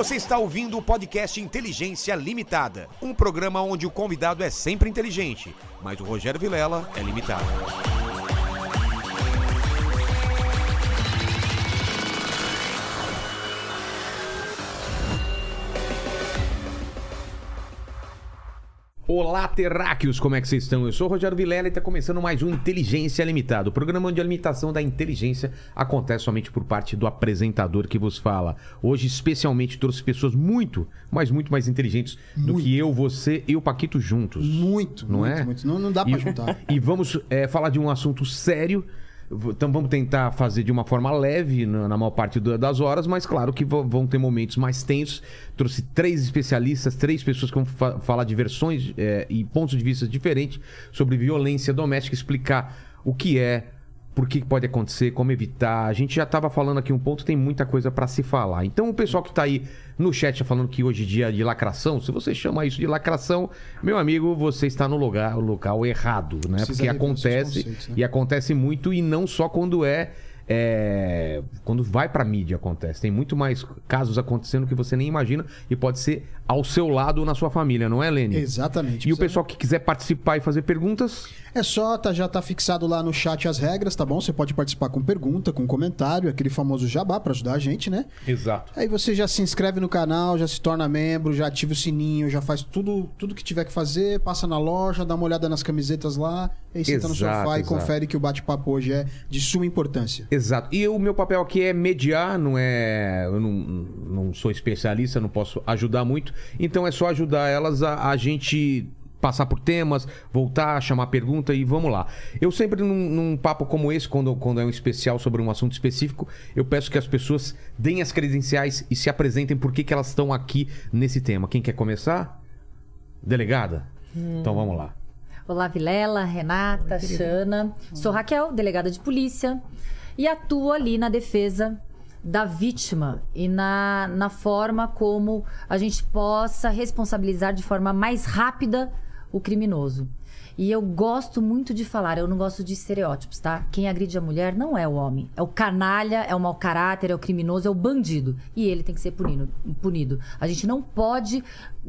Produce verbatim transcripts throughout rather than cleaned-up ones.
Você está ouvindo o podcast Inteligência Limitada, um programa onde o convidado é sempre inteligente, mas o Rogério Vilela é limitado. Olá, terráqueos, como é que vocês estão? Eu sou o Rogério Vilela e está começando mais um Inteligência Limitada, o programa onde a limitação da inteligência acontece somente por parte do apresentador que vos fala. Hoje, especialmente, trouxe pessoas muito, mas muito mais inteligentes muito. do que eu, você e o Paquito juntos. Muito, não muito, é? muito. Não, não dá pra e, juntar. E vamos é, falar de um assunto sério. Então vamos tentar fazer de uma forma leve na, na maior parte do, das horas, mas claro que vão ter momentos mais tensos. Trouxe três especialistas, três pessoas que vão fa falar de versões é, e pontos de vista diferentes sobre violência doméstica, explicar o que é, por que pode acontecer, como evitar. A gente já estava falando aqui um ponto, tem muita coisa para se falar. Então o pessoal que está aí no chat tá falando que hoje é dia de lacração, se você chama isso de lacração, meu amigo, você está no lugar, no local errado, né? Precisa Porque acontece, né? E acontece muito, e não só quando é... É... quando vai pra mídia acontece. Tem muito mais casos acontecendo que você nem imagina e pode ser ao seu lado ou na sua família, não é, Lene? Exatamente. E o pessoal que quiser participar e fazer perguntas... É só, tá, já tá fixado lá no chat as regras, tá bom? Você pode participar com pergunta, com comentário, aquele famoso jabá pra ajudar a gente, né? Exato. Aí você já se inscreve no canal, já se torna membro, já ativa o sininho, já faz tudo, tudo que tiver que fazer, passa na loja, dá uma olhada nas camisetas lá, aí senta no sofá e exato. confere que o bate-papo hoje é de suma importância. Exato. E o meu papel aqui é mediar, não é... Eu não, não sou especialista, não posso ajudar muito, então é só ajudar elas a, a gente... passar por temas, voltar, chamar pergunta e vamos lá. Eu sempre, num, num papo como esse, quando, quando é um especial sobre um assunto específico, eu peço que as pessoas deem as credenciais e se apresentem por que que elas estão aqui nesse tema. Quem quer começar? Delegada? Hum. Então vamos lá. Olá, Vilela, Renata, Oi, Xana. Sou Raquel, delegada de polícia, e atuo ali na defesa da vítima e na, na forma como a gente possa responsabilizar de forma mais rápida o criminoso. E eu gosto muito de falar, eu não gosto de estereótipos, tá? Quem agride a mulher não é o homem, é o canalha, é o mau caráter, é o criminoso, é o bandido. E ele tem que ser punido. punido. A gente não pode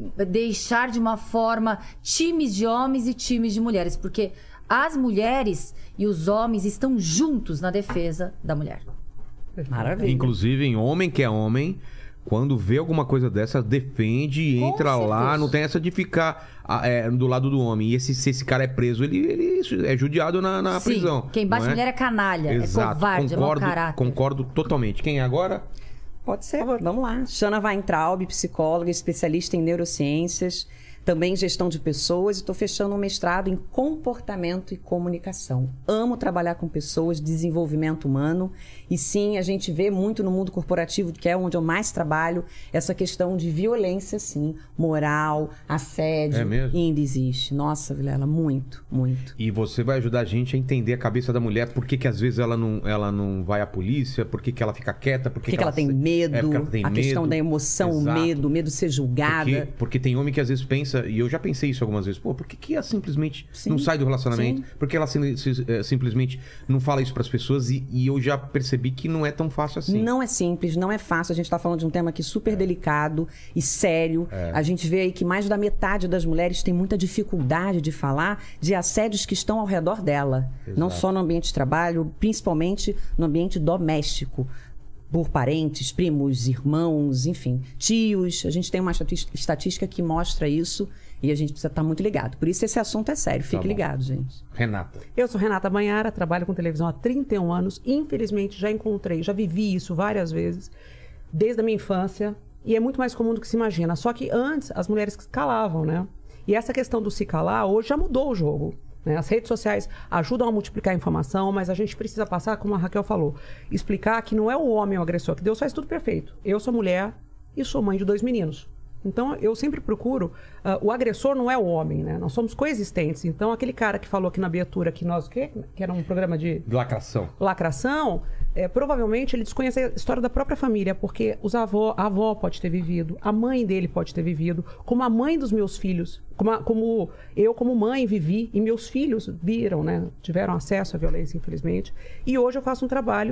deixar de uma forma times de homens e times de mulheres, porque as mulheres e os homens estão juntos na defesa da mulher. Maravilha. Inclusive, em homem que é homem, quando vê alguma coisa dessa, defende e Com entra certeza. lá. Não tem essa de ficar é, do lado do homem. E esse, se esse cara é preso, ele, ele é judiado na, na Sim, prisão. Quem bate é? mulher é canalha, Exato. é covarde, concordo, é mau caráter. Concordo totalmente. Quem é agora? Pode ser, vamos lá. Xana Weintraub, psicóloga, especialista em neurociências, também gestão de pessoas, e estou fechando um mestrado em comportamento e comunicação. Amo trabalhar com pessoas, desenvolvimento humano, e sim, a gente vê muito no mundo corporativo, que é onde eu mais trabalho, essa questão de violência, sim, moral, assédio, é mesmo? ainda existe. Nossa, Vilela, muito, muito. E você vai ajudar a gente a entender a cabeça da mulher, por que que às vezes ela não, ela não vai à polícia, por que que ela fica quieta, por que, que, que, que ela, ela tem medo, é, ela tem a medo. Questão da emoção, o medo, o medo de ser julgada. Porque, porque tem homem que às vezes pensa, e eu já pensei isso algumas vezes, pô, por que que ela simplesmente sim, não sai do relacionamento? Sim. Por que ela sim, simplesmente não fala isso para as pessoas? E, e eu já percebi que não é tão fácil assim. Não é simples, não é fácil. A gente está falando de um tema aqui super é. delicado e sério. É. A gente vê aí que mais da metade das mulheres tem muita dificuldade de falar de assédios que estão ao redor dela. Exato. Não só no ambiente de trabalho, principalmente no ambiente doméstico. Por parentes, primos, irmãos, enfim, tios. A gente tem uma estatística que mostra isso e a gente precisa estar muito ligado. Por isso esse assunto é sério. Fique tá ligado, gente. Renata. Eu sou Renata Banhara, trabalho com televisão há trinta e um anos. Infelizmente, já encontrei, já vivi isso várias vezes, desde a minha infância. E é muito mais comum do que se imagina. Só que antes, as mulheres calavam, né? E essa questão do se calar, hoje já mudou o jogo. As redes sociais ajudam a multiplicar a informação, mas a gente precisa passar, como a Raquel falou, explicar que não é o homem o agressor, que Deus faz tudo perfeito. Eu sou mulher e sou mãe de dois meninos. Então, eu sempre procuro... Uh, o agressor não é o homem, né? Nós somos coexistentes. Então, aquele cara que falou aqui na abertura que nós... Que, que era um programa de... Lacração. Lacração. É, provavelmente, ele desconhece a história da própria família, porque os avó, a avó pode ter vivido, a mãe dele pode ter vivido, como a mãe dos meus filhos, como, a, como eu, como mãe, vivi, e meus filhos viram, né? Tiveram acesso à violência, infelizmente. E hoje eu faço um trabalho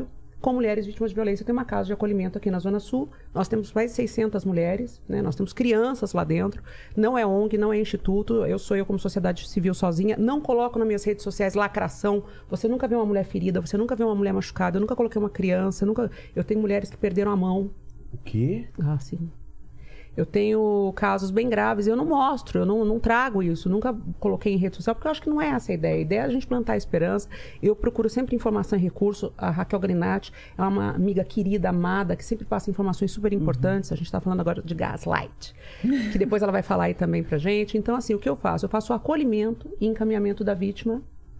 com mulheres vítimas de violência. Tem uma casa de acolhimento aqui na Zona Sul. Nós temos mais de seiscentas mulheres, né? Nós temos crianças lá dentro. Não é O N G, não é instituto. Eu sou eu como sociedade civil sozinha. Não coloco nas minhas redes sociais lacração. Você nunca vê uma mulher ferida, você nunca vê uma mulher machucada. Eu nunca coloquei uma criança. Eu, nunca... eu tenho mulheres que perderam a mão. O quê? Ah, sim. Eu tenho casos bem graves, eu não mostro, eu não, não trago isso, nunca coloquei em rede social, porque eu acho que não é essa a ideia. A ideia é a gente plantar esperança. Eu procuro sempre informação e recurso. A Raquel Grinatti é uma amiga querida, amada, que sempre passa informações super importantes. Uhum. A gente está falando agora de gaslight, que depois ela vai falar aí também pra gente. Então, assim, o que eu faço? Eu faço o acolhimento e encaminhamento da vítima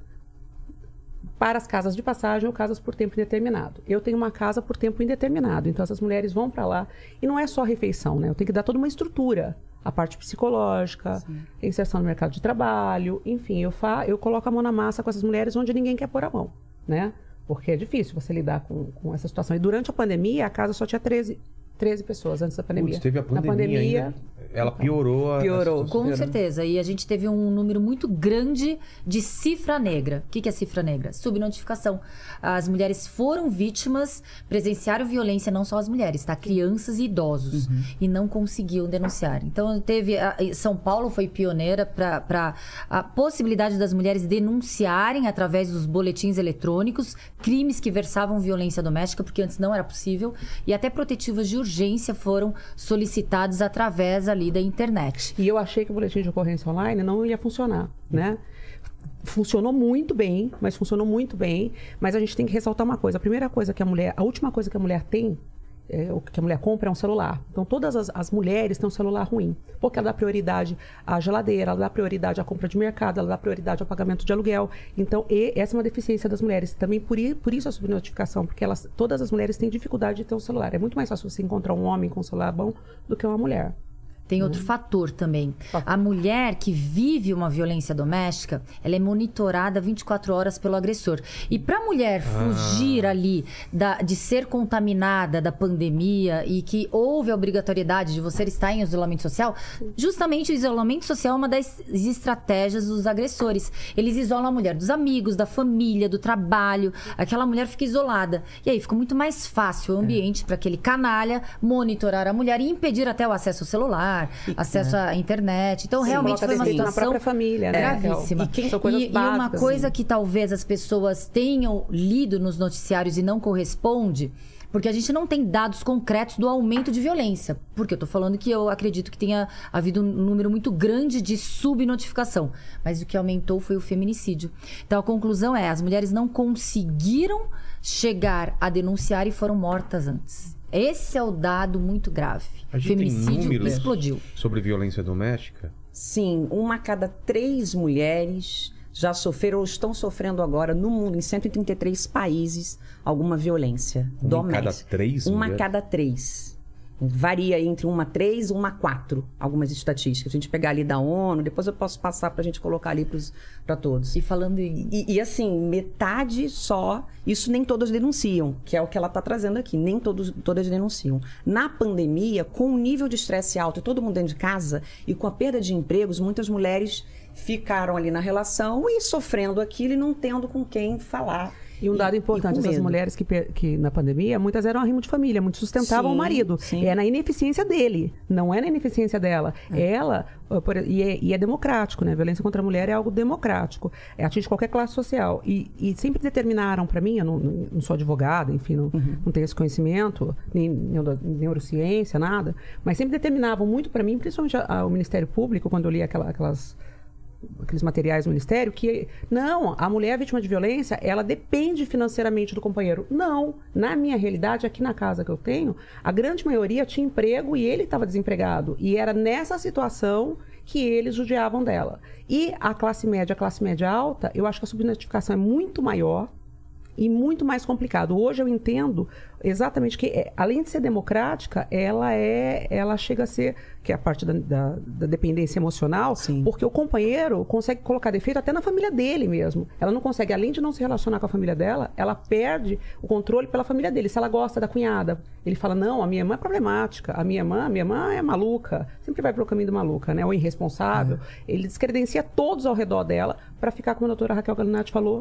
para as casas de passagem ou casas por tempo indeterminado. Eu tenho uma casa por tempo indeterminado, então essas mulheres vão para lá e não é só refeição, né? Eu tenho que dar toda uma estrutura, a parte psicológica, Sim. inserção no mercado de trabalho, enfim, eu, fa eu coloco a mão na massa com essas mulheres onde ninguém quer pôr a mão, né? Porque é difícil você lidar com, com essa situação. E durante a pandemia, a casa só tinha treze pessoas antes da pandemia. Putz, teve a pandemia, Na pandemia ainda, ela piorou. A, piorou, a com certeza. E a gente teve um número muito grande de cifra negra. O que, que é cifra negra? Subnotificação. As mulheres foram vítimas, presenciaram violência, não só as mulheres, tá? Crianças e idosos. Uhum. E não conseguiam denunciar. Então, teve... A, São Paulo foi pioneira para a possibilidade das mulheres denunciarem através dos boletins eletrônicos crimes que versavam violência doméstica, porque antes não era possível. E até protetivas de urgência foram solicitados através ali da internet. E eu achei que o boletim de ocorrência online não ia funcionar, né? Funcionou muito bem, mas funcionou muito bem. Mas a gente tem que ressaltar uma coisa. A primeira coisa que a mulher, a última coisa que a mulher tem, é, o que a mulher compra é um celular. Então todas as, as mulheres têm um celular ruim, porque ela dá prioridade à geladeira, ela dá prioridade à compra de mercado, ela dá prioridade ao pagamento de aluguel. Então e, essa é uma deficiência das mulheres. Também por, por isso a subnotificação, porque elas, todas as mulheres têm dificuldade de ter um celular. É muito mais fácil você encontrar um homem com um celular bom do que uma mulher. Tem outro hum. fator também. A mulher que vive uma violência doméstica, ela é monitorada vinte e quatro horas pelo agressor. E para a mulher fugir ah. ali da, de ser contaminada da pandemia e que houve a obrigatoriedade de você estar em isolamento social, justamente o isolamento social é uma das estratégias dos agressores. Eles isolam a mulher dos amigos, da família, do trabalho. Aquela mulher fica isolada. E aí fica muito mais fácil o ambiente é. para aquele canalha monitorar a mulher e impedir até o acesso ao celular, acesso à internet. Então, Sim, realmente foi uma situação na própria família, né? gravíssima. E, quem, são coisas e, básicas, e uma coisa assim. que talvez as pessoas tenham lido nos noticiários e não corresponde, porque a gente não tem dados concretos do aumento de violência. Porque eu tô falando que eu acredito que tenha havido um número muito grande de subnotificação. Mas o que aumentou foi o feminicídio. Então, a conclusão é, as mulheres não conseguiram chegar a denunciar e foram mortas antes. Esse é o dado muito grave. A gente Feminicídio tem números explodiu. Sobre violência doméstica? Sim, uma a cada três mulheres já sofreram ou estão sofrendo agora no mundo, em cento e trinta e três países, alguma violência uma doméstica. Uma a cada três? Uma mulher? a cada três. Varia entre uma a três e uma a quatro, algumas estatísticas. A gente pegar ali da ONU, depois eu posso passar para a gente colocar ali para todos. E falando em... E, e assim, metade só, isso nem todas denunciam, que é o que ela está trazendo aqui, nem todos, todas denunciam. Na pandemia, com o nível de estresse alto e todo mundo dentro de casa, e com a perda de empregos, muitas mulheres ficaram ali na relação e sofrendo aquilo e não tendo com quem falar. E um dado e, importante, essas mulheres que, que na pandemia, muitas eram arrimo de família, muitos sustentavam sim, o marido. Sim. É na ineficiência dele, não é na ineficiência dela. É. Ela, por, e, é, e é democrático, né? A violência contra a mulher é algo democrático. É, atinge qualquer classe social. E, e sempre determinaram para mim, eu não, não sou advogada, enfim, não, uhum. não tenho esse conhecimento, nem, nem neurociência, nada, mas sempre determinavam muito para mim, principalmente a, a, o Ministério Público, quando eu li aquela, aquelas... aqueles materiais do Ministério, que não, a mulher vítima de violência, ela depende financeiramente do companheiro. Não, na minha realidade, aqui na casa que eu tenho, a grande maioria tinha emprego e ele estava desempregado. E era nessa situação que eles judiavam dela. E a classe média, a classe média alta, eu acho que a subnotificação é muito maior e muito mais complicado. Hoje eu entendo exatamente que, é, além de ser democrática, ela é, ela chega a ser, que é a parte da, da, da dependência emocional, Sim. porque o companheiro consegue colocar defeito até na família dele mesmo. Ela não consegue, além de não se relacionar com a família dela, ela perde o controle pela família dele. Se ela gosta da cunhada, ele fala, não, a minha irmã é problemática, a minha irmã, a minha irmã é maluca, sempre vai pro caminho do maluca, né? Ou irresponsável. É. Ele descredencia todos ao redor dela para ficar, como a doutora Raquel Grinatti falou,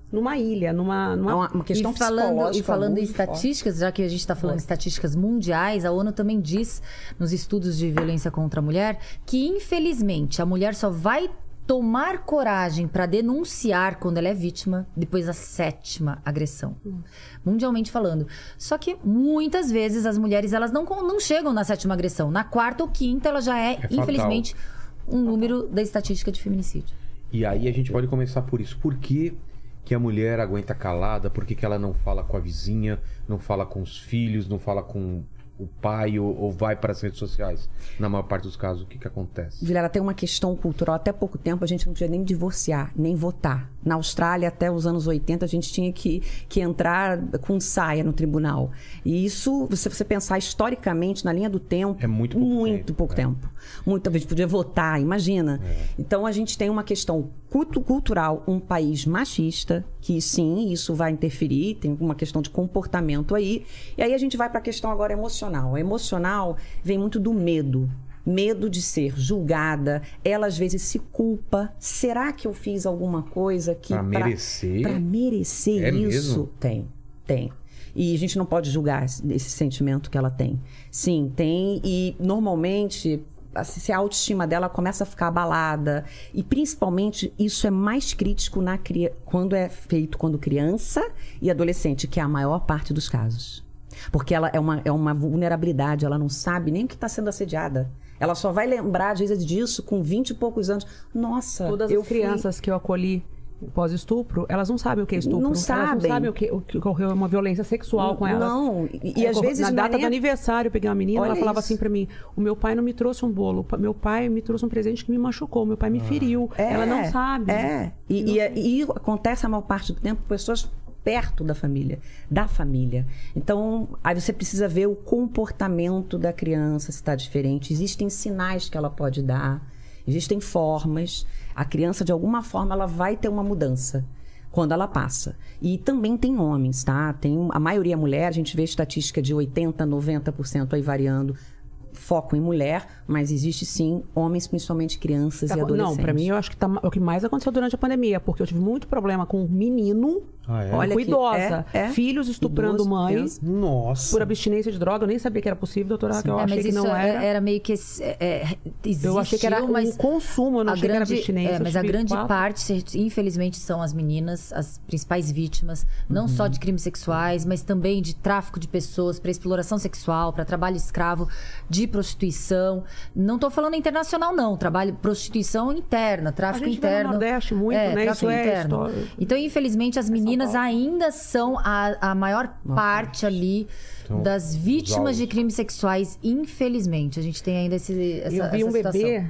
numa ilha, numa, numa... É uma, uma questão e falando, psicológica. E falando em muito estatísticas, forte. já que a gente está falando de estatísticas mundiais, a ONU também diz, nos estudos de violência contra a mulher, que infelizmente a mulher só vai tomar coragem para denunciar quando ela é vítima depois da sétima agressão. Hum. Mundialmente falando. Só que muitas vezes as mulheres elas não, não chegam na sétima agressão. Na quarta ou quinta ela já é, é infelizmente, um número da estatística de feminicídio. E aí a gente pode começar por isso. Por que, que a mulher aguenta calada? Por que, que ela não fala com a vizinha, não fala com os filhos, não fala com o pai ou, ou vai para as redes sociais? Na maior parte dos casos, o que, que acontece? Vilela, tem uma questão cultural. Até pouco tempo a gente não podia nem divorciar, nem votar. Na Austrália, até os anos oitenta, a gente tinha que, que entrar com saia no tribunal. E isso, se você pensar historicamente, na linha do tempo... É muito pouco muito tempo. pouco é. tempo. Muita gente podia votar, imagina. É. Então, a gente tem uma questão cultu cultural, um país machista, que sim, isso vai interferir, tem uma questão de comportamento aí. E aí a gente vai para a questão agora emocional. A emocional vem muito do medo. Medo de ser julgada, ela às vezes se culpa. Será que eu fiz alguma coisa que... Pra merecer? Pra merecer É isso? mesmo? Tem, tem. E a gente não pode julgar esse, esse sentimento que ela tem. Sim, tem. E normalmente... se a autoestima dela começa a ficar abalada. E principalmente isso é mais crítico na, quando é feito quando criança e adolescente, que é a maior parte dos casos. Porque ela é uma, é uma vulnerabilidade, ela não sabe nem o que está sendo assediada. Ela só vai lembrar, às vezes, disso com vinte e poucos anos. Nossa, Todas eu as crianças fui... que eu acolhi pós-estupro, elas não sabem o que é estupro. Não elas sabem. não sabem o que, o que ocorreu uma violência sexual com elas. Não, e, e é, às vezes... Na não data é nem... do aniversário, eu peguei uma menina, Olha ela falava isso. assim pra mim, o meu pai não me trouxe um bolo, meu pai me trouxe um presente que me machucou, meu pai me feriu. É, ela não sabe. É, e, e, e acontece a maior parte do tempo com pessoas perto da família, da família. Então, aí você precisa ver o comportamento da criança, se está diferente. Existem sinais que ela pode dar, existem formas. A criança, de alguma forma, ela vai ter uma mudança quando ela passa. E também tem homens, tá? Tem, a maioria é mulher, a gente vê estatística de oitenta por cento, noventa por cento aí variando. Foco em mulher, mas existe sim homens, principalmente crianças Tá, e adolescentes. não, pra mim eu acho que tá, é o que mais aconteceu durante a pandemia, porque eu tive muito problema com menino, Ah, é? Olha com que- idosa, é, é. filhos estuprando Idoso, mães criança. Nossa. por abstinência de droga. Eu nem sabia que era possível, doutora Raquel, eu É, achei mas que isso não era. era meio que... É, é, Eu achei que era existiu, mas um consumo, eu não a achei que era grande- abstinência. É, eu mas a tive grande quatro. parte, infelizmente, são as meninas, as principais vítimas, não Uhum. só de crimes sexuais, mas também de tráfico de pessoas, para exploração sexual, para trabalho escravo, de prostituição. Não estou falando internacional, não. Trabalho, prostituição interna, tráfico A gente vê no interno. Nordeste muito, é, né? tráfico Isso é interno. história. Então, infelizmente, as meninas ainda são a, a maior parte ali Então, das vítimas de alvos. crimes sexuais, infelizmente. A gente tem ainda esse, essa, Eu vi essa um situação. bebê,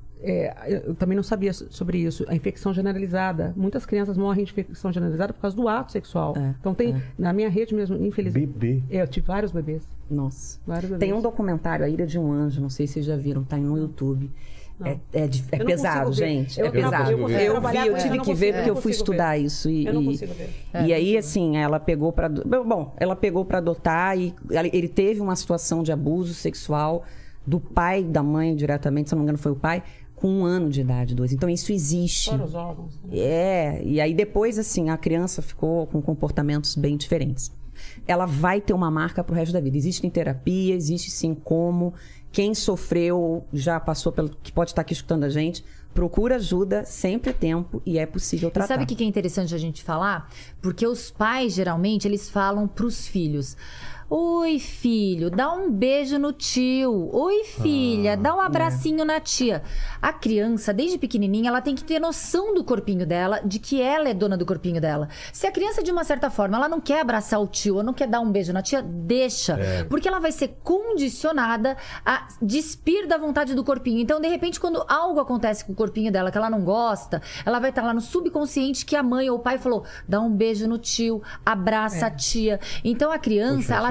é, eu também não sabia so- sobre isso, a infecção generalizada. Muitas crianças morrem de infecção generalizada por causa do ato sexual. É, então tem, é. na minha rede mesmo, infelizmente. Bebê. É, eu tive vários bebês. Nossa. Vários bebês. Tem um documentário, A Ira de um Anjo, não sei se vocês já viram, tá no YouTube. É, é, de- é Eu não pesado, consigo ver. gente. Eu é não pesado. consigo Eu, ver. vi, Trabalhar eu com tive isso, eu não que ver consigo- porque eu eu não fui consigo estudar ver. isso. E, Eu não e- consigo ver. e aí, assim, ela pegou pra. Bom, ela pegou pra adotar e ela- ele teve uma situação de abuso sexual do pai, da mãe diretamente, se não me engano, foi o pai, com um ano de idade, dois. Então, isso existe. Fora os órgãos. né? É, e aí depois, assim, a criança ficou com comportamentos bem diferentes. Ela vai ter uma marca pro resto da vida. Existe terapia, existe sim como. Quem sofreu, já passou pelo... que pode estar aqui escutando a gente, procura ajuda, sempre é tempo e é possível E tratar. sabe o que que é interessante a gente falar? Porque os pais, geralmente, eles falam pros filhos: oi, filho, dá um beijo no tio. Oi, filha, Ah, dá um é. abracinho na tia. A criança, desde pequenininha, ela tem que ter noção do corpinho dela, de que ela é dona do corpinho dela. Se a criança, de uma certa forma, ela não quer abraçar o tio ou não quer dar um beijo na tia, deixa. Porque ela vai ser condicionada a despir da vontade do corpinho. Então, de repente, quando algo acontece com o corpinho dela que ela não gosta, ela vai estar lá no subconsciente que a mãe ou o pai falou: dá um beijo no tio, abraça a tia. Então, a criança, Poxa, ela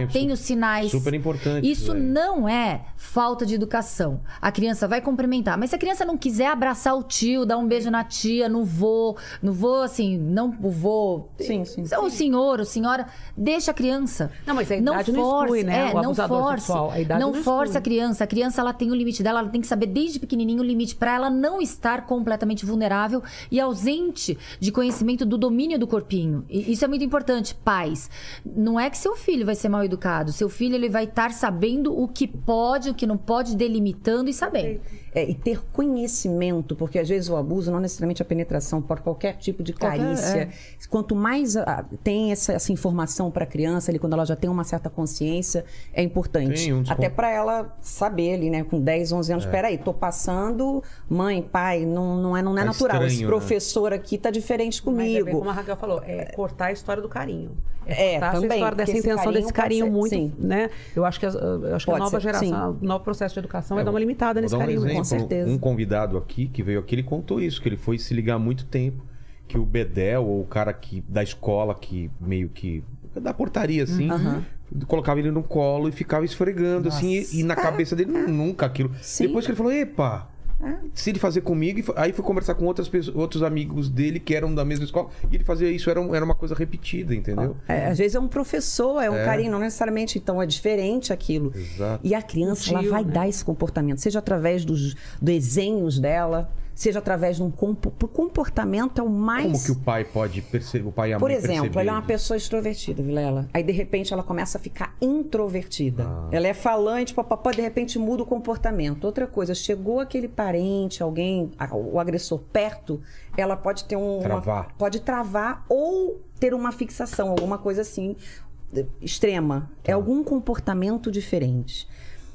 já tem os sinais. Super importante. Isso velho. não é falta de educação. A criança vai cumprimentar, mas se a criança não quiser abraçar o tio, dar um beijo na tia, no vô, no vô, assim, não o vô. Sim, sim. O senhor, ou senhora, deixa a criança. Não, mas a idade não, force, exclui, né? É, O não abusador force, sexual, a idade não, não force exclui. a criança. A criança, ela tem o limite dela, ela tem que saber desde pequenininho o limite para ela não estar completamente vulnerável e ausente de conhecimento do domínio do corpinho. E isso é muito importante, pais. Não é que seu filho vai ser mal educado. Seu filho, ele vai estar sabendo o que pode, o que não pode, delimitando e sabendo. É, e ter conhecimento, porque às vezes o abuso, não necessariamente a penetração, por qualquer tipo de carícia. é. Quanto mais a, tem essa, essa informação para a criança, ali, quando ela já tem uma certa consciência, é importante. Um Até para ela saber ali, né, com dez, onze anos, peraí, tô passando, mãe, pai, não, não é, não é Tá natural. estranho, Esse né? professor aqui tá diferente Mas é bem comigo. como a Raquel falou, é cortar a história do carinho. É, cortar essa também, história dessa porque esse intenção, carinho desse carinho pode ser- muito, sim. né? Eu acho que, as- eu acho que a Pode nova ser, geração, sim. o novo processo de educação É, vai dar uma limitada Vou nesse dar um carinho. exemplo. com certeza. Um convidado aqui que veio aqui, ele contou isso, que ele foi se ligar há muito tempo, que o bedel, ou o cara que, da escola, que meio que... da portaria, assim, colocava ele no colo e ficava esfregando, assim, e, e na cabeça dele, nunca aquilo. Sim. Depois que ele falou, epa... Se ele fazer comigo, e fo- aí fui conversar com outras pessoas, outros amigos dele que eram da mesma escola, e ele fazia isso, era, um- era uma coisa repetida, entendeu? É, às vezes é um professor, é um É. carinho, não necessariamente, então é diferente aquilo. Exato. E a criança, Um ela tio, vai né? dar esse comportamento, seja através dos desenhos dela, seja através de um compo- o comportamento é o mais... Como que o pai pode perceber, o pai e a Por mãe exemplo, perceberem ela é uma isso? pessoa extrovertida, Vilela. Aí, de repente, ela começa a ficar introvertida. Ah. Ela é falante, papapá, de repente muda o comportamento. Outra coisa, chegou aquele parente, alguém, a- o agressor perto, ela pode ter um... uma- Travar. pode travar ou ter uma fixação, alguma coisa assim, de- extrema. É Tá. algum comportamento diferente.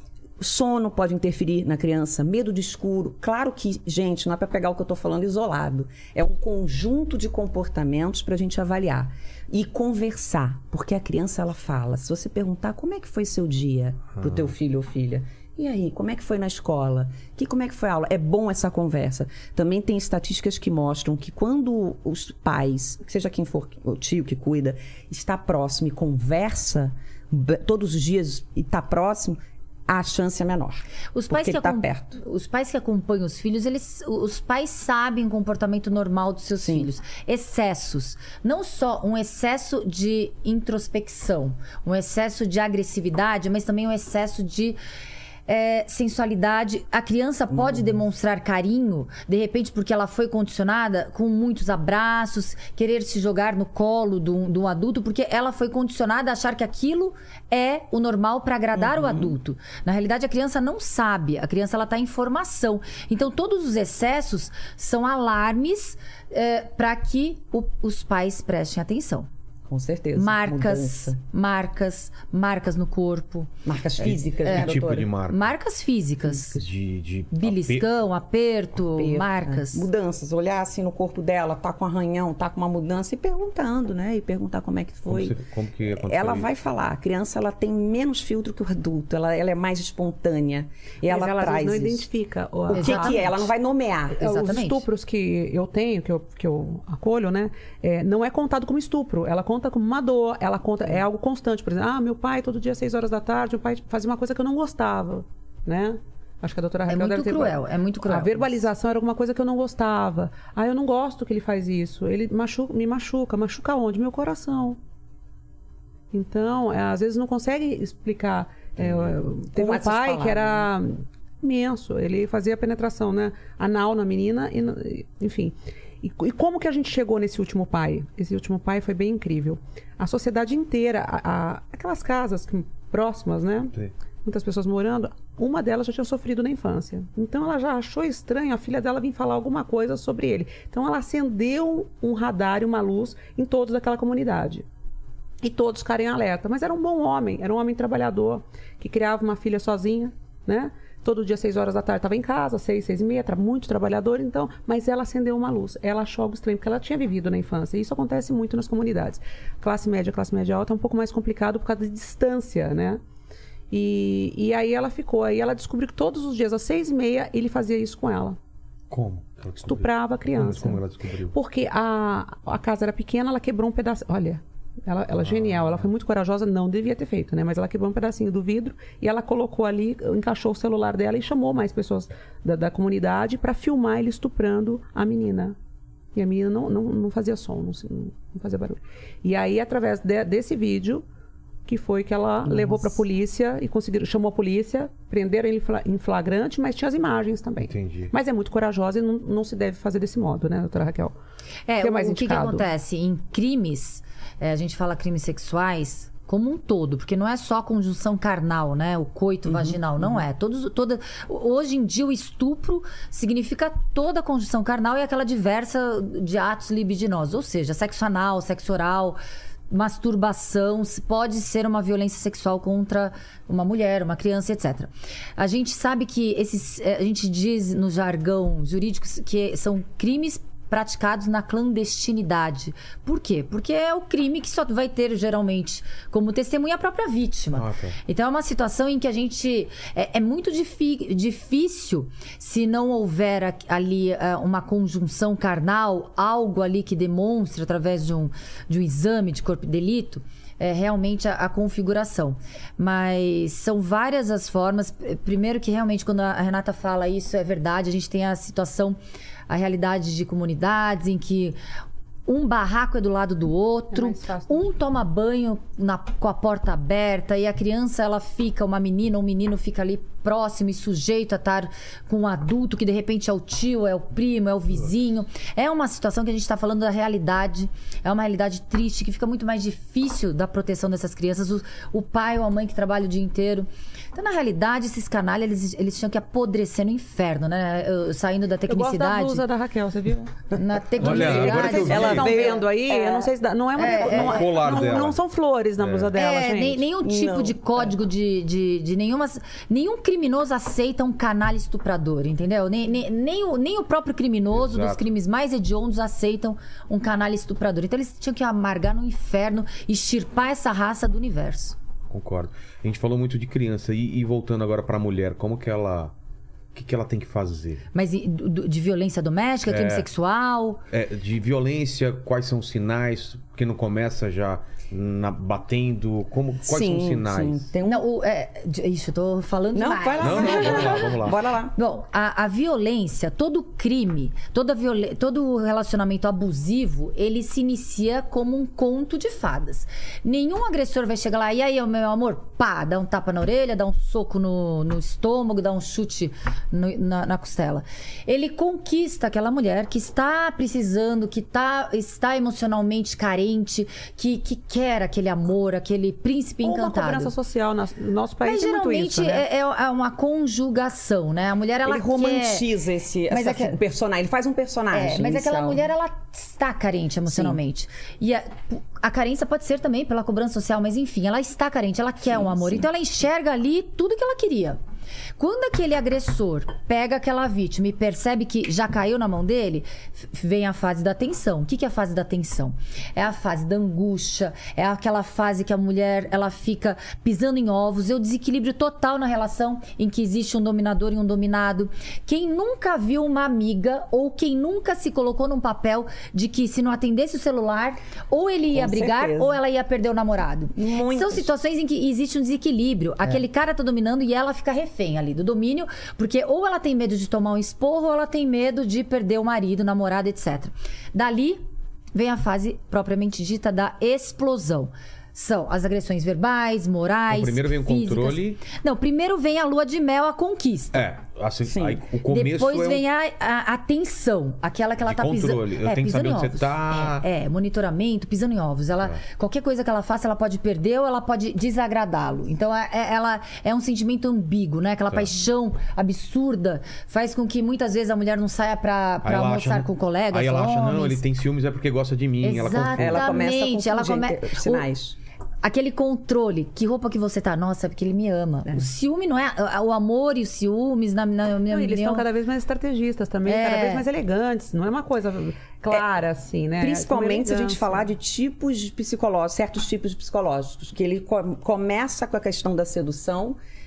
Sono pode interferir na criança, medo de escuro. Claro que, gente, não é para pegar o que eu estou falando isolado. É um conjunto de comportamentos para a gente avaliar. E conversar, porque a criança, ela fala. Se você perguntar como é que foi seu dia para o teu filho ou filha, e aí, como é que foi na escola? Que, como é que foi a aula? É bom essa conversa. Também tem estatísticas que mostram que quando os pais, seja quem for o tio que cuida, está próximo e conversa b- todos os dias e está próximo, a chance é menor. Os pais, porque que ele tá acom- perto. os pais que acompanham os filhos, eles, os pais sabem o comportamento normal dos seus Sim. filhos. Excessos. Não só um excesso de introspecção, um excesso de agressividade, mas também um excesso de é, sensualidade. A criança pode demonstrar carinho, de repente, porque ela foi condicionada com muitos abraços, querer se jogar no colo de um, de um adulto, porque ela foi condicionada a achar que aquilo é o normal para agradar o adulto. Na realidade, a criança não sabe. A criança, ela está em formação. Então, todos os excessos são alarmes para que o- os pais prestem atenção. Com certeza. Marcas, Mudança. marcas, marcas no corpo. Marcas físicas, né, Que tipo doutora? de marca? Marcas físicas. De, de Beliscão, aperto, Perda, marcas. né? Mudanças, olhar assim no corpo dela, tá com arranhão, tá com uma mudança e perguntando, né? E perguntar como é que Como, foi. você- como que aconteceu Ela isso? vai falar, a criança ela tem menos filtro que o adulto, ela, ela é mais espontânea. E Mas ela, ela às traz vezes não isso. identifica o, O que, que Exatamente. é? Ela não vai nomear. Os Exatamente. estupros que eu tenho, que eu, que eu acolho, né? é, não é contado como estupro. Ela conta como uma dor, ela conta, é algo constante. Por exemplo, ah, meu pai todo dia às seis horas da tarde, meu pai fazia uma coisa que eu não gostava, né? Acho que a doutora É Raquel muito deve ter... cruel, é muito cruel. A verbalização era alguma coisa que eu não gostava. Ah, eu não gosto que ele faz isso. Ele machuca, me machuca. Machuca onde? Meu coração. Então, é, às vezes não consegue explicar. É, teve Com um essas pai palavras, que era imenso. Ele fazia penetração, né? Anal na menina, e, no- enfim. E, e como que a gente chegou nesse último pai? Esse último pai foi bem incrível. A sociedade inteira, a- a- aquelas casas que- próximas, né? Sim. Muitas pessoas morando, uma delas já tinha sofrido na infância. Então ela já achou estranho a filha dela vir falar alguma coisa sobre ele. Então ela acendeu um radar e uma luz em todos daquela comunidade. E todos ficarem alerta. Mas era um bom homem, era um homem trabalhador, que criava uma filha sozinha, né? Todo dia, seis horas da tarde, estava em casa, seis, seis e meia, era muito trabalhador, então... Mas ela acendeu uma luz. Ela achou algo estranho, porque ela tinha vivido na infância. E isso acontece muito nas comunidades. Classe média, classe média alta é um pouco mais complicado por causa da distância, né? E, e aí ela ficou. Aí ela descobriu que todos os dias, às seis e meia, ele fazia isso com ela. Como? que ela descobriu? Estuprava a criança. Como, como ela descobriu? Porque a, a casa era pequena, ela quebrou um pedaço. Olha, Ela, ela ah. genial, ela foi muito corajosa, não devia ter feito, né? Mas ela quebrou um pedacinho do vidro e ela colocou ali, encaixou o celular dela e chamou mais pessoas da, da comunidade para filmar ele estuprando a menina. E a menina não, não, não fazia som, não, não fazia barulho. E aí, através de, desse vídeo, que foi que ela Nossa. levou para a polícia e conseguiram, chamou a polícia, prenderam ele em flagrante, mas tinha as imagens também. Entendi. Mas é muito corajosa e não, não se deve fazer desse modo, né, doutora Raquel? É, que é mais o que, que acontece? Em crimes, é, a gente fala crimes sexuais como um todo, porque não é só a conjunção carnal, né? O coito uhum, vaginal, não uhum. é. Todos, toda, hoje em dia, o estupro significa toda a conjunção carnal e aquela diversa de atos libidinosos, ou seja, sexo anal, sexo oral, masturbação, pode ser uma violência sexual contra uma mulher, uma criança, etcétera. A gente sabe que esses, a gente diz no jargão jurídico que são crimes praticados na clandestinidade. Por quê? Porque é o crime que só vai ter, geralmente, como testemunha a própria vítima. Ah, tá. Então, é uma situação em que a gente... É, é muito difícil, se não houver ali uma conjunção carnal, algo ali que demonstre, através de um, de um exame de corpo de delito, é realmente a, a configuração. Mas são várias as formas. Primeiro que, realmente, quando a Renata fala isso, é verdade. A gente tem a situação... a realidade de comunidades em que um barraco é do lado do outro, é um toma banho na, com a porta aberta e a criança, ela fica, uma menina ou um menino fica ali próximo e sujeito a estar com um adulto que de repente é o tio, é o primo, é o vizinho. É uma situação que a gente está falando da realidade, é uma realidade triste, que fica muito mais difícil da proteção dessas crianças, o, o pai ou a mãe que trabalha o dia inteiro. Então, na realidade, esses canalhas, eles, eles tinham que apodrecer no inferno, né? Eu, saindo da tecnicidade... Eu gosto da blusa da Raquel, você viu? Na tecnicidade... Olha, agora que eu vi. Ela tá vendo aí, é. eu não sei se dá... Não é uma... É, não, é, não, não, não são flores na é. blusa dela, é, gente. Nem, nenhum tipo não. de código é. de, de, de nenhuma... Nenhum criminoso aceita um canalha estuprador, entendeu? Nem, nem, nem, o, nem o próprio criminoso, Exato. dos crimes mais hediondos, aceitam um canalha estuprador. Então, eles tinham que amargar no inferno e extirpar essa raça do universo. Concordo. A gente falou muito de criança. E, e voltando agora para a mulher, como que ela... O que, que ela tem que fazer? Mas de, de violência doméstica, é, crime sexual? É, de violência, quais são os sinais? Porque não começa já na, batendo? Como, quais sim, são os sinais? Sim. Tem um... Não, o, é, isso, eu tô falando não, demais. Vai lá. Não, não, vamos lá, vamos lá. Bora lá. Bom, a, a violência, todo crime, toda viol... todo relacionamento abusivo, ele se inicia como um conto de fadas. Nenhum agressor vai chegar lá, e aí, meu amor, pá, dá um tapa na orelha, dá um soco no, no estômago, dá um chute no, na, na costela. Ele conquista aquela mulher que está precisando, que tá, está emocionalmente carente, que, que quer aquele amor, aquele príncipe Ou encantado. Uma cobrança social no nosso país. Mas é geralmente muito isso, né? é, é uma conjugação, né? A mulher, ela ele romantiza quer... esse mas essa, é que... personagem. Ele faz um personagem. É, mas inicial. aquela mulher, ela está carente emocionalmente. Sim. E a, a carência pode ser também pela cobrança social, mas enfim, ela está carente, ela quer sim, um amor. Sim. Então ela enxerga ali tudo que ela queria. Quando aquele agressor pega aquela vítima e percebe que já caiu na mão dele, vem a fase da tensão. O que é a fase da tensão? É a fase da angústia, é aquela fase que a mulher, ela fica pisando em ovos, é o desequilíbrio total na relação em que existe um dominador e um dominado. Quem nunca viu uma amiga ou quem nunca se colocou num papel de que se não atendesse o celular, ou ele ia Com brigar certeza. ou ela ia perder o namorado. Muitos. São situações em que existe um desequilíbrio. É. Aquele cara tá dominando e ela fica refém ali do domínio, porque ou ela tem medo de tomar um esporro ou ela tem medo de perder o marido, o namorado, etcétera. Dali vem a fase propriamente dita da explosão. São as agressões verbais, morais, então, primeiro vem o físicas. controle. Não, primeiro vem a lua de mel, a conquista. É, assim, aí, o começo Depois é vem um... a, a, a tensão, aquela que ela de tá controle. pisando. Eu é, tenho que pisando saber em onde ovos. você tá. É, é, monitoramento, pisando em ovos. Ela, é. Qualquer coisa que ela faça, ela pode perder ou ela pode desagradá-lo. Então, é, é, ela é um sentimento ambíguo, né? Aquela tá. paixão absurda faz com que muitas vezes a mulher não saia pra, pra almoçar acha, com colegas. Aí ela homens. acha, não, ele tem ciúmes é porque gosta de mim. Exatamente. Ela, ela começa a ela come... sinais. O... Aquele controle, que roupa que você tá? Nossa, é porque ele me ama. É. O ciúme não é... O amor e os ciúmes, na minha opinião... Eles estão cada vez mais estrategistas também, é. cada vez mais elegantes. Não é uma coisa clara, é. assim, né? Principalmente se a gente falar de tipos psicológicos, certos tipos psicológicos. Que ele co- começa com a questão da sedução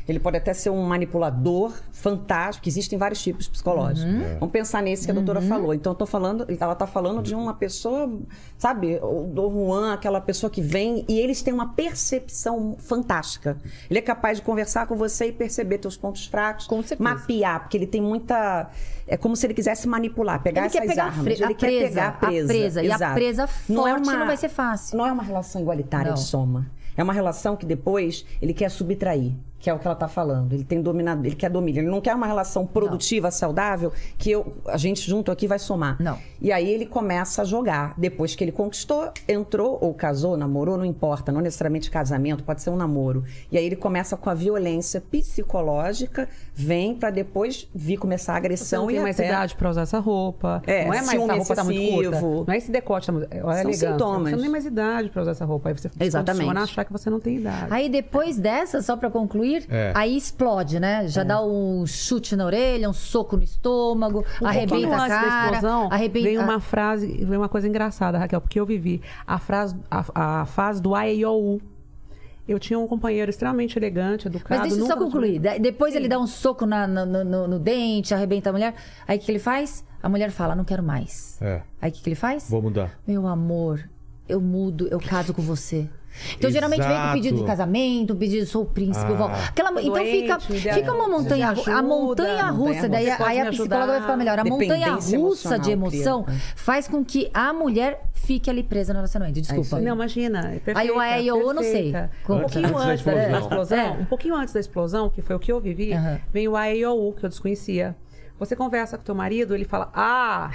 Ele pode até ser um manipulador fantástico, existem vários tipos psicológicos. Uhum. É. Vamos pensar nesse que a doutora uhum. falou. Então, eu tô falando, ela está falando de uma pessoa, sabe, o Dom Juan, aquela pessoa que vem, e eles têm uma percepção fantástica. Ele é capaz de conversar com você e perceber teus pontos fracos, com certeza. Mapear, porque ele tem muita... É como se ele quisesse manipular, pegar ele essas quer pegar armas. A ele presa, quer pegar a presa. A presa. E a presa forte não, é uma, não vai ser fácil. Não é uma relação igualitária não. de soma. É uma relação que depois ele quer subtrair, que é o que ela está falando. Ele tem dominado, ele quer domínio. Ele não quer uma relação produtiva, não. saudável, que eu, a gente junto aqui vai somar. Não. E aí ele começa a jogar. Depois que ele conquistou, entrou ou casou, namorou, não importa. Não necessariamente casamento, pode ser um namoro. E aí ele começa com a violência psicológica, vem para depois vir começar a agressão. Você não tem e mais até... idade para usar essa roupa. É, não é mais essa roupa tá muito curta. Não é esse decote, tá muito... é a elegância. Sintomas. Você não tem mais idade para usar essa roupa. Aí você Exatamente. achar que você não tem idade. Aí depois dessa, só para concluir, é. aí explode, né? Já é. dá um chute na orelha, um soco no estômago, um arrebenta a cara. Da explosão, arrebenta... Vem uma frase, vem uma coisa engraçada, Raquel, porque eu vivi a, frase, a, a fase do A E I O U. Eu tinha um companheiro extremamente elegante, educado. Mas deixa eu só concluir. Tinha... Depois Sim. ele dá um soco na, no, no, no dente, arrebenta a mulher. Aí o que ele faz? A mulher fala, não quero mais. É. Aí o que, que ele faz? Vou mudar. Meu amor, eu mudo, eu caso com você. Então, Exato. geralmente vem com pedido de casamento, um pedido, sou o príncipe, ah. eu volto. Aquela, então doente, fica, fica uma montanha ajuda, a montanha russa, daí aí a psicóloga vai ficar melhor. A montanha russa de emoção cria. faz com que a mulher fique ali presa no relacionamento. Desculpa. É não, imagina. É perfeita, aí o A E I O U, eu não sei. Um pouquinho antes da, da explosão, é. um pouquinho antes da explosão, que foi o que eu vivi, uhum. vem o A E I O U, que eu desconhecia. Você conversa com teu marido, ele fala, ah,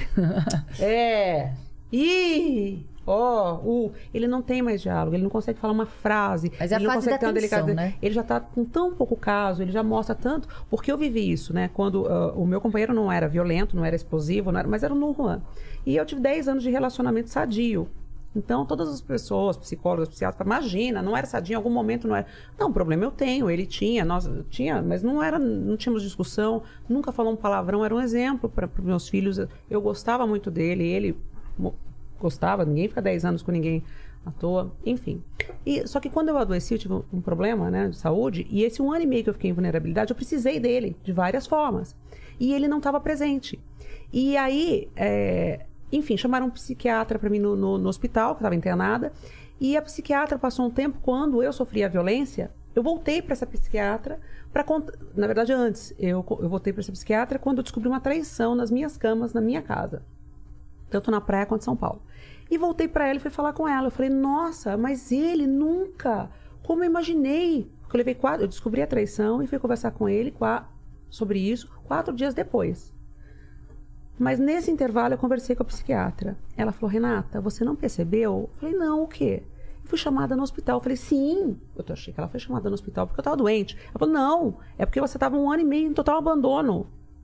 é, ih... Ó, oh, uh, ele não tem mais diálogo, ele não consegue falar uma frase. Mas é a ele fase da tensão, né? Ele já tá com tão pouco caso, ele já mostra tanto... Porque eu vivi isso, né? Quando uh, o meu companheiro não era violento, não era explosivo, não era, mas era o Dom Juan. E eu tive dez anos de relacionamento sadio. Então, todas as pessoas, psicólogas, psiquiatras, imagina, não era sadio, em algum momento não era... Não, o problema eu tenho, ele tinha, nós tinha, mas não era, não tínhamos discussão, nunca falou um palavrão, era um exemplo para os meus filhos. Eu gostava muito dele, ele... gostava, ninguém fica dez anos com ninguém à toa, enfim. E, só que quando eu adoeci, eu tive um problema, né, de saúde, e esse um ano e meio que eu fiquei em vulnerabilidade, eu precisei dele, de várias formas. E ele não estava presente. E aí, é, enfim, chamaram um psiquiatra para mim no, no, no hospital, que estava internada, e a psiquiatra passou um tempo, quando eu sofri a violência, eu voltei para essa psiquiatra, para na verdade antes, eu, eu voltei para essa psiquiatra quando eu descobri uma traição nas minhas camas, na minha casa. Tanto na praia quanto em São Paulo. E voltei para ela e fui falar com ela. Eu falei, nossa, mas ele nunca, como eu imaginei. Porque eu levei quatro, eu descobri a traição e fui conversar com ele sobre isso quatro dias depois. Mas nesse intervalo eu conversei com a psiquiatra. Ela falou, Renata, você não percebeu? Eu falei, não, o quê? Eu fui chamada no hospital. Eu falei, sim. Eu achei que ela foi chamada no hospital porque eu estava doente. Ela falou, não, é porque você estava um ano e meio em total abandono.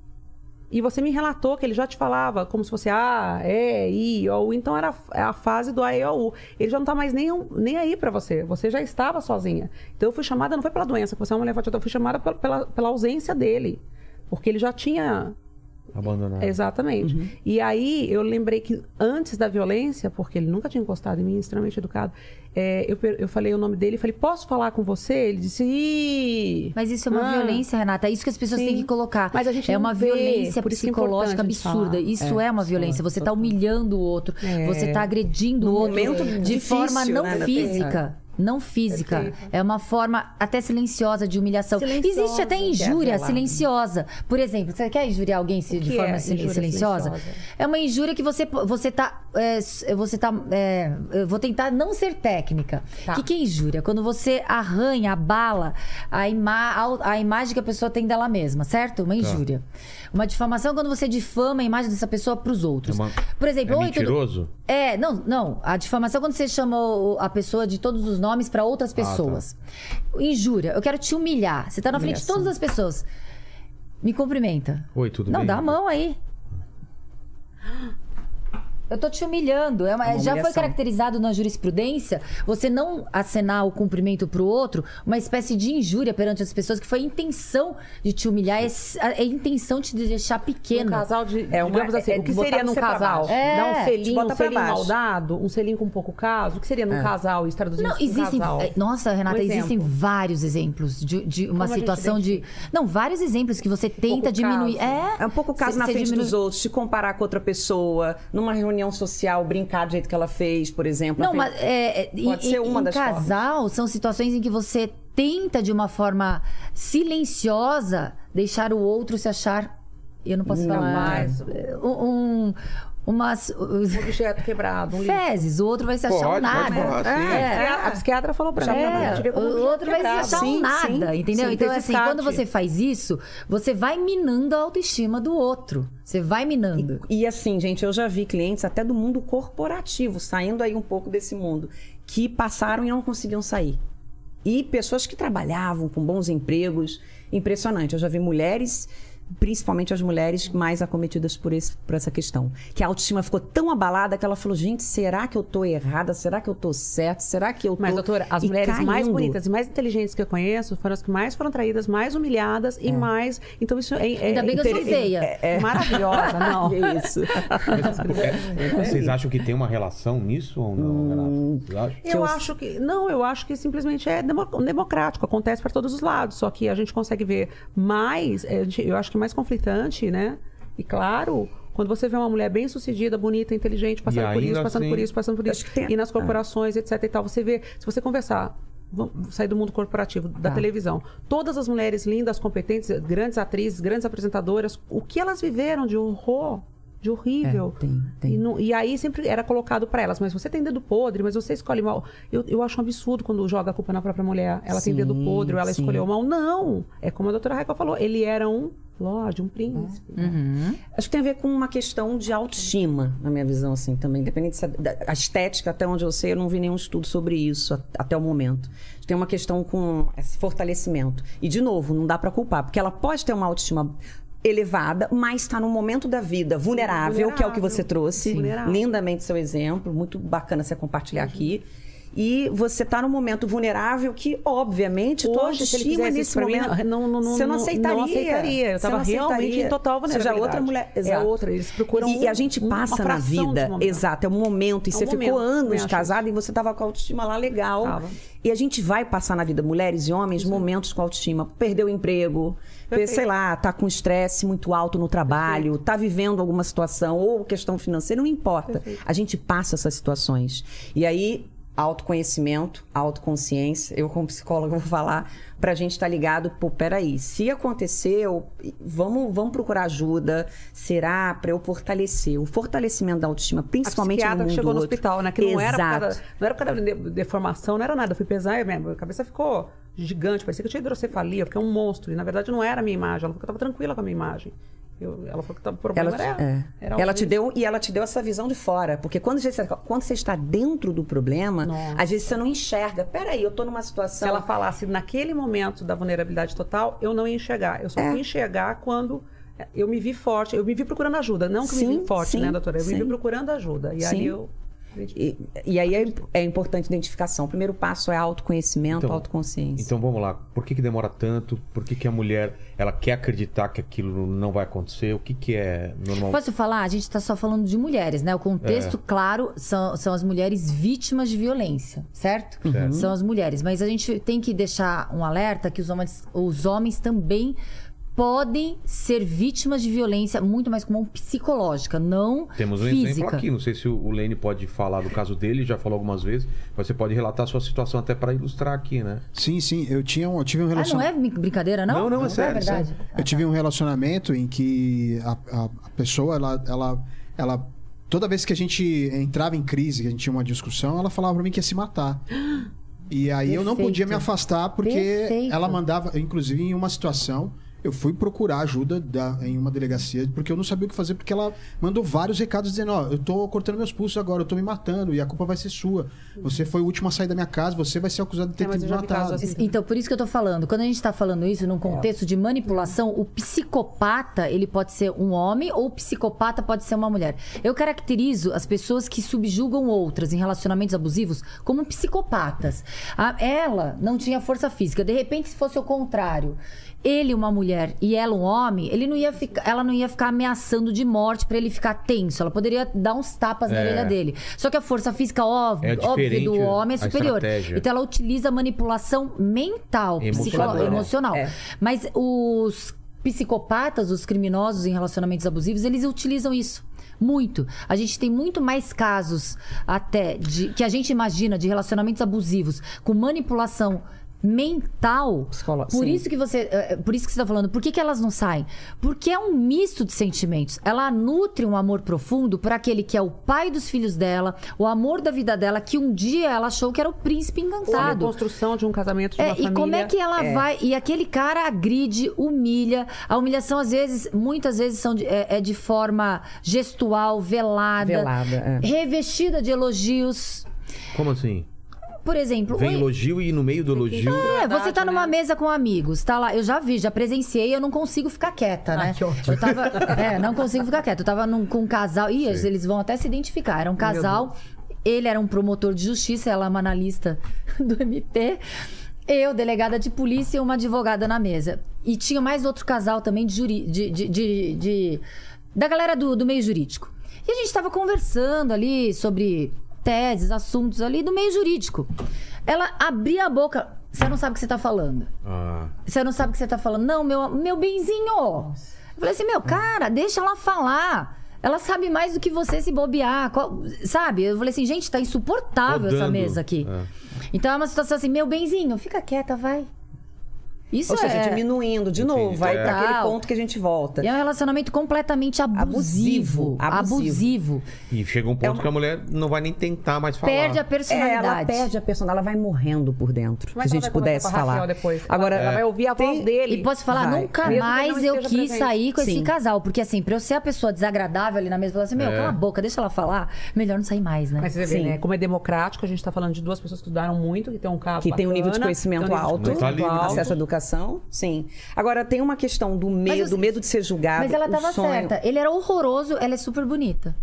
E você me relatou que ele já te falava como se fosse A, E, I, O U. Então era a fase do A, E, O, U. Ele já não está mais nem, nem aí para você. Você já estava sozinha. Então eu fui chamada, não foi pela doença, que você é uma mulher forte, eu fui chamada pela, pela, pela ausência dele. Porque ele já tinha... abandonado. Exatamente. Uhum. E aí eu lembrei que antes da violência, porque ele nunca tinha encostado em mim, extremamente educado, é, eu, eu falei o nome dele e falei, posso falar com você? Ele disse, Ih! Mas isso é uma ah. violência, Renata. É isso que as pessoas Sim. têm que colocar. Mas a gente é uma vê, violência psicológica é absurda. Isso é, é uma violência. Você está humilhando o outro. É. Você está agredindo o outro de difícil, forma não né, física. Não física. Perfeito. É uma forma até silenciosa de humilhação. Silenciosa, existe até injúria silenciosa. Por exemplo, você quer injuriar alguém de forma é silenciosa? silenciosa? É uma injúria que você você tá, é, você tá é, eu vou tentar não ser técnica. O tá. que, que é injúria? Quando você arranha, abala a, ima, a, a imagem que a pessoa tem dela mesma, certo? Uma injúria. Tá. Uma difamação é quando você difama a imagem dessa pessoa para os outros. É uma... Por exemplo, é mentiroso? Tudo... É, não, não. A difamação é quando você chama a pessoa de todos os nomes para outras pessoas. Ah, tá. Injúria, eu quero te humilhar. Você tá na frente de todas as pessoas. Me cumprimenta. Oi, tudo não, bem? Não, dá a mão aí. Eu tô te humilhando. É uma, É uma já foi humilhação. caracterizado na jurisprudência você não acenar o cumprimento pro outro, uma espécie de injúria perante as pessoas, que foi a intenção de te humilhar, é a intenção de te deixar Um pequeno. casal de. É uma- digamos assim, é o que botar seria num você pra casal? baixo. É, Dar um te selinho, bota um pra selinho baixo. mal dado, um selinho com pouco caso. O que seria num É. casal? Isso traduzindo Não, isso pra um existem. casal. é, Nossa, Renata, Um existem exemplo. vários exemplos de, de uma Como a gente situação de. Não, vários exemplos que você tenta pouco diminuir. caso. É, É um pouco o caso cê- na cê frente diminui- dos outros, se comparar com outra pessoa, numa reunião social, brincar do jeito que ela fez, por exemplo. Não, na mas frente- é, é, Pode em, ser uma em das casal são situações em que você tenta de uma forma silenciosa deixar o outro se achar. Eu não posso Não, falar. mas- Um, um, umas. Um objeto quebrado, um lixo. Fezes, o outro vai se achar Pode, um pode nada. falar, sim. É. A psiquiatra falou pra mim. É, a gente vê como o objeto outro vai se quebrado. achar um Sim, nada, sim, entendeu? sim, então, tem assim, descarte. quando você faz isso, você vai minando a autoestima do outro. Você vai minando. E assim, gente, eu já vi clientes até do mundo corporativo, saindo aí um pouco desse mundo, que passaram e não conseguiam sair. E pessoas que trabalhavam com bons empregos, impressionante. Eu já vi mulheres, principalmente as mulheres mais acometidas por, esse, por essa questão. Que a autoestima ficou tão abalada que ela falou, gente, será que eu tô errada? Será que eu tô certo? Será que eu tô... Mas, doutora, as E mulheres mais caindo. bonitas e mais inteligentes que eu conheço foram as que mais foram traídas, mais humilhadas e mais. Então, isso é. é Ainda bem que eu sou inter- feia. É, é maravilhosa, não. Que isso. É, vocês acham que tem uma relação nisso ou não, Renato? Vocês acham? Eu acho que. Não, eu acho que simplesmente é demo- democrático, acontece para todos os lados. Só que a gente consegue ver mais, é, a gente- eu acho que mais conflitante, né? E claro, quando você vê uma mulher bem sucedida, bonita, inteligente, passando por ainda isso, passando assim- por isso, passando por isso, Acho que tem- e nas corporações, etc e tal, você vê, se você conversar. Vamos sair do mundo corporativo, da Tá. televisão. Todas as mulheres lindas, competentes, grandes atrizes, grandes apresentadoras, o que elas viveram de horror, de horrível. É, tem, tem. E, não- e aí sempre era colocado pra elas, mas você tem dedo podre, mas você escolhe mal. Eu, eu acho um absurdo quando joga a culpa na própria mulher. Ela tem Sim, dedo podre, ou ela sim. escolheu mal. Não! É como a doutora Raquel falou, ele era um lorde, um príncipe. Uhum. Acho que tem a ver com uma questão de autoestima, na minha visão, assim, também. Independente se a, da- a estética, até onde eu sei, eu não vi nenhum estudo sobre isso a- até o momento. Tem uma questão com esse fortalecimento. E, de novo, não dá pra culpar, porque ela pode ter uma autoestima elevada, mas está num momento da vida vulnerável, que é o que você trouxe. Vulnerável. Lindamente seu exemplo, muito bacana você compartilhar aqui. E você está num momento vulnerável que, obviamente, tua Hoje, se ele autoestima fizesse nesse isso pra mim, momento... não, não, não, você não não- aceitaria. não aceitaria. Eu Você tava não realmente aceitaria. em total Você já é vulnerabilidade. outra mulher. É Exato. outra, eles procuram E, e a gente um- uma passa na fração de vida. momento. Exato, é um momento. E É um você momento, ficou também anos acho casada e você tava com a autoestima lá legal. Tava. E a gente vai passar na vida, mulheres e homens, momentos com autoestima. Perdeu o emprego, Perfeito. sei lá, tá com estresse muito alto no trabalho, tá vivendo alguma situação ou questão financeira, não importa. Perfeito. A gente passa essas situações. E aí, autoconhecimento, autoconsciência, eu como psicóloga vou falar, pra gente estar ligado, pô, peraí, se aconteceu, vamos, vamos procurar ajuda, será pra eu fortalecer? O fortalecimento da autoestima, principalmente a no psiquiatra mundo que chegou do no outro. hospital, né? Que não era, por Exato. causa, não era por causa da de- deformação, não era nada. Eu fui pesar e minha cabeça ficou gigante, parecia que eu tinha hidrocefalia, eu fiquei um monstro. E na verdade não era a minha imagem, ela falou que eu estava tranquila com a minha imagem. Eu, ela falou que tava, o problema Ela, era, é. era ela algo te disso. deu e ela te deu essa visão de fora, porque quando você, quando você está dentro do problema, Nossa. às vezes você não enxerga. Peraí, eu tô numa situação. Se ela falasse naquele momento da vulnerabilidade total, eu não ia enxergar. Eu só É. fui enxergar quando eu me vi forte. Eu me vi procurando ajuda. Não que eu me Sim, vi forte, sim, né, doutora? Eu me vi sim. procurando ajuda. E Sim. aí eu... E, e aí é, é importante identificação. O primeiro passo é autoconhecimento, Então, autoconsciência. Então vamos lá. Por que, que demora tanto? Por que, que a mulher ela quer acreditar que aquilo não vai acontecer? O que, que é normal? Posso falar? A gente está só falando de mulheres, né? O contexto, claro, são, são as mulheres vítimas de violência, certo? Certo. São as mulheres. Mas a gente tem que deixar um alerta que os homens, os homens também podem ser vítimas de violência muito mais comum psicológica, não Temos um física. exemplo aqui. Não sei se o Lene pode falar do caso dele, já falou algumas vezes. Mas você pode relatar a sua situação até para ilustrar aqui, né? Sim, sim. Eu, tinha um, eu tive um Ah, não relacionamento. é brin- brincadeira, não? Não, não, é sério, verdade. sério. Eu tive um relacionamento em que a, a, a pessoa, ela, ela, ela. Toda vez que a gente entrava em crise, que a gente tinha uma discussão, ela falava pra mim que ia se matar. E aí eu não Perfeito. podia me afastar porque Perfeito. ela mandava, inclusive em uma situação, Eu fui procurar ajuda da, em uma delegacia, porque eu não sabia o que fazer, porque ela mandou vários recados dizendo, ó, eu tô cortando meus pulsos agora, eu tô me matando, e a culpa vai ser sua. Você foi o último a sair da minha casa, você vai ser acusado de ter É, me matado. Assim. Então, por isso que eu tô falando. Quando a gente tá falando isso num contexto é. de manipulação, o psicopata, ele pode ser um homem ou o psicopata pode ser uma mulher. Eu caracterizo as pessoas que subjugam outras em relacionamentos abusivos como psicopatas. A, ela não tinha força física. De repente, se fosse o contrário, ele uma mulher e ela um homem, ele não ia ficar, ela não ia ficar ameaçando de morte pra ele ficar tenso. Ela poderia dar uns tapas é. na orelha dele. Só que a força física óbvio, é óbvio do homem é superior. Estratégia. Então ela utiliza manipulação mental, psicológica, emocional. É. Mas os psicopatas, os criminosos em relacionamentos abusivos, eles utilizam isso. Muito. A gente tem muito mais casos até de, que a gente imagina de relacionamentos abusivos com manipulação mental. Psicolo... Por Sim. isso que você, por isso que você está falando. Por que, que elas não saem? Porque é um misto de sentimentos. Ela nutre um amor profundo por aquele que é o pai dos filhos dela, o amor da vida dela, que um dia ela achou que era o príncipe encantado. A construção de um casamento, de uma é, família. E como é que ela é. vai... E aquele cara agride, humilha. A humilhação, às vezes, muitas vezes são de, é, é de forma gestual, velada. Velada, é. Revestida de elogios. Como assim? Por exemplo... Vem oi... elogio e no meio do elogio... É, você tá numa né? mesa com amigos, tá lá, eu já vi, já presenciei, eu não consigo ficar quieta, né? Ah, que ótimo. Eu tava, é, não consigo ficar quieta. Eu tava num, com um casal, ih, Sim. eles vão até se identificar, era um casal, ele era um promotor de justiça, ela é uma analista do M P, eu, delegada de polícia e uma advogada na mesa. E tinha mais outro casal também de juri, de, de, de, de- da galera do, do meio jurídico. E a gente tava conversando ali sobre teses, assuntos ali do meio jurídico. Ela abria a boca. Você não sabe o que você tá falando. Ah. Você não sabe o que você tá falando. Não, meu, meu benzinho. Eu falei assim, meu, cara, deixa ela falar. Ela sabe mais do que você se bobear. Qual- sabe? Eu falei assim, gente, tá insuportável essa Rodando. mesa aqui. É. Então é uma situação assim, meu benzinho, fica quieta, vai. Isso Ou seja, é... diminuindo de Entendi, novo, vai é. para aquele Total. ponto que a gente volta. E é um relacionamento completamente abusivo. Abusivo, Abusivo. abusivo. E chega um ponto É uma- que a mulher não vai nem tentar mais falar. Perde a É, personalidade. ela perde a personalidade, ela vai morrendo por dentro. Mas se a ela gente vai pudesse conversar com a Raquel falar. depois. Agora, ela vai ouvir a voz tem- dele. E posso falar, Vai. nunca Mesmo que mais ele não eu esteja quis presente. sair com esse Sim. casal. Porque assim, pra eu ser a pessoa desagradável ali na mesa, falar assim, meu, É. cala a boca, deixa ela falar. Melhor não sair mais, né? Mas você vê, Sim. né? Como é democrático, a gente tá falando de duas pessoas que estudaram muito, que tem um caso Que tem um nível de bacana, conhecimento tem um nível de alto, conhecimento Tá ali, alto. acesso à educação, sim. Agora, tem uma questão do medo, os- do medo de ser julgado. Mas ela o tava sonho... certa. Ele era horroroso, ela é super bonita.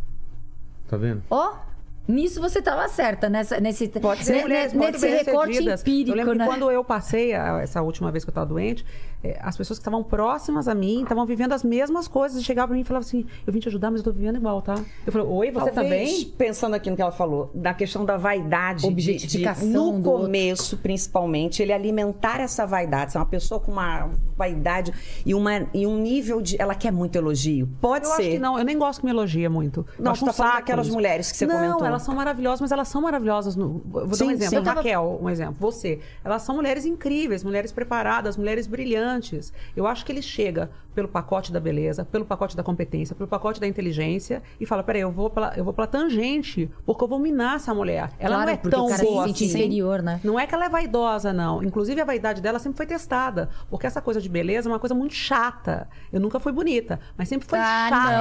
Tá vendo? Ó, nisso você tava certa, nessa, nesse, Pode ser, ne- mulheres ne- muito nesse recorte bem-sucedidas. empírico, Eu lembro né? que quando eu passei, a- essa última vez que eu estava doente, eh, as pessoas que estavam próximas a mim estavam vivendo as mesmas coisas e chegavam para mim e falavam assim, eu vim te ajudar, mas eu tô vivendo igual, tá? Eu falei, oi, você Talvez, tá bem? pensando aqui no que ela falou, da questão da vaidade, de- Objetificação de, no do outro. começo, principalmente, ele alimentar essa vaidade. Ser uma pessoa com uma vaidade e, uma, e um nível de... Ela quer muito elogio. Pode Eu ser. acho que não, eu nem gosto que me elogia muito. Eu Não, acho você tá um falando saco daquelas isso. mulheres que você não, comentou. elas são maravilhosas, mas elas são maravilhosas. No... Vou dar Sim, um exemplo. sim. A Raquel, um exemplo. Você. Elas são mulheres incríveis, mulheres preparadas, mulheres brilhantes. Eu acho que ele chega pelo pacote da beleza, pelo pacote da competência, pelo pacote da inteligência e fala, peraí, eu vou pela, eu vou pela tangente, porque eu vou minar essa mulher. Ela Claro, não é porque tão o cara boa se sente assim. inferior, né? Não é que ela é vaidosa, não. Inclusive, a vaidade dela sempre foi testada. Porque essa coisa de beleza é uma coisa muito chata. Eu nunca fui bonita, mas sempre foi Ah, chata.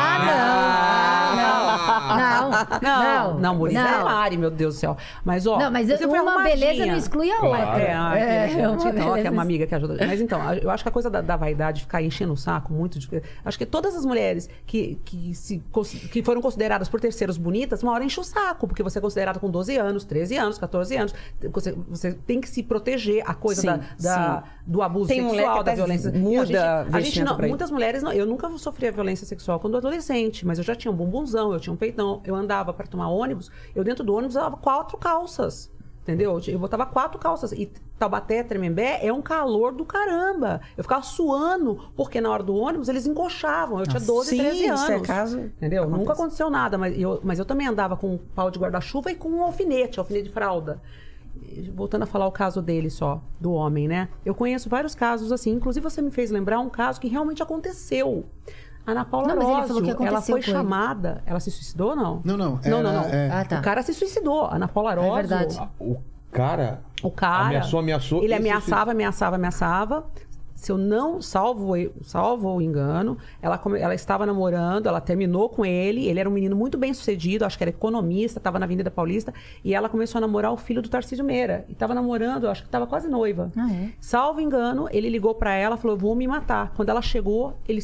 não. Ah, não. Não. Não, Não. não, bonita é a Não. Mari, meu Deus do céu. Mas, ó... Não, mas você foi uma arrumadinha. beleza não exclui a Claro. outra. É, ai, É, que, uma que, que é beleza. uma amiga que ajuda. Mas então, eu acho que a coisa da, da vaidade, ficar enchendo o saco muito. De, acho que todas as mulheres que, que, se, que foram consideradas por terceiros bonitas, uma hora enche o saco, porque você é considerada com doze anos, treze anos, catorze anos. Você, você tem que se proteger a coisa Sim, da, da- sim. do abuso Tem mulher sexual, que da até violência. muda E a gente, a gente vestimento não, pra ir. muitas mulheres, não, eu nunca sofria violência sexual quando adolescente, mas eu já tinha um bumbunzão, eu tinha um peitão, eu andava para tomar ônibus, eu dentro do ônibus usava quatro calças. Entendeu? Eu botava quatro calças. E Taubaté, Tremembé é um calor do caramba. Eu ficava suando, porque na hora do ônibus eles encoxavam. Eu tinha doze, Sim, treze anos. isso é caso- Entendeu? acontece. Nunca aconteceu nada, mas eu, mas eu também andava com um pau de guarda-chuva e com um alfinete, alfinete de fralda. E voltando a falar o caso dele só, do homem, né? Eu conheço vários casos assim. Inclusive, você me fez lembrar um caso que realmente aconteceu. A Ana Paula Não, mas ele falou Arósio, que aconteceu ela foi com ele. chamada. Ela se suicidou ou não? Não, não. Não, não, era- não. é- Ah, tá. O cara se suicidou. A Ana Paula Arósio. É verdade. O cara... O cara. Ameaçou, ameaçou. Ele esse- ameaçava, ameaçava, ameaçava. se eu não salvo, salvo o engano, ela, come, ela estava namorando, ela terminou com ele, ele era um menino muito bem sucedido, acho que era economista, estava na Avenida Paulista, e ela começou a namorar o filho do Tarcísio Meira. E estava namorando, acho que estava quase noiva. Ah, é? Salvo engano, ele ligou para ela, falou, vou me matar. Quando ela chegou, ele,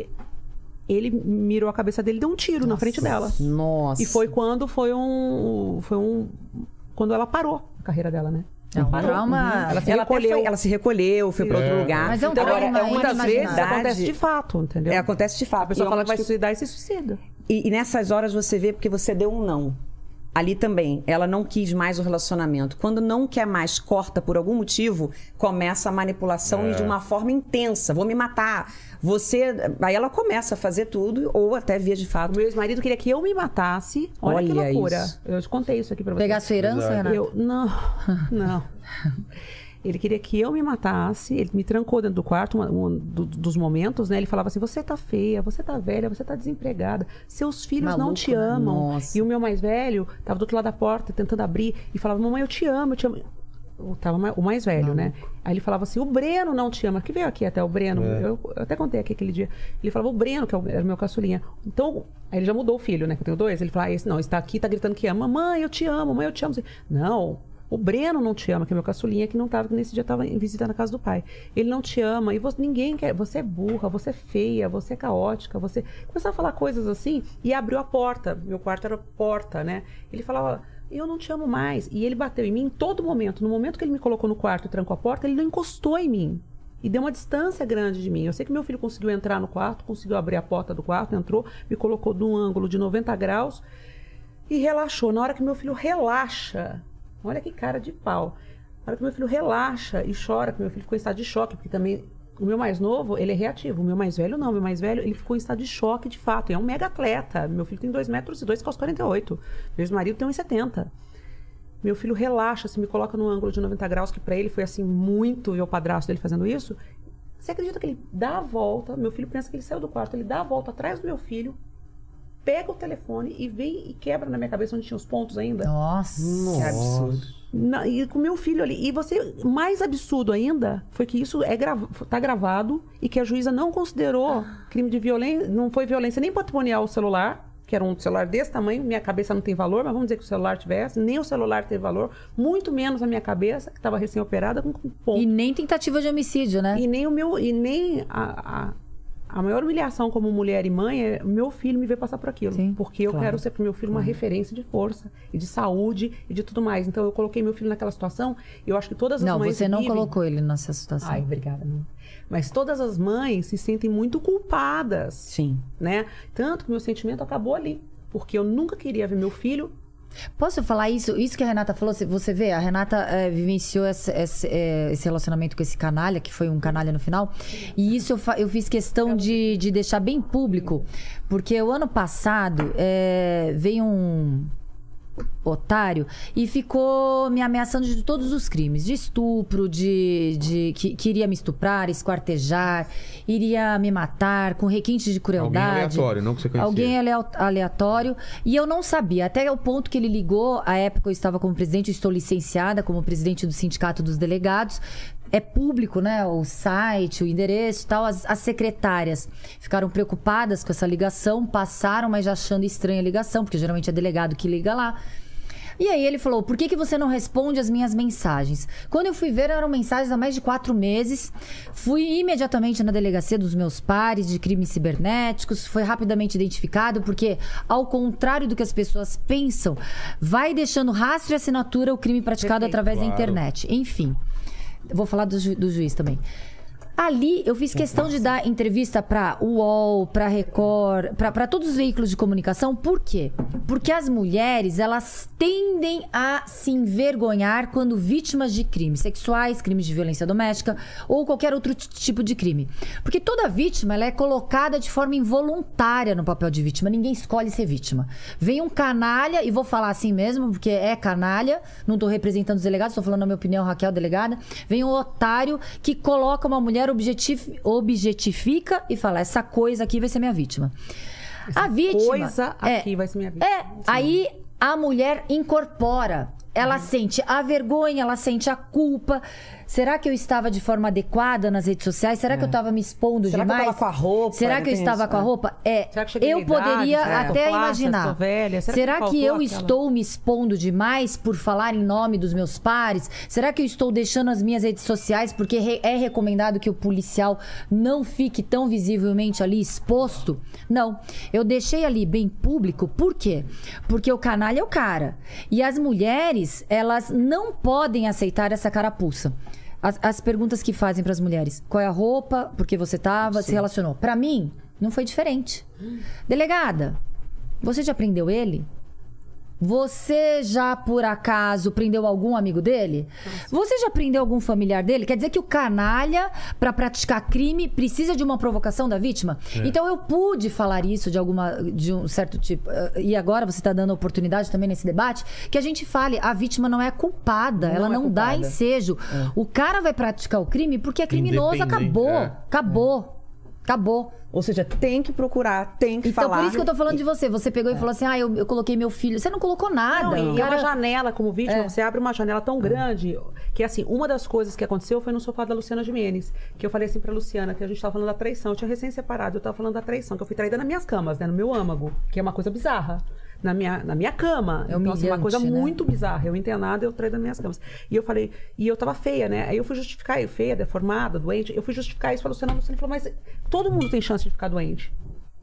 ele mirou a cabeça dele e deu um tiro Nossa. na frente dela. Nossa. E foi quando foi um... Foi um quando ela parou a carreira dela, né? É um trauma. Uhum. Ela se ela recolheu. Foi, ela se recolheu, foi para outro lugar. Mas é um então, trauma agora, muitas vezes inimaginável. acontece de fato, entendeu? É, acontece de fato. A pessoa E fala que vai que... se suicidar e se suicida. E, e nessas horas você vê porque você deu um não. Ali também, ela não quis mais o relacionamento. Quando não quer mais, corta por algum motivo, começa a manipulação É. de uma forma intensa. Vou me matar. Você... Aí ela começa a fazer tudo, ou até via de O fato. meu ex-marido queria que eu me matasse. Olha, Olha que loucura. isso. Eu te contei isso aqui pra você. Pegar sua herança, Exato. Renata? Eu, não, não. Ele queria que eu me matasse. Ele me trancou dentro do quarto, um, um do, dos momentos, né? Ele falava assim, você tá feia, você tá velha, você tá desempregada. Seus filhos Maluco, não te né? amam. Nossa. E o meu mais velho tava do outro lado da porta, tentando abrir. E falava, mamãe, eu te amo, eu te amo. Eu tava mais- o mais velho, né? Aí ele falava assim, o Breno não te ama. Que veio aqui até o Breno. É. Eu, eu até contei aqui aquele dia. Ele falava, o Breno, que é o- era o meu caçulinha. Então, aí ele já mudou o filho, né? Que eu tenho dois. Ele falava, ah, esse não, esse tá aqui, tá gritando que ama. Mamãe, eu te amo, mãe, eu te amo. Não, o Breno não te ama, que é meu caçulinha, que não tava, que nesse dia tava em visita na casa do pai. Ele não te ama, e você, ninguém quer. Você é burra, você é feia, você é caótica, você. Começava a falar coisas assim e abriu a porta. Meu quarto era porta, né? Ele falava, eu não te amo mais. E ele bateu em mim em todo momento. No momento que ele me colocou no quarto e trancou a porta, ele não encostou em mim. E deu uma distância grande de mim. Eu sei que meu filho conseguiu entrar no quarto, conseguiu abrir a porta do quarto, entrou, me colocou num ângulo de noventa graus e relaxou. Na hora que meu filho relaxa, olha que cara de pau. Na hora que meu filho relaxa e chora, que meu filho ficou em estado de choque, porque também o meu mais novo, ele é reativo. O meu mais velho, não. O meu mais velho, ele ficou em estado de choque, de fato. É um mega atleta. Meu filho tem dois metros e dois, calça quarenta e oito. Meu ex-marido tem um e setenta. Meu filho relaxa, se me coloca num ângulo de noventa graus, que pra ele foi assim, muito ver o padrasto dele fazendo isso. Você acredita que ele dá a volta, meu filho pensa que ele saiu do quarto, ele dá a volta atrás do meu filho, pega o telefone e vem e quebra na minha cabeça onde tinha os pontos ainda. Nossa. Que absurdo. Na, e com meu filho ali. E você, mais absurdo ainda, foi que isso é grava, tá gravado e que a juíza não considerou crime de violência, não foi violência nem patrimonial o celular, que era um celular desse tamanho, minha cabeça não tem valor, mas vamos dizer que o celular tivesse, nem o celular teve valor, muito menos a minha cabeça, que estava recém-operada, com ponto. E nem tentativa de homicídio, né? E nem o meu, e nem a, a, a maior humilhação como mulher e mãe é meu filho me ver passar por aquilo. Sim, porque eu claro. quero ser pro meu filho uma referência de força e de saúde e de tudo mais. Então eu coloquei meu filho naquela situação e eu acho que todas as Não, mães você não vivem... colocou ele nessa situação. Ai, obrigada. Não. Mas todas as mães se sentem muito culpadas. Sim. Né? Tanto que meu sentimento acabou ali. Porque eu nunca queria ver meu filho. Posso falar isso? Isso que a Renata falou, você vê, a Renata é, vivenciou esse, esse, é, esse relacionamento com esse canalha, que foi um canalha no final. E isso eu, fa eu fiz questão de, de deixar bem público, porque o ano passado é, veio um otário e ficou me ameaçando de todos os crimes, de estupro, de, de que queria me estuprar, esquartejar, iria me matar, com requinte de crueldade. Alguém aleatório, não que você conhecia. Alguém ale- aleatório. E eu não sabia, até o ponto que ele ligou, à época eu estava como presidente, eu estou licenciada como presidente do Sindicato dos Delegados. É público, né? O site, o endereço e tal. As, as secretárias ficaram preocupadas com essa ligação, passaram, mas já achando estranha a ligação, porque geralmente é delegado que liga lá. E aí ele falou, por que, que você não responde as minhas mensagens? Quando eu fui ver, eram mensagens há mais de quatro meses. Fui imediatamente na delegacia dos meus pares de crimes cibernéticos. Foi rapidamente identificado, porque, ao contrário do que as pessoas pensam, vai deixando rastro e assinatura o crime praticado Perfeito. através Claro. da internet. Enfim, vou falar do, ju do juiz também. Ali, eu fiz questão de dar entrevista para U O L, para Record, para todos os veículos de comunicação. Por quê? Porque as mulheres, elas tendem a se envergonhar quando vítimas de crimes sexuais, crimes de violência doméstica ou qualquer outro tipo de crime. Porque toda vítima, ela é colocada de forma involuntária no papel de vítima. Ninguém escolhe ser vítima. Vem um canalha, e vou falar assim mesmo, porque é canalha, não estou representando os delegados, estou falando a minha opinião, Raquel, delegada. Vem um otário que coloca uma mulher, objetif objetifica e fala, essa coisa aqui vai ser minha vítima. Essa a vítima coisa aqui é, vai ser minha vítima. É, aí a mulher incorpora Ela sente a vergonha, ela sente a culpa. Será que eu estava de forma adequada nas redes sociais? Será é. que eu estava me expondo Será demais? Será que eu estava com a roupa? Será que eu estava com a roupa? É, Será que eu poderia idade, até é, imaginar. Tô velha? Será, Será que, que eu aquela... estou me expondo demais por falar em nome dos meus pares? Será que eu estou deixando as minhas redes sociais porque é recomendado que o policial não fique tão visivelmente ali exposto? Não. Eu deixei ali bem público. Por quê? Porque o canalha é o cara. E as mulheres, elas não podem aceitar essa carapuça. As, as perguntas que fazem para as mulheres: qual é a roupa, por que você estava, se relacionou? Para mim, não foi diferente. Delegada, você já prendeu ele? Você já, por acaso, prendeu algum amigo dele? Nossa. Você já prendeu algum familiar dele? Quer dizer que o canalha, para praticar crime, precisa de uma provocação da vítima? É. Então, eu pude falar isso de, alguma, de um certo tipo. E agora você está dando oportunidade também nesse debate, que a gente fale, a vítima não é culpada, não ela não é culpada. Dá ensejo. É. O cara vai praticar o crime porque é criminoso, acabou. É. Acabou. É. Acabou. Ou seja, tem que procurar, tem que então, falar. Então, por isso que eu tô falando de você. Você pegou é. e falou assim, ah, eu, eu coloquei meu filho. Você não colocou nada. Não, e cara... é uma janela, como vítima, é. você abre uma janela tão grande, que assim, uma das coisas que aconteceu foi no sofá da Luciana Gimenez, que eu falei assim pra Luciana, que a gente tava falando da traição. Eu tinha recém-separado, eu tava falando da traição, que eu fui traída nas minhas camas, né, no meu âmago, que é uma coisa bizarra. Na minha, na minha cama. É então, assim, uma coisa né? muito bizarra. Eu internada, eu traí das minhas camas. E eu falei, e eu tava feia, né? Aí eu fui justificar, eu feia, deformada, doente. Eu fui justificar isso pra Luciana. A Luciana falou, mas todo mundo tem chance de ficar doente.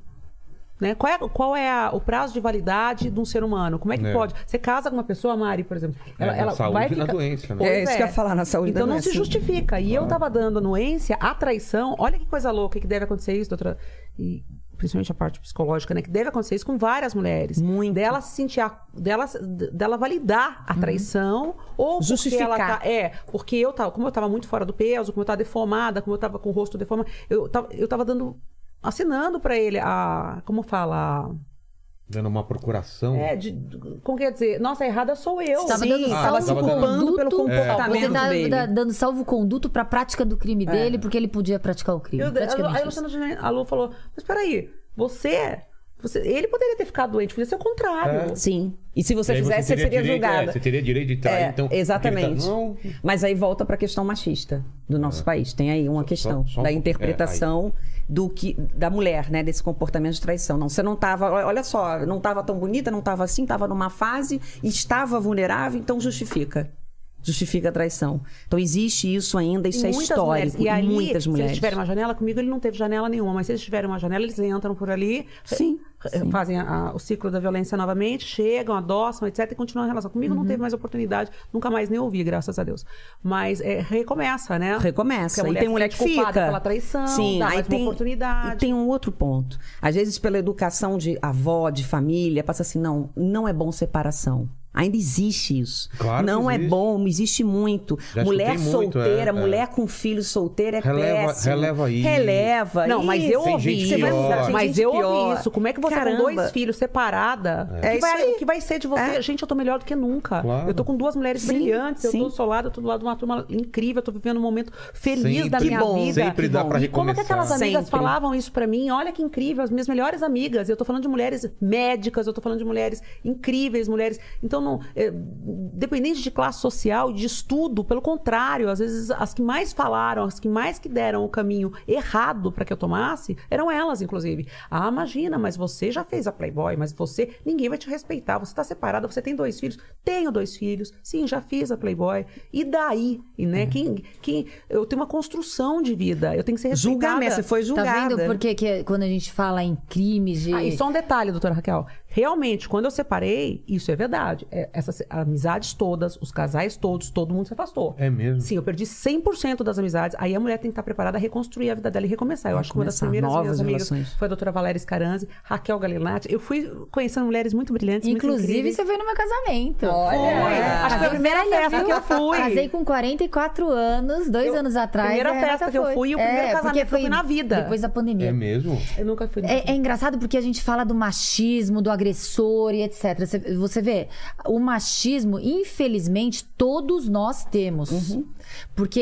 Né? Qual é, qual é a, o prazo de validade de um ser humano? Como é que é. pode? Você casa com uma pessoa, Mari, por exemplo. Ela, é, ela saúde vai e ficar... na doença, né? É isso é. que eu ia falar, na saúde então, da doença. Então não se justifica. E claro. eu tava dando anuência à traição. Olha que coisa louca que deve acontecer isso, doutora. E... principalmente a parte psicológica, né? Que deve acontecer isso com várias mulheres. Muito. Dela se sentir, a, dela, dela validar a traição uhum. ou justificar. Porque ela tá, é, porque eu tava, como eu tava muito fora do peso, como eu tava deformada, como eu tava com o rosto deformado, eu tava, eu tava dando, assinando pra ele a, como fala... Dando uma procuração. É, de, como quer dizer? Nossa, a errada sou eu. Você estava Sim, dando ah, salvo-conduto pelo comportamento Você estava dele. dando salvo-conduto para a prática do crime é. dele, porque ele podia praticar o crime. Eu, aí a Luciana, a Lu falou, mas peraí, você... Você, ele poderia ter ficado doente, podia ser o contrário. É. Sim. E se você fizesse, você, você seria direito, julgada. É, você teria direito de estar é, então. Exatamente. Tá... Não... Mas aí volta para a questão machista do nosso é. país. Tem aí uma só, questão só, só da um... interpretação é, do que, da mulher, né? Desse comportamento de traição. Não, você não estava, olha só, não estava tão bonita, não estava assim, estava numa fase, estava vulnerável, então justifica. Justifica a traição. Então existe isso ainda, isso muitas é histórico. Mulheres. E ali, muitas mulheres. Se eles tiverem uma janela, comigo ele não teve janela nenhuma, mas se eles tiverem uma janela, eles entram por ali, sim, sim. fazem a, a, o ciclo da violência novamente, chegam, adoçam, etcétera, e continuam a relação. Comigo uhum. não teve mais oportunidade, nunca mais nem ouvi, graças a Deus. Mas é, recomeça, né? Recomeça. E tem mulher que fica pela traição, sim, dá aí mais tem, uma oportunidade. E tem um outro ponto. Às vezes, pela educação de avó, de família, passa assim, não, não é bom separação. Ainda existe isso. Claro não existe. é bom, existe muito. Já mulher muito, solteira, é, mulher é. com filho solteiro é releva, péssimo. Releva isso. Releva Não, mas eu tem ouvi isso. Pior. Mas eu ouvi isso. Como é que você Caramba. com dois filhos separada, é. que, É vai, que vai ser de você? É. Gente, eu tô melhor do que nunca. Claro. Eu tô com duas mulheres sim, brilhantes, sim. eu tô solada, eu tô do lado de uma turma incrível, eu tô vivendo um momento feliz sempre, da minha bom, vida. Sempre dá pra e como que aquelas amigas sempre. falavam isso pra mim? Olha que incrível, as minhas melhores amigas. Eu tô falando de mulheres médicas, eu tô falando de mulheres incríveis, mulheres... Então, não... É, dependente de classe social, de estudo, pelo contrário, às vezes as que mais falaram, as que mais que deram o caminho errado para que eu tomasse, eram elas, inclusive. Ah, imagina, mas você já fez a Playboy, mas você, ninguém vai te respeitar, você tá separada, você tem dois filhos. Tenho dois filhos, sim, já fiz a Playboy. E daí, e, né, uhum. quem, quem, eu tenho uma construção de vida, eu tenho que ser respeitada. Julgamento, você foi julgada. Tá vendo porque que, quando a gente fala em crimes de... Ah, e só um detalhe, doutora Raquel. Realmente, quando eu separei, isso é verdade. É, essas amizades todas, os casais todos, todo mundo se afastou. É mesmo? Sim, eu perdi cem por cento das amizades. Aí a mulher tem que estar preparada a reconstruir a vida dela e recomeçar. Eu Vai acho que uma das começar, primeiras minhas amigas relações. foi a doutora Valéria Scaranzi, Raquel Galinatti. Eu fui conhecendo mulheres muito brilhantes, inclusive, muito você foi no meu casamento. Olha, é. Acho que foi a primeira festa viu? que eu fui. Casei com quarenta e quatro anos, dois eu, anos atrás. Primeira festa foi. que eu fui e o primeiro é, casamento que eu fui na vida. Depois da pandemia. É mesmo? Eu nunca fui. É, é engraçado porque a gente fala do machismo, do agressor e etcétera. Você, você vê, o machismo, infelizmente, todos nós temos. Uhum. Porque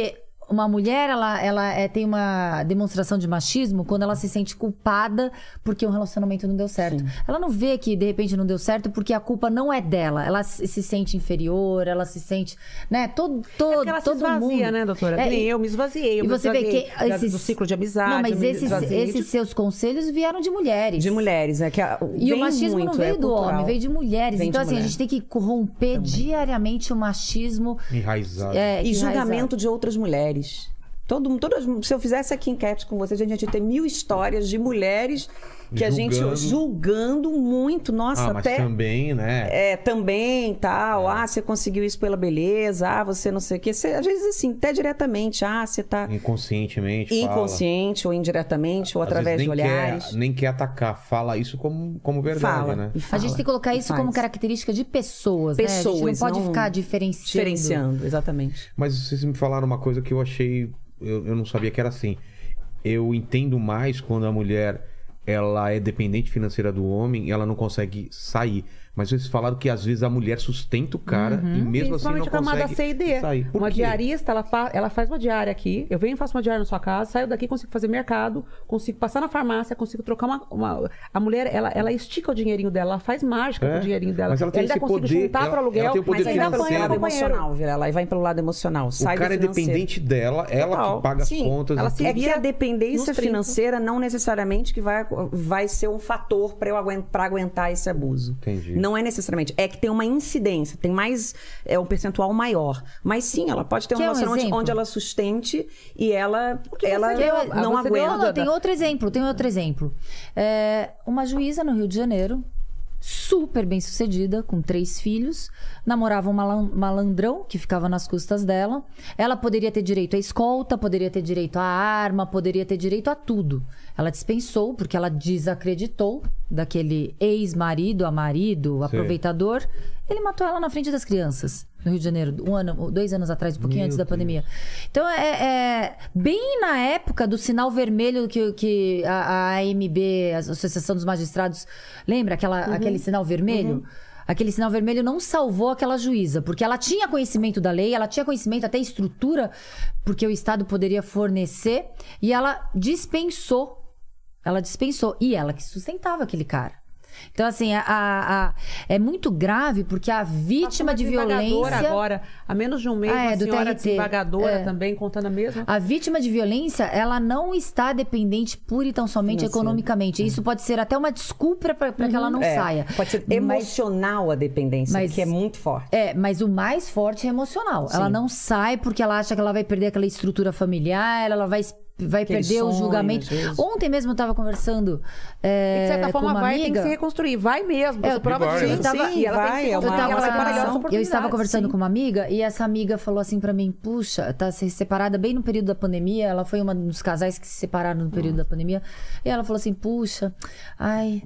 uma mulher, ela, ela é, tem uma demonstração de machismo quando ela se sente culpada porque um relacionamento não deu certo. Sim. Ela não vê que, de repente, não deu certo porque a culpa não é dela. Ela se sente inferior, ela se sente... né? Todo, todo, é ela todo se esvazia, mundo. né, doutora? É, e eu me esvaziei. Eu e me você esvaziei vê que esses... do ciclo de amizade. Não, mas esses, esses de... seus conselhos vieram de mulheres. De mulheres. É que a... E o machismo muito, não veio é do cultural. homem, veio de mulheres. Vem então, de assim, mulher. a gente tem que romper Também. diariamente o machismo. Enraizado. É, e enraizado. julgamento de outras mulheres. Todo, todas, se eu fizesse aqui enquete com vocês, a gente ia ter mil histórias de mulheres que julgando. a gente julgando muito, nossa, ah, mas até também, né? É, também, tal, é. ah, você conseguiu isso pela beleza, ah, você não sei o quê. Você, às vezes, assim, até diretamente, ah, você tá... Inconscientemente Inconsciente fala. ou indiretamente, ou Às através de olhares. Quer, nem quer atacar, fala isso como, como verdade, fala, né? A gente tem que colocar isso como característica de pessoas, pessoas, né? A gente não pode não ficar diferenciando. Diferenciando, exatamente. Mas vocês me falaram uma coisa que eu achei... Eu, eu não sabia que era assim. Eu entendo mais quando a mulher ela é dependente financeira do homem e ela não consegue sair. Mas vocês falaram que às vezes a mulher sustenta o cara uhum. e mesmo assim não consegue camada C e D. sair. Por uma quê? diarista, ela, fa ela faz uma diária aqui, eu venho e faço uma diária na sua casa, saio daqui, consigo fazer mercado, consigo passar na farmácia, consigo trocar uma... uma... A mulher, ela, ela estica o dinheirinho dela, ela faz mágica é? com o dinheirinho dela. Mas ela tem ela esse poder, juntar ela, pro aluguel, ela tem o poder mas financeiro. Vai pelo lado emocional, vira ela, e vai pelo lado emocional. Sai o cara é dependente dela, ela Total. que paga Sim, as contas. Ela se é que a dependência financeira não necessariamente que vai, vai ser um fator para eu aguentar, pra aguentar esse abuso. Entendi. Não é necessariamente. É que tem uma incidência, tem mais é um percentual maior. Mas sim, ela pode ter um Quer relacionamento um onde ela sustente e ela, ela deu, não aguenta. Não, não, tem outro exemplo, tem outro exemplo. É, uma juíza no Rio de Janeiro, super bem sucedida, com três filhos, namorava um malandrão que ficava nas custas dela. Ela poderia ter direito à escolta, poderia ter direito à arma, poderia ter direito a tudo. Ela dispensou porque ela desacreditou daquele ex-marido, a marido, aproveitador. Sim. Ele matou ela na frente das crianças, no Rio de Janeiro, um ano, dois anos atrás, um pouquinho Meu antes da Deus. pandemia. Então, é, é bem na época do sinal vermelho que, que a, a A M B, a Associação dos Magistrados, lembra aquela, uhum. aquele sinal vermelho? Uhum. Aquele sinal vermelho não salvou aquela juíza, porque ela tinha conhecimento da lei, ela tinha conhecimento, até estrutura, porque o Estado poderia fornecer, e ela dispensou. Ela dispensou. E ela que sustentava aquele cara. Então, assim, a, a, a, é muito grave porque a vítima de violência... agora, há menos de um mês, ah, é, uma senhora desembargadora é. também, contando a mesma... A vítima de violência, ela não está dependente pura e tão somente Financeiro. economicamente. Isso pode ser até uma desculpa para uhum. que ela não é. saia. Pode ser emocional mas, a dependência, mas, que é muito forte. É, mas o mais forte é emocional. Sim. Ela não sai porque ela acha que ela vai perder aquela estrutura familiar, ela vai... vai Aquele perder sonho, o julgamento. Ontem mesmo eu estava conversando é, de certa forma, com uma vai, amiga. tem que se reconstruir. Vai mesmo. É, prova vai, de né? tava, Sim, e ela vai, é uma, eu tava, ela ela eu estava conversando sim. com uma amiga e essa amiga falou assim pra mim, puxa, tá se separada bem no período da pandemia. Ela foi uma dos casais que se separaram no período hum. da pandemia. E ela falou assim, puxa, ai...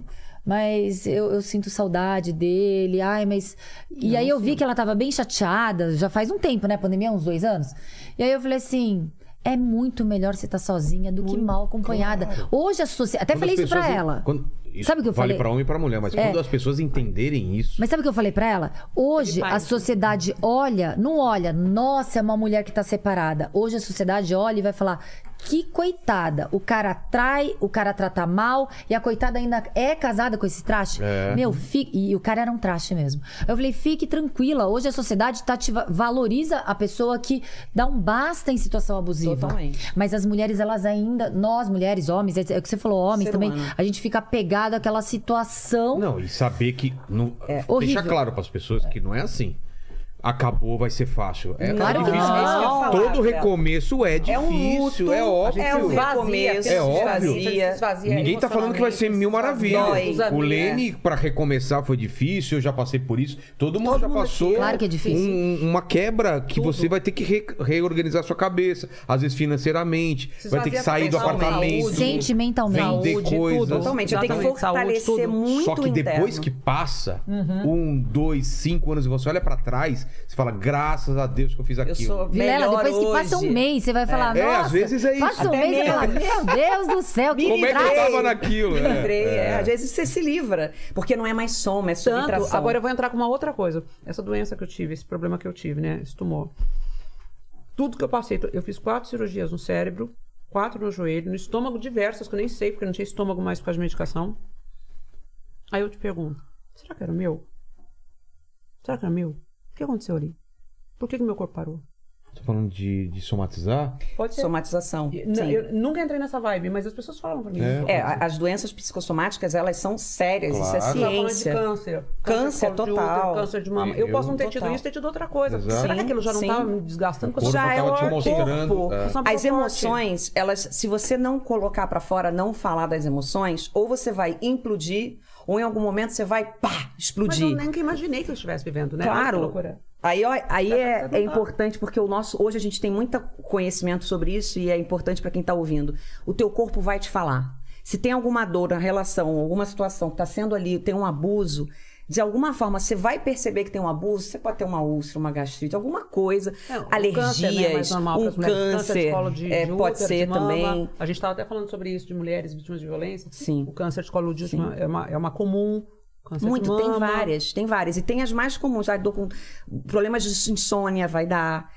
mas eu, eu sinto saudade dele, ai, mas... E Não, aí eu vi que ela tava bem chateada, já faz um tempo, né? A pandemia, uns dois anos. E aí eu falei assim... É muito melhor você estar sozinha do que muito mal acompanhada. Claro. Hoje a sociedade... Até quando falei isso pra ela. Quando... Isso sabe o que eu vale falei? Vale pra homem e pra mulher, mas é. quando as pessoas entenderem isso... Mas sabe o que eu falei pra ela? Hoje a sociedade olha, não olha, nossa, é uma mulher que tá separada. Hoje a sociedade olha e vai falar... Que coitada, o cara trai, o cara trata mal e a coitada ainda é casada com esse traste. É. Meu, fique... e o cara era um traste mesmo. Eu falei, fique tranquila, hoje a sociedade tá te... valoriza a pessoa que dá um basta em situação abusiva. Totalmente. Mas as mulheres, elas ainda, nós mulheres, homens, é o que você falou, homens Ser também, humano. A gente fica apegado àquela situação. Não, e saber que... Não... É. Deixa claro para as pessoas que não é assim. Acabou, vai ser fácil. É claro difícil. Não. Todo recomeço é difícil, é, um luto, é óbvio. É um recomeço, é óbvio. Ninguém tá falando que vai ser mil maravilhas. O Lene, para recomeçar, foi difícil, eu já passei por isso. Todo mundo Todo já mundo passou. Claro que é difícil. Um, uma quebra que Tudo. você vai ter que re reorganizar sua cabeça, às vezes financeiramente, Vocês vai ter que sair do apartamento, saúde, sentimentalmente, vender saúde, coisas. Tudo. Totalmente, eu tenho que fortalecer saúde, muito. Só que depois que passa uhum. um, dois, cinco anos e você olha para trás, você fala, graças a Deus que eu fiz aquilo. Eu sou Vilela, depois hoje. que passa um mês, você vai falar, é. nossa, é, às vezes é isso. Passa um Até mês e fala, meu Deus do céu, que Como é que eu tava naquilo? Me livrei. É, é. Às vezes você se livra, porque não é mais soma, é subtração. Tanto, agora eu vou entrar com uma outra coisa. Essa doença que eu tive, esse problema que eu tive, né? Esse tumor. tudo que eu passei. Eu fiz quatro cirurgias no cérebro, quatro no joelho, no estômago diversas, que eu nem sei, porque eu não tinha estômago mais por causa de medicação. Aí eu te pergunto, será que era meu? Será que era meu? O que aconteceu ali? Por que que meu corpo parou? Tô falando de, de somatizar? Pode ser. Somatização. Sim. Eu nunca entrei nessa vibe, mas as pessoas falam pra mim. É, é as doenças psicossomáticas, elas são sérias, claro. Isso é ciência. De câncer. Câncer, câncer total. Útero, câncer de mama. Eu, eu posso não ter total. tido isso, ter tido outra coisa. Exato. Será que aquilo já não estava me desgastando? O já é o corpo. É. As emoções, elas, se você não colocar pra fora, não falar das emoções, ou você vai implodir, ou em algum momento você vai, pá, explodir. Mas eu nunca imaginei que eu estivesse vivendo, né? Claro. Aí, ó, aí é, é importante, porque o nosso, hoje a gente tem muito conhecimento sobre isso e é importante para quem está ouvindo. O teu corpo vai te falar. Se tem alguma dor na relação, alguma situação que está sendo ali, tem um abuso, de alguma forma você vai perceber que tem um abuso, você pode ter uma úlcera, uma gastrite, alguma coisa, é, alergias, câncer, né, mais normal, um câncer, câncer de colo de, é, de pode útero, ser de também. A gente estava até falando sobre isso, de mulheres vítimas de violência. Sim. O câncer de colo de útero é uma, é uma comum. Câncer Muito, tem várias, tem várias. E tem as mais comuns, já dou com problemas de insônia, vai dar,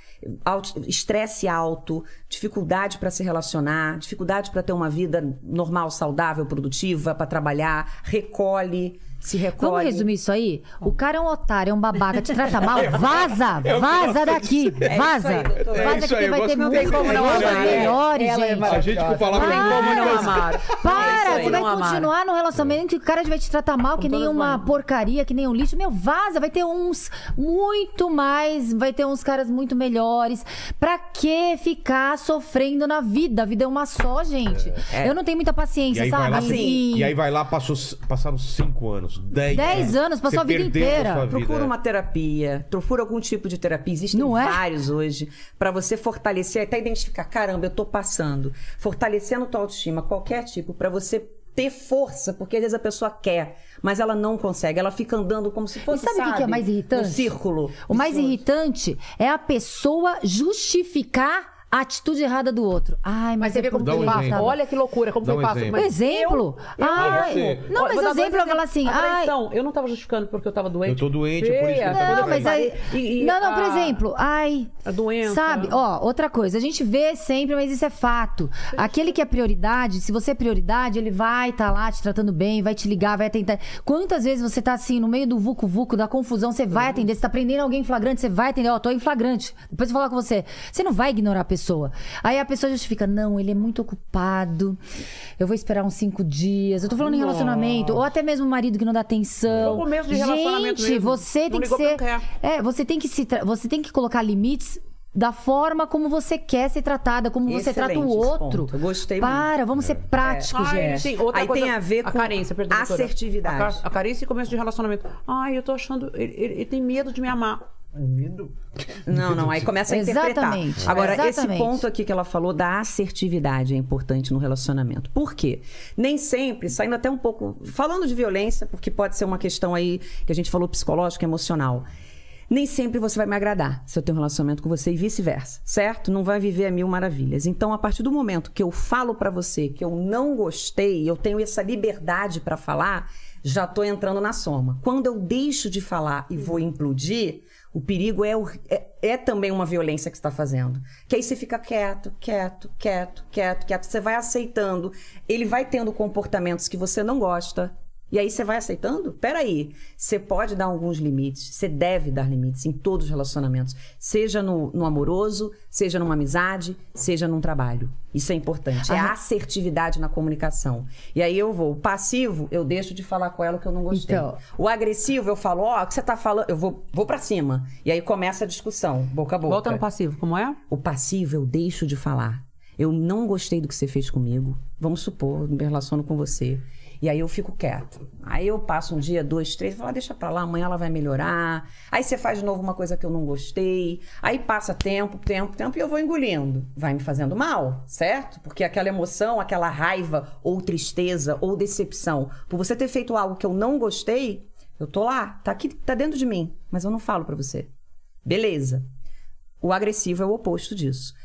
estresse alto, dificuldade para se relacionar, dificuldade para ter uma vida normal, saudável, produtiva, para trabalhar, recolhe. Se recolhe. Vamos resumir isso aí? O cara é um otário, é um babaca, te trata mal, vaza! Vaza daqui! Vaza! Vaza que vai ter muito como não amar. Melhores, gente. A gente com palavra tem como não amar. Para! Você vai continuar no relacionamento que o cara vai te tratar mal, que nem uma porcaria, que nem um lixo. Meu, vaza! Vai ter uns muito mais, vai ter uns caras muito melhores. Pra que ficar sofrendo na vida? A vida é uma só, gente. Eu não tenho muita paciência, sabe? E aí vai lá, passaram cinco anos. Dez, Dez anos, passou a vida inteira. A procura vida. uma terapia, procura algum tipo de terapia. Existem Não vários é? hoje para você fortalecer, até identificar, caramba, eu tô passando. Fortalecendo tua autoestima, qualquer tipo, para você ter força, porque às vezes a pessoa quer, mas ela não consegue. Ela fica andando como se fosse, e sabe o que é mais irritante? Um círculo. O mais irritante é a pessoa justificar a atitude errada do outro. Ai, mas, mas você vê como foi fácil. Olha que loucura, como foi fácil. Mas exemplo? Eu, eu, ai, eu, não, mas o exemplo é falar assim... Ai, então, eu não tava justificando porque eu tava doente. Eu tô doente, é por isso que eu Não, mas aí... E, e, não, não, por a, exemplo, ai... A doença... Sabe? Ó, outra coisa. A gente vê sempre, mas isso é fato. Aquele que é prioridade, se você é prioridade, ele vai estar tá lá te tratando bem, vai te ligar, vai tentar... Quantas vezes você tá assim, no meio do vucu-vucu, da confusão, você vai atender. Você tá prendendo alguém em flagrante, você vai atender. Ó, tô em flagrante. Depois eu vou falar com você. Você não vai ignorar a pessoa. Aí a pessoa justifica, não, ele é muito ocupado, eu vou esperar uns cinco dias, eu tô falando em relacionamento, ou até mesmo o marido que não dá atenção. Ou mesmo de relacionamento Gente, mesmo. você tem que ser... É, você tem que, se tra... você tem que colocar limites da forma como você quer ser tratada, como Excelente, você trata o outro. Eu gostei Para, muito. vamos ser práticos, é. gente. Ai, Aí coisa, tem a ver com a carência, perdão, assertividade. A, a carência e começo de relacionamento. Ai, eu tô achando... Ele, ele, ele tem medo de me amar. Medo? Não, não, aí começa a interpretar. Exatamente. Agora, Exatamente. esse ponto aqui que ela falou da assertividade é importante no relacionamento. Por quê? Nem sempre, saindo até um pouco... Falando de violência, porque pode ser uma questão aí que a gente falou psicológica, emocional. Nem sempre você vai me agradar se eu tenho um relacionamento com você e vice-versa, certo? Não vai viver a mil maravilhas. Então, a partir do momento que eu falo pra você que eu não gostei, eu tenho essa liberdade pra falar, já tô entrando na soma. Quando eu deixo de falar e vou implodir... O perigo é, o, é, é também uma violência que você está fazendo. Que aí você fica quieto, quieto, quieto, quieto, quieto. Você vai aceitando. Ele vai tendo comportamentos que você não gosta. E aí você vai aceitando? Peraí. Você pode dar alguns limites. Você deve dar limites em todos os relacionamentos. Seja no, no amoroso, seja numa amizade, seja num trabalho. Isso é importante. É a assertividade na comunicação. E aí eu vou. O passivo, eu deixo de falar com ela o que eu não gostei. Então... O agressivo, eu falo, ó, oh, o que você tá falando? Eu vou, vou pra cima. E aí começa a discussão, boca a boca. Volta no passivo, como é? O passivo, eu deixo de falar. Eu não gostei do que você fez comigo. Vamos supor, eu me relaciono com você. E aí eu fico quieto. Aí eu passo um dia, dois, três, e falo, ah, deixa pra lá, amanhã ela vai melhorar. Aí você faz de novo uma coisa que eu não gostei. Aí passa tempo, tempo, tempo, e eu vou engolindo. Vai me fazendo mal, certo? Porque aquela emoção, aquela raiva, ou tristeza, ou decepção, por você ter feito algo que eu não gostei, eu tô lá, tá aqui, tá dentro de mim, mas eu não falo pra você. Beleza. O agressivo é o oposto disso.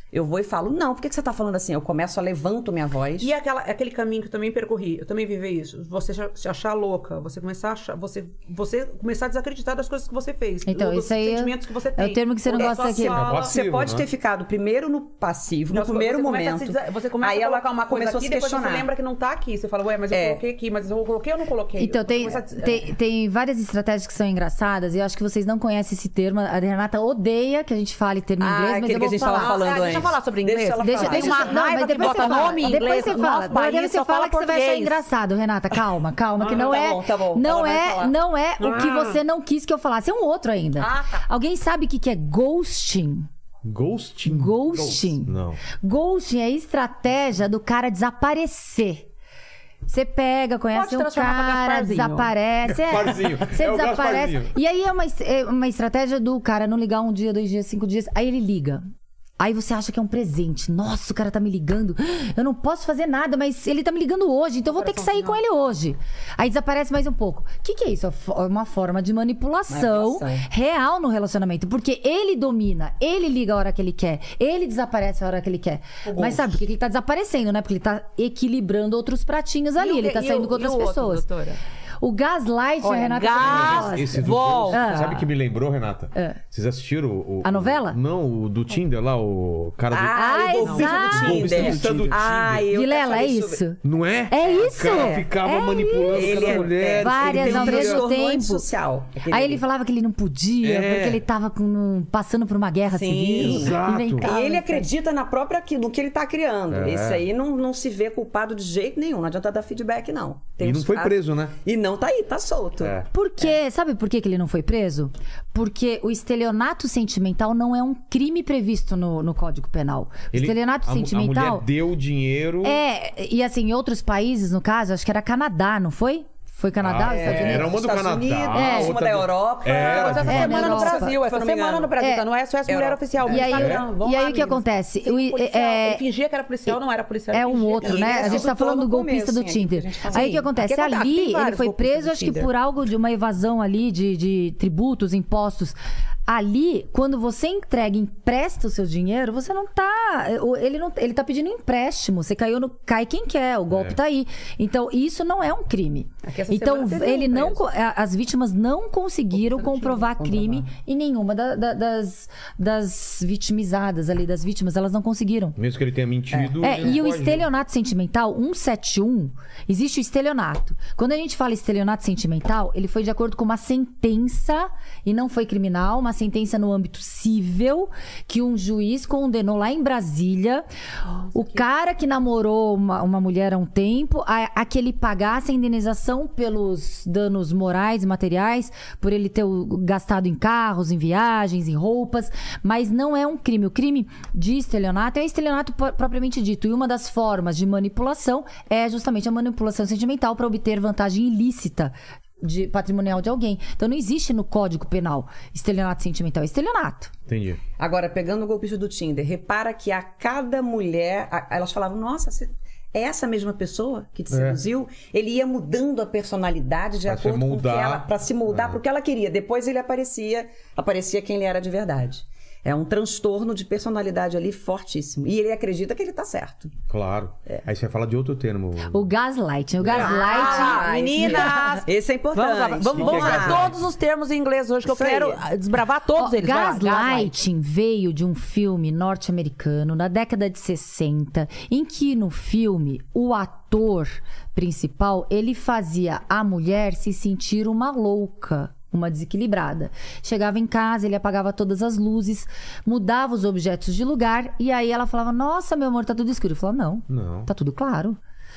eu vou e falo, não, por que, que você tá falando assim? Eu começo a levanto minha voz. E aquela, aquele caminho que eu também percorri, eu também vivi isso. Você se achar louca, você começar a achar, você, você começar a desacreditar das coisas que você fez. Então, dos isso aí sentimentos que você é tem. o termo que você não Ou gosta sua aqui. fala- É passivo, Você pode né? ter ficado primeiro no passivo, no Não, primeiro você começa a momento. se desa- você começa aí a colocar ela uma coisa começou aqui, a se depois questionar. você lembra que não tá aqui. Você fala, ué, mas eu É. coloquei aqui, mas eu coloquei ou não coloquei? Então, Você tem, começa a- tem, tem várias estratégias que são engraçadas e eu acho que vocês não conhecem esse termo. A Renata odeia que a gente fale termo em Ah, inglês, mas aquele eu que vou a gente tava falar. falando Ah, deixa eu antes. falar sobre Deixa inglês. ela Deixa, falar. deixa, Uma não, raiva mas que depois bota você fala. nome em Depois inglês, você nosso fala. país Depois você só fala fala que você vai achar português. engraçado, Renata. Calma, calma, que Ah, não tá é. bom, tá bom. Não Ela vai é, falar. não é o que Ah. você não quis que eu falasse. É um outro ainda. Ah, tá. Alguém sabe o que que é ghosting? Ghosting? Ghosting. Não. Ghosting é a estratégia do cara desaparecer. Você pega, conhece Pode um transformar pra cara, Gasparzinho. desaparece. é. Gasparzinho. Você É o desaparece. Gasparzinho. E aí é uma, é uma estratégia do cara não ligar um dia, dois dias, cinco dias. Aí ele liga. Aí você acha que é um presente. Nossa, o cara tá me ligando. Eu não posso fazer nada, mas ele tá me ligando hoje, então eu vou ter que sair com ele hoje. Aí desaparece mais um pouco. O que, que é isso? É uma forma de manipulação, Manipulação. real no relacionamento. Porque ele domina, ele liga a hora que ele quer, ele desaparece a hora que ele quer. Mas sabe por que ele tá desaparecendo, né? Porque ele tá equilibrando outros pratinhos ali. E o Ele que- tá e saindo o- com outras e o outro, pessoas. doutora? O gaslight, a Olha, Renata gas- também gosta. Esse do Volta. Deus, sabe o que me lembrou, Renata? É. Vocês assistiram o, o- A novela? Não, o do Tinder lá, o cara do... Ah, o golpista exato. do Tinder. Golpista do Tinder. Ah, eu Vilela, é falei sobre- isso? Não é? É isso? O cara ficava É manipulando Ele aquela é- mulher. Várias ele tem ao um mesmo transtorno tempo. antissocial. Aquele Aí ali. ele falava que ele não podia, É. porque ele tava com, um- passando por uma guerra Sim, civil. exato. Inventava E ele essa- acredita na própria, no que ele tá criando. É. Esse aí não, não se vê culpado de jeito nenhum. Não adianta dar feedback, não. Tem E não uns foi casos- preso, né? E não tá aí, tá solto. É. Por quê? Sabe por que que ele não foi preso? Porque o estelionato sentimental não é um crime previsto no, no Código Penal. O Ele- estelionato a, mu- A sentimental mulher deu dinheiro... é, e assim, em outros países, no caso, acho que era Canadá, não foi? Foi Canadá, Ah, os Estados é, Unidos? era uma do Estados Canadá, Unidos, É. uma outra da do- Europa. Era, Mas essa É, semana na no Europa. Brasil, Se essa eu não me semana engano. no Brasil, É. tá? Não é só essa Europa. mulher oficial. E aí, Tá? eu- Vamos e aí lá, o que menina. acontece? Sim, O- policial. é- Ele fingia que era policial, não era policial. É ele um fingia outro, que- né? ele A gente tá sedutor falando do no golpista começo, do sim, aqui que Tinder. a gente fala. Aí o que Sim, acontece? aqui acontece- Ali, tem vários ele foi golpistas preso, do acho que Tinder. por algo de uma evasão ali de, de tributos, impostos. Ali, quando você entrega, empresta o seu dinheiro, você não tá. Ele, não, ele tá pedindo empréstimo. Você caiu no. Cai quem quer, o golpe É. tá aí. Então, isso não é um crime. Aqui essa Então, semana teve ele um não. preso. co- a- As vítimas não conseguiram comprovar crime em nenhuma da- da- das, das vitimizadas ali, das vítimas. Elas não conseguiram. Mesmo que ele tenha mentido... É, ele e o não agiu. estelionato sentimental, cento e setenta e um, existe o estelionato. Quando a gente fala estelionato sentimental, ele foi de acordo com uma sentença, e não foi criminal, uma sentença no âmbito civil, que um juiz condenou lá em Brasília. O cara que namorou uma, uma mulher há um tempo, a, a que ele pagasse a indenização pelos danos morais e materiais, por ele ter o- gastado em carros, em viagens, em roupas, mas não é um crime. O crime de estelionato é estelionato pro- propriamente dito. E uma das formas de manipulação é justamente a manipulação sentimental para obter vantagem ilícita de patrimonial de alguém. Então não existe no Código Penal estelionato sentimental, é estelionato. Entendi. Agora, pegando o golpista do Tinder, repara que a cada mulher, a- elas falavam, nossa, você é essa mesma pessoa que te É. seduziu? Ele ia mudando a personalidade de Pra se acordo com o que moldar. ela, para se moldar É. para o que ela queria. Depois ele aparecia, aparecia quem ele era de verdade. É um transtorno de personalidade ali fortíssimo. E ele acredita que ele tá certo. Claro. Aí você vai falar de outro termo. O gaslighting. O gaslighting. Ah, meninas! Esse é importante. Vamos, lá, vamos, que vamos é usar gaslight? todos os termos em inglês hoje, que Isso eu aí. quero desbravar todos Ó, eles. Vai lá, gaslighting veio de um filme norte-americano na década de sessenta, em que no filme o ator principal ele fazia a mulher se sentir uma louca. Uma desequilibrada. Chegava em casa, ele apagava todas as luzes, mudava os objetos de lugar, e aí ela falava: Nossa, meu amor, tá tudo escuro. Ele falava: Não, Não. tá tudo claro.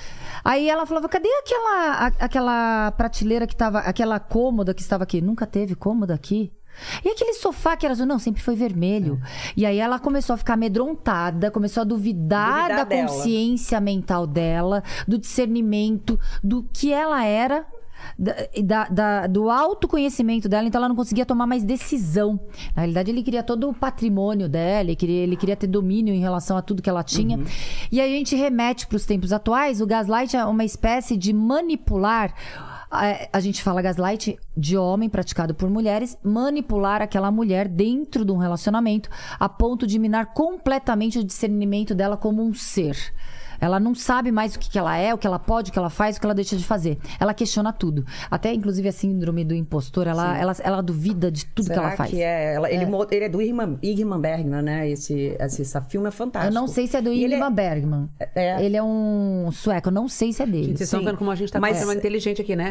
Aí ela falava: Cadê aquela, a- aquela prateleira que tava, aquela cômoda que estava aqui? Nunca teve cômoda aqui. E aquele sofá que era azul? Não, sempre foi vermelho. E aí ela começou a ficar amedrontada, começou a duvidar, Duvidar da dela. consciência mental dela, do discernimento, do que ela era. Da, da- da- do autoconhecimento dela, então ela não conseguia tomar mais decisão. Na realidade, ele queria todo o patrimônio dela, ele queria, ele queria ter domínio em relação a tudo que ela tinha. E aí a gente remete para os tempos atuais. O gaslight é uma espécie de manipular A, a gente fala gaslight de homem praticado por mulheres, manipular aquela mulher dentro de um relacionamento a ponto de minar completamente o discernimento dela como um ser. Ela não sabe mais o que, que ela é, o que ela pode, o que ela faz, o que ela deixa de fazer. Ela questiona tudo. Até, inclusive, a síndrome do impostor, ela, ela, ela duvida de tudo Será que ela faz. Que é? Ela, ele, é. ele é do Irma, Ingmar Bergman, né? Esse, esse, esse filme é fantástico. Eu não sei se é do Ingmar é... Bergman. É. Ele é um sueco, eu não sei se é dele. Gente, vocês estão vendo como a gente tá Mas... mais inteligente aqui, né?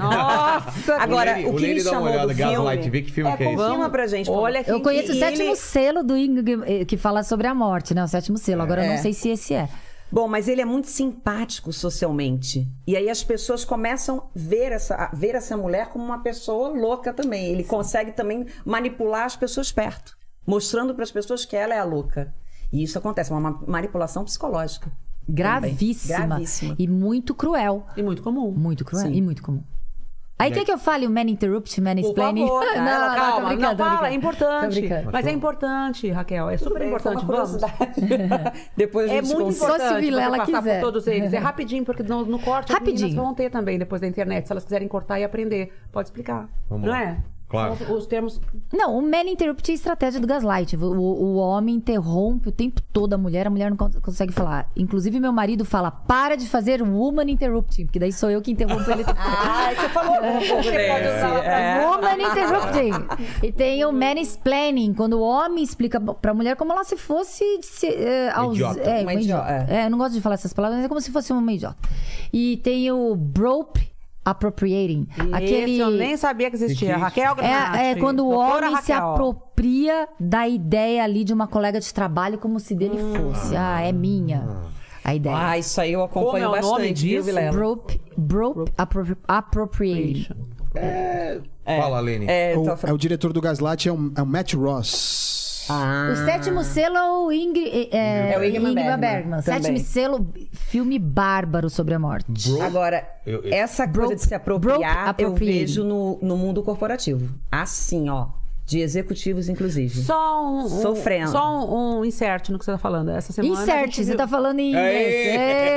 Nossa! Agora, o, Lene, o que o me chamou do filme... Gaslight, vê que filme é, que é esse. Confirma pra gente. Olha eu conheço o Sétimo ele... Selo do Ingmar, que fala sobre a morte, né? O Sétimo Selo. Agora, eu não sei se esse é. Bom, mas ele é muito simpático socialmente. E aí as pessoas começam a ver essa, a ver essa mulher como uma pessoa louca também. Ele Sim. consegue também manipular as pessoas perto, mostrando para as pessoas que ela é a louca. E isso acontece, uma manipulação psicológica. Gravíssima. Gravíssima. E muito cruel. E muito comum. Muito cruel Sim. e muito comum. Aí quer que eu fale o man interrupt, man explaining? Por favor, não, ela, calma, não, brincando, não, fala, é importante. Mas é Mas importante, Raquel, é super importante. Vamos. Depois a gente é muito consegue. importante Só se Vilela você passar quiser. por todos eles. É rapidinho, porque no, no corte rapidinho. as meninas vão ter também depois da internet. Se elas quiserem cortar e aprender, pode explicar. Vamos não lá. é? Claro. São os, os termos... Não, o man interrupt é a estratégia do gaslight. O, o homem interrompe o tempo todo a mulher, a mulher não cons consegue falar. Inclusive, meu marido fala, para de fazer woman interrupting, porque daí sou eu que interrompo ele. Ah, você falou. Você pode usar é. Woman interrupting. E tem o mansplaining, quando o homem explica pra mulher como ela se fosse... Se, é, aos, idiota. É, uma uma idiota. idiota. É, eu não gosto de falar essas palavras, mas é como se fosse uma idiota. E tem o brope appropriating. Esse aquele... eu nem sabia que existia. Raquel Granati. É, é quando o Doutora homem Raquel. se apropria da ideia ali de uma colega de trabalho como se dele hum. fosse. Ah, é minha a ideia. Ah, isso aí eu acompanho Como é o bastante, nome disso? viu, Vilela? Brope, brope appro appropriation. É... Fala, Lene. É, o, é o diretor do Gaslight, é o, é o Matt Ross. Ah. O Sétimo Selo é o Ingrid, é, é o Ingmar Ingmar Bergman. Bergman. Sétimo Selo, filme bárbaro sobre a morte. Bro... Agora, eu, eu... essa coisa Bro... de se apropriar, eu vejo no, no mundo corporativo. Assim, ó. De executivos, inclusive. Só um... Sofrendo. Um, só um, um insert no que você tá falando. Essa semana... Insert, você viu... tá falando em inglês.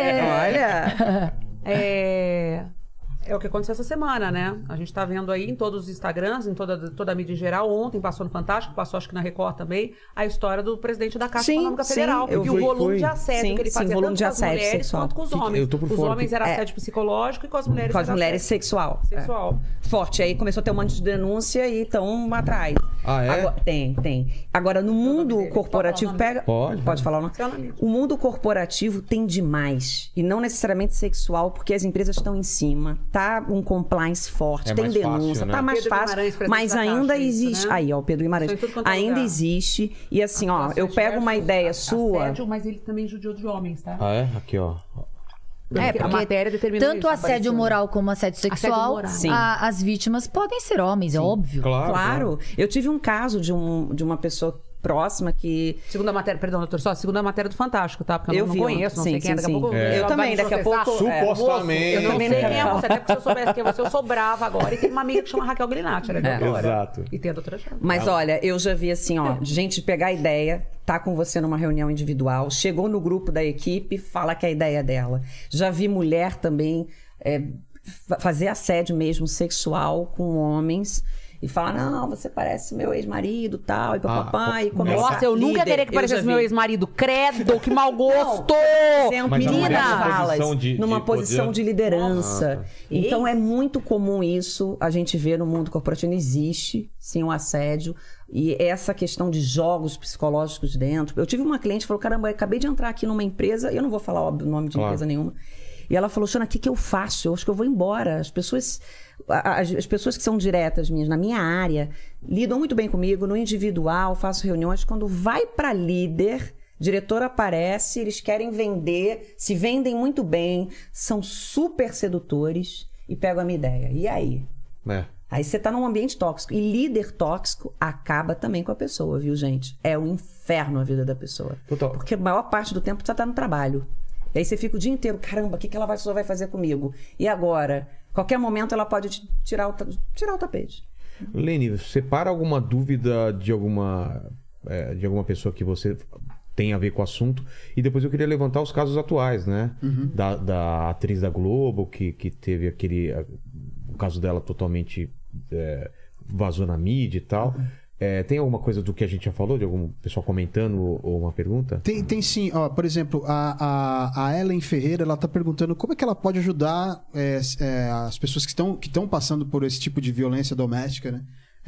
Olha... É... É o que aconteceu essa semana, né? A gente tá vendo aí em todos os Instagrams, em toda, toda a mídia em geral. Ontem passou no Fantástico, passou acho que na Record também, a história do presidente da Caixa sim, Econômica sim, Federal. E o volume foi. de assédio sim, que ele sim, fazia volume tanto de com as assédio mulheres sexual. quanto com os Que, homens. eu tô por os fora, homens que... era é. assédio psicológico e com as mulheres Com as era mulheres assédio sexual. sexual. É. Forte. Aí começou a ter um monte de denúncia e estão atrás. Ah, é? Agora, tem, tem. Agora, no mundo corporativo, pega... Pode. Pode falar o nome? O mundo corporativo tem demais. E não necessariamente sexual, porque as empresas estão em cima. Tá um compliance forte, É tem mais denúncia, fácil, né? tá mais Pedro fácil. Guimarães, Mas presidente da ainda Caixa, isso, existe... né? Aí, ó, o Pedro Guimarães. Isso em tudo quanto é Ainda lugar. existe. E assim, ó, eu pego uma ideia sua... Assédio, mas ele também judiou de homens, tá? Ah, é? Aqui, ó. É, a porque matéria determinou tanto isso, assédio apareceu. moral como assédio sexual, Assédio moral. Sim. a, as vítimas podem ser homens, é óbvio. Claro. Claro. Eu tive um caso de, um, de uma pessoa próxima que... Segunda matéria, perdão, doutor, só segunda matéria do Fantástico, tá? Porque eu, Eu não, vi não um- conheço, não sim, sei quem é, sim, daqui a sim. pouco... É. Eu vai também, me daqui a processar. pouco- é. Supostamente. Eu não também sei não quem é quero você, até porque se eu soubesse quem é você, eu sou brava agora. E tem uma amiga que chama Raquel Grinati, ela é doutora. Exato. E tem a doutora Chama. Mas olha, eu já vi assim, ó, gente pegar a ideia, tá com você numa reunião individual, chegou no grupo da equipe, fala que é a ideia é dela. Já vi mulher também é, fa- fazer assédio mesmo sexual com homens e falar, não, você parece meu ex-marido, tal, e papapá, Ah, e começa... Nossa, eu nunca ia querer que Eu parecesse já meu vi. ex-marido. Credo, que mau gosto! Sendo Mas a mulher meninas numa falas, posição de- numa de posição poder. de liderança. Nossa. Então é muito comum isso, a gente vê no mundo corporativo, existe sim um assédio. E essa questão de jogos psicológicos dentro. Eu tive uma cliente que falou, caramba, eu acabei de entrar aqui numa empresa, eu não vou falar óbvio, o nome de Claro. empresa nenhuma. E ela falou, Xana, o que, que eu faço? Eu acho que eu vou embora. As pessoas, as, as pessoas que são diretas minhas, na minha área, lidam muito bem comigo, no individual, faço reuniões. Quando vai para líder, diretor aparece, eles querem vender, se vendem muito bem, são super sedutores e pegam a minha ideia. E aí? É. Aí você tá num ambiente tóxico. E líder tóxico acaba também com a pessoa, viu, gente? É um inferno a vida da pessoa. Total. Porque a maior parte do tempo você tá no trabalho. E aí você fica o dia inteiro, caramba, o que, que ela vai, só vai fazer comigo? E agora? Qualquer momento ela pode te tirar o, ta- tirar o tapete. Lene, separa alguma dúvida de alguma, é, de alguma pessoa que você tem a ver com o assunto. E depois eu queria levantar os casos atuais, né? Da, da atriz da Globo, que, que teve aquele... o caso dela totalmente é, vazou na mídia e tal. Uhum. É, tem alguma coisa do que a gente já falou? De algum pessoal comentando ou, ou uma pergunta? Tem, tem sim. Ó, por exemplo, a, a, a Ellen Ferreira, ela tá perguntando como é que ela pode ajudar é, é, as pessoas que estão que estão passando por esse tipo de violência doméstica, né?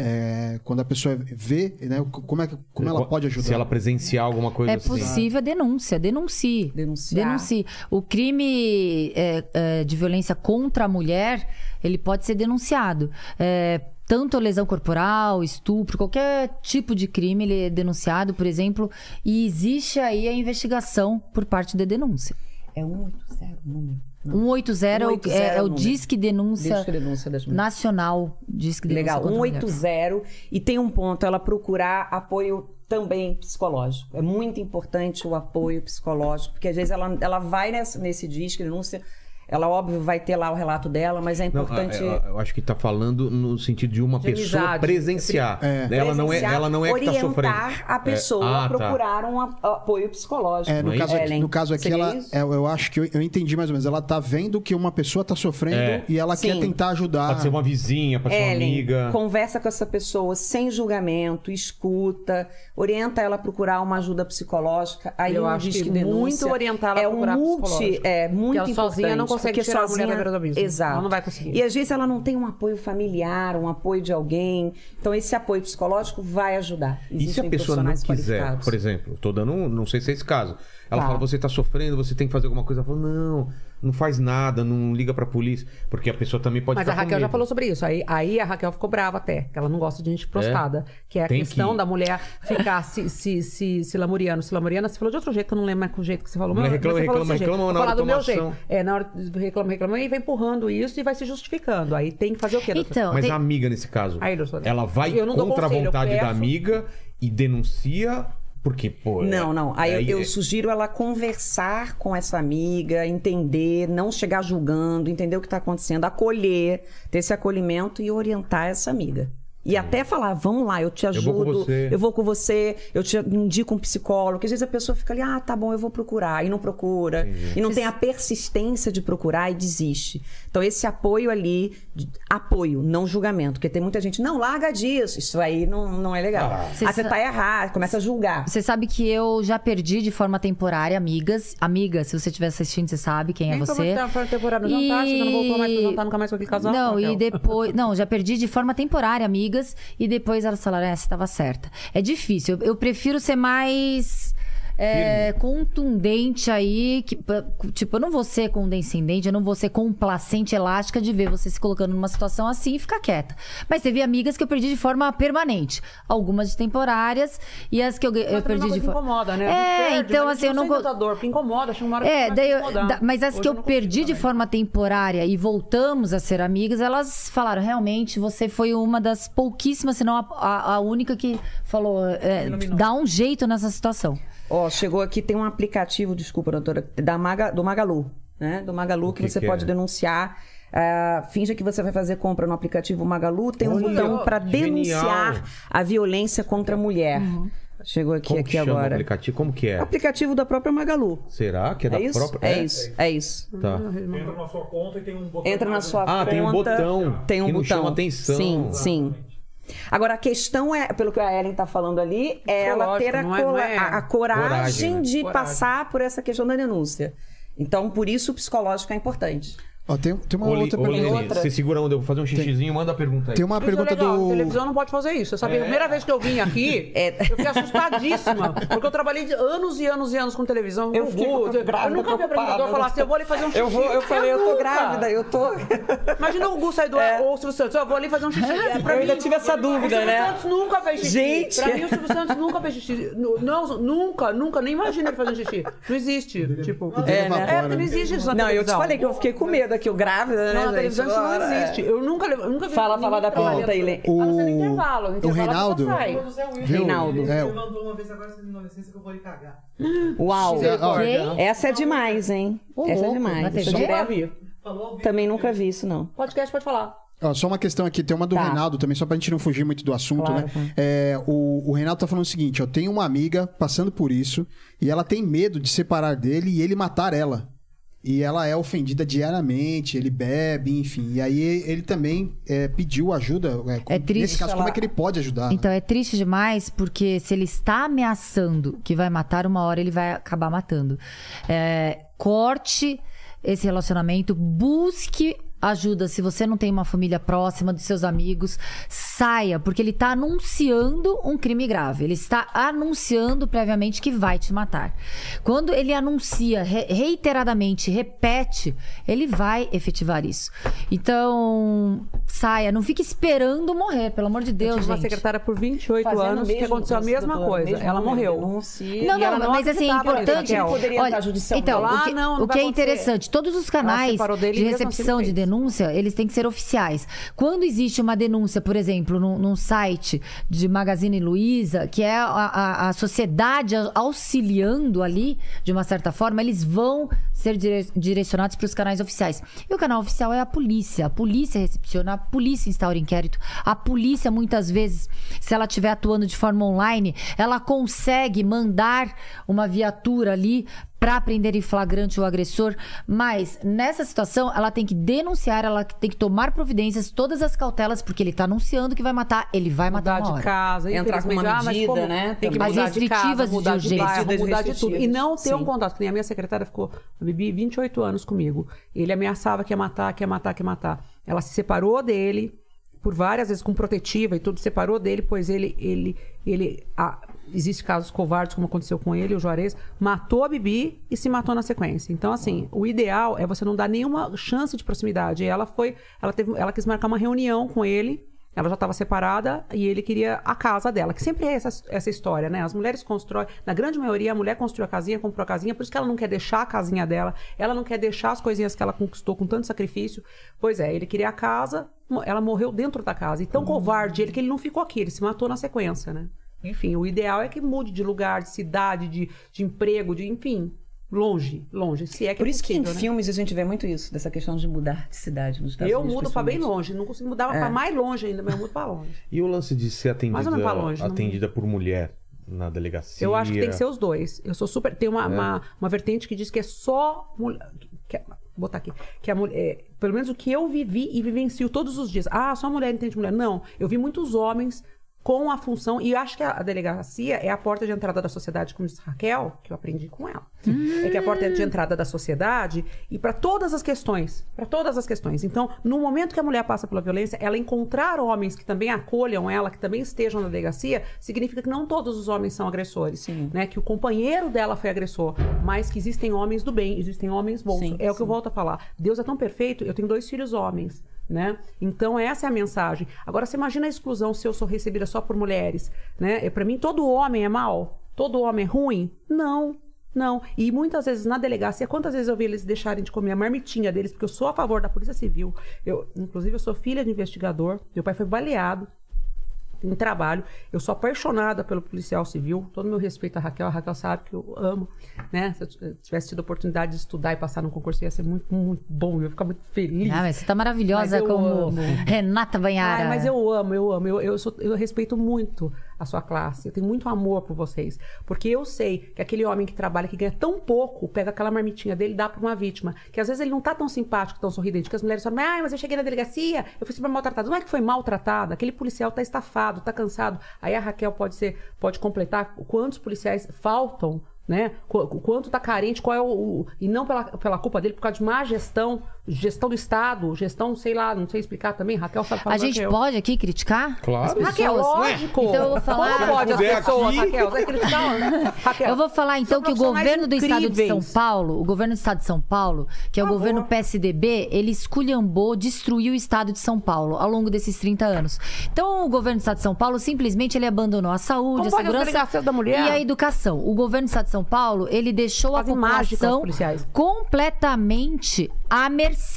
É, quando a pessoa vê, né, como, é, como ela pode ajudar? Se ela presenciar alguma coisa é assim. É possível a denúncia, denuncie. Denunciar. Denuncie. O crime é, é, de violência contra a mulher, ele pode ser denunciado. É, tanto lesão corporal, estupro, qualquer tipo de crime, ele é denunciado, por exemplo, e existe aí a investigação por parte da denúncia. É um oito zero o número. Não. um oito zero, cento é, é, é o Disque Denúncia, Disque Denúncia das Mulheres. Nacional. Disque Denúncia. Legal, um oito zero. E tem um ponto, ela procurar apoio também psicológico. É muito importante o apoio psicológico, porque às vezes ela, ela vai nessa, nesse Disque Denúncia... Ela, óbvio, vai ter lá o relato dela, mas é importante... Não, eu acho que está falando no sentido de uma de pessoa amizade. presenciar. É. Ela, não é, ela não é que está sofrendo. Orientar a pessoa é. ah, a procurar tá. um apoio psicológico. É, no, caso aqui, no caso aqui, ela, é, eu acho que eu, eu entendi mais ou menos. Ela está vendo que uma pessoa está sofrendo é. e ela Sim. quer tentar ajudar. Pode ser uma vizinha, pode ser uma amiga. Conversa com essa pessoa sem julgamento, escuta, orienta ela a procurar uma ajuda psicológica. Aí eu acho que muito orientar ela a procurar é um multi, É muito importante. Sozinha não consegue tirar sozinha, a mulher da beira do abismo. Exato. Ela não vai conseguir. E às vezes ela não tem um apoio familiar, um apoio de alguém. Então esse apoio psicológico vai ajudar. Existem e se a pessoa não quiser, por exemplo, estou dando um, não sei se é esse caso. Ela tá. fala, você está sofrendo, você tem que fazer alguma coisa. Ela fala, não, não faz nada, não liga pra polícia. Porque a pessoa também pode Mas ficar a Raquel já falou sobre isso. Aí, aí a Raquel ficou brava até, que ela não gosta de gente prostrada. É? Que é a tem questão que... da mulher ficar se, se, se, se lamuriando. Se lamuriando, você falou de outro jeito, que eu não lembro mais com o jeito que você falou. Mas reclama, você reclama, reclama, reclama na hora do meu jeito. É, na hora de reclama, reclama, e vai empurrando isso e vai se justificando. Aí tem que fazer o quê? Então, Mas tem... a amiga, nesse caso, aí, ela vai contra a vontade da amiga e denuncia... Porque, pô... Não, é, não. Aí é, eu, eu sugiro ela conversar com essa amiga, entender, não chegar julgando, entender o que está acontecendo, acolher, ter esse acolhimento e orientar essa amiga. E até falar, vamos lá, eu te ajudo, eu vou com você, eu, vou com você, eu te indico um psicólogo. Porque às vezes a pessoa fica ali, ah, tá bom, eu vou procurar. E não procura. Entendi. E não Vocês... tem a persistência de procurar e desiste. Então esse apoio ali, apoio, não julgamento. Porque tem muita gente, não, larga disso. Isso aí não, não é legal. Ah, você, ah, você tá errado, começa a julgar. Você sabe que eu já perdi de forma temporária amigas. Amiga, se você estiver assistindo, você sabe quem é você. De forma temporária no jantar, e... você não voltou mais pro jantar, nunca mais com aquele casal? Não, Raquel. e depois... Não, já perdi de forma temporária, amiga. E depois elas falaram, é, você estava certa. É difícil. Eu, eu prefiro ser mais é, contundente aí. Que, tipo, eu não vou ser condescendente, eu não vou ser complacente, elástica de ver você se colocando numa situação assim e ficar quieta. Mas teve amigas que eu perdi de forma permanente. Algumas de temporárias e as que eu, eu perdi de forma... incomoda, né? É, perde, então assim, eu não... Dor, porque incomoda, acho uma hora é, que daí eu, da, mas as Hoje que eu, eu perdi de forma temporária e voltamos a ser amigas, elas falaram, realmente, você foi uma das pouquíssimas, se não a, a, a única que falou, é, dá um jeito nessa situação. Ó, oh, chegou aqui, tem um aplicativo, desculpa, doutora, da Maga, do Magalu, né? Do Magalu, que, que você que pode é? denunciar. Uh, finja que você vai fazer compra no aplicativo Magalu, tem um botão para denunciar a violência contra a mulher. Uhum. Chegou aqui, Como aqui que chama agora. O aplicativo? Como que é? O aplicativo da própria Magalu. Será que é, é da isso? própria? É, é isso, é isso. Tá. Entra na sua conta e tem um botão. Entra na sua ah, conta. tem um botão. Tem um que botão. Não chama atenção. Sim, sim. Agora, a questão é, pelo que a Ellen está falando ali, é ela ter a, não é, não é... a, a coragem, coragem de coragem. passar por essa questão da denúncia. Então, por isso, o psicológico é importante. Ó, tem, tem uma Ô, outra ô, pergunta. Lene, você segura onde eu vou fazer um xixizinho, manda a pergunta aí. Tem uma Isso pergunta é legal. do... A televisão não pode fazer isso. Você sabe, é. a primeira vez que eu vim aqui, é. eu fiquei assustadíssima. Porque eu trabalhei anos e anos e anos com televisão. Eu, fiquei eu, grávida, eu nunca vi apresentador falar assim, eu vou ali fazer um xixi. Eu, vou, eu falei, eu, eu tô nunca. grávida, eu tô... Imagina o Gu sair do é. ou o Silvio Santos, eu vou ali fazer um xixi. É, eu ainda mim, tive essa dúvida, o né? O Silvio Santos nunca fez xixi. Gente! Pra mim, o Silvio Santos nunca fez xixi. Não, nunca, nunca, nem imagina ele fazendo xixi. Não existe. Tipo, é, né? é, porque não existe isso na Não, televisão. eu te falei que eu fiquei com medo aqui, eu grávida, né, não, na televisão isso não existe. Eu nunca, eu nunca vi. Fala, fala da pergunta aí, Lê. O, ah, no intervalo, no intervalo o Reinaldo. Reinaldo. É, eu mandou uma vez agora, você me dá licença que eu vou lhe cagar. Uau. Quem? Essa é demais, hein? Oh, Essa é louco, demais. T V? Deixa eu ver. Também nunca vi isso, não. Podcast pode falar. Ó, só uma questão aqui, tem uma do tá. Reinaldo também, só pra gente não fugir muito do assunto, claro, né? Tá. É, o, o Reinaldo tá falando o seguinte, eu tenho uma amiga passando por isso e ela tem medo de separar dele e ele matar ela. E ela é ofendida diariamente, ele bebe, enfim. E aí ele também é, pediu ajuda. É, É triste. Nesse caso, ela... como é que ele pode ajudar? Então é triste demais, porque se ele está ameaçando que vai matar, uma hora ele vai acabar matando. É, corte esse relacionamento, busque ajuda. Se você não tem uma família próxima dos seus amigos, saia, porque ele está anunciando um crime grave. Ele está anunciando previamente que vai te matar. Quando ele anuncia re reiteradamente, repete, ele vai efetivar isso. Então, saia. Não fique esperando morrer, pelo amor de Deus, eu tive gente. uma secretária por vinte e oito anos que aconteceu a mesma coisa. Ela morreu. Não, não, não, mas assim, é importante. Olha, então, lá, o que, não, não o que é acontecer. interessante, todos os canais de recepção de denúncia, eles têm que ser oficiais. Quando existe uma denúncia, por exemplo, num, num site de Magazine Luiza, que é a, a, a sociedade auxiliando ali, de uma certa forma, eles vão ser dire, direcionados para os canais oficiais. E o canal oficial é a polícia. A polícia recepciona, a polícia instaura inquérito. A polícia, muitas vezes, se ela estiver atuando de forma online, ela consegue mandar uma viatura ali para prender em flagrante o agressor, mas nessa situação ela tem que denunciar, ela tem que tomar providências, todas as cautelas, porque ele está anunciando que vai matar, ele vai matar uma hora. Mudar de casa, entrar com uma medida, ah, né? Tem que As mudar de casa, restritivas mudar de de bairro, urgência. mudar de tudo. E não ter Sim. um contato. Que nem a minha secretária ficou, a Bibi, vinte e oito anos comigo. Ele ameaçava que ia matar, que ia matar, que ia matar. Ela se separou dele por várias vezes com protetiva e tudo, separou dele, pois ele, ele, ele, ah, existe casos covardes, como aconteceu com ele, o Juarez, matou a Bibi e se matou na sequência. Então, assim, o ideal é você não dar nenhuma chance de proximidade. E ela foi, ela teve, ela quis marcar uma reunião com ele, ela já estava separada e ele queria a casa dela, que sempre é essa, essa história, né? As mulheres constroem, na grande maioria, a mulher construiu a casinha, comprou a casinha, por isso que ela não quer deixar a casinha dela, ela não quer deixar as coisinhas que ela conquistou com tanto sacrifício. Pois é, ele queria a casa, ela morreu dentro da casa. E tão hum. covarde ele que ele não ficou aqui, ele se matou na sequência, né? Enfim, o ideal é que mude de lugar, de cidade, de, de emprego, de enfim, longe, longe, se é que Por é isso possível, que em né? filmes a gente vê muito isso, dessa questão de mudar de cidade nos Estados Eu Unidos. mudo para bem longe, não consigo mudar É. para mais longe ainda, mas eu mudo para longe. E o lance de ser atendida, Mais ou menos pra longe, não- atendida por mulher na delegacia? Eu acho que tem que ser os dois. Eu sou super. Tem uma, uma, uma vertente que diz que é só mulher. Que, vou botar aqui. Que a mulher. É, pelo menos o que eu vivi e vivencio todos os dias. Ah, só mulher entende mulher. Não. Eu vi muitos homens com a função. E eu acho que a, a delegacia é a porta de entrada da sociedade, como diz Raquel, que eu aprendi com ela. Hum. É que é a porta de entrada da sociedade e para todas as questões. Para todas as questões. Então, no momento que a mulher passa pela violência, ela encontrar homens que também acolham ela, que também estejam na delegacia, significa que não todos os homens são agressores. Sim. Né? Que o companheiro dela foi agressor, mas que existem homens do bem, existem homens bons. Sim, é o sim. que eu volto a falar. Deus é tão perfeito, eu tenho dois filhos homens. Né? Então essa é a mensagem. Agora você imagina a exclusão se eu sou recebida só por mulheres, né? Para mim todo homem é mau, todo homem é ruim? Não, não. E muitas vezes na delegacia, quantas vezes eu vi eles deixarem de comer a marmitinha deles, porque eu sou a favor da Polícia Civil. Eu, inclusive eu sou filha de investigador, meu pai foi baleado em trabalho. Eu sou apaixonada pelo policial civil. Todo meu respeito à Raquel. A Raquel sabe que eu amo, né? Se eu tivesse tido a oportunidade de estudar e passar num concurso, ia ser muito, muito bom. Eu ia ficar muito feliz. Ah, mas você tá maravilhosa como amo. Renata Banhara. Ai, mas eu amo, eu amo. Eu, eu, sou, eu respeito muito a sua classe. Eu tenho muito amor por vocês. Porque eu sei que aquele homem que trabalha, que ganha tão pouco, pega aquela marmitinha dele e dá pra uma vítima. Que às vezes ele não tá tão simpático, tão sorridente. Que as mulheres falam, ah, mas eu cheguei na delegacia, eu fui super maltratada. Não é que foi maltratada. Aquele policial tá estafado, tá cansado. Aí a Raquel pode ser, pode completar quantos policiais faltam, né? Qu quanto tá carente, qual é o, o... E não pela, pela culpa dele, por causa de má gestão, gestão do Estado, gestão, sei lá, não sei explicar também. Raquel sabe falar. A gente Raquel. pode aqui criticar? Claro. As pessoas? Raquel, lógico. Então eu vou falar... Como pode as puder pessoas, aqui- Raquel? Você vai criticar? Raquel, Eu vou falar então são que o profissionais governo do estado de São incríveis. Paulo, o governo do estado de São Paulo, que é o Por favor. governo P S D B, ele esculhambou, destruiu o estado de São Paulo ao longo desses trinta anos. Então o governo do estado de São Paulo simplesmente ele abandonou a saúde, Como a pode as segurança delegacias da mulher? e a educação. O governo do estado de São Paulo, ele deixou Fazem a mágica aos população policiais. completamente à mercê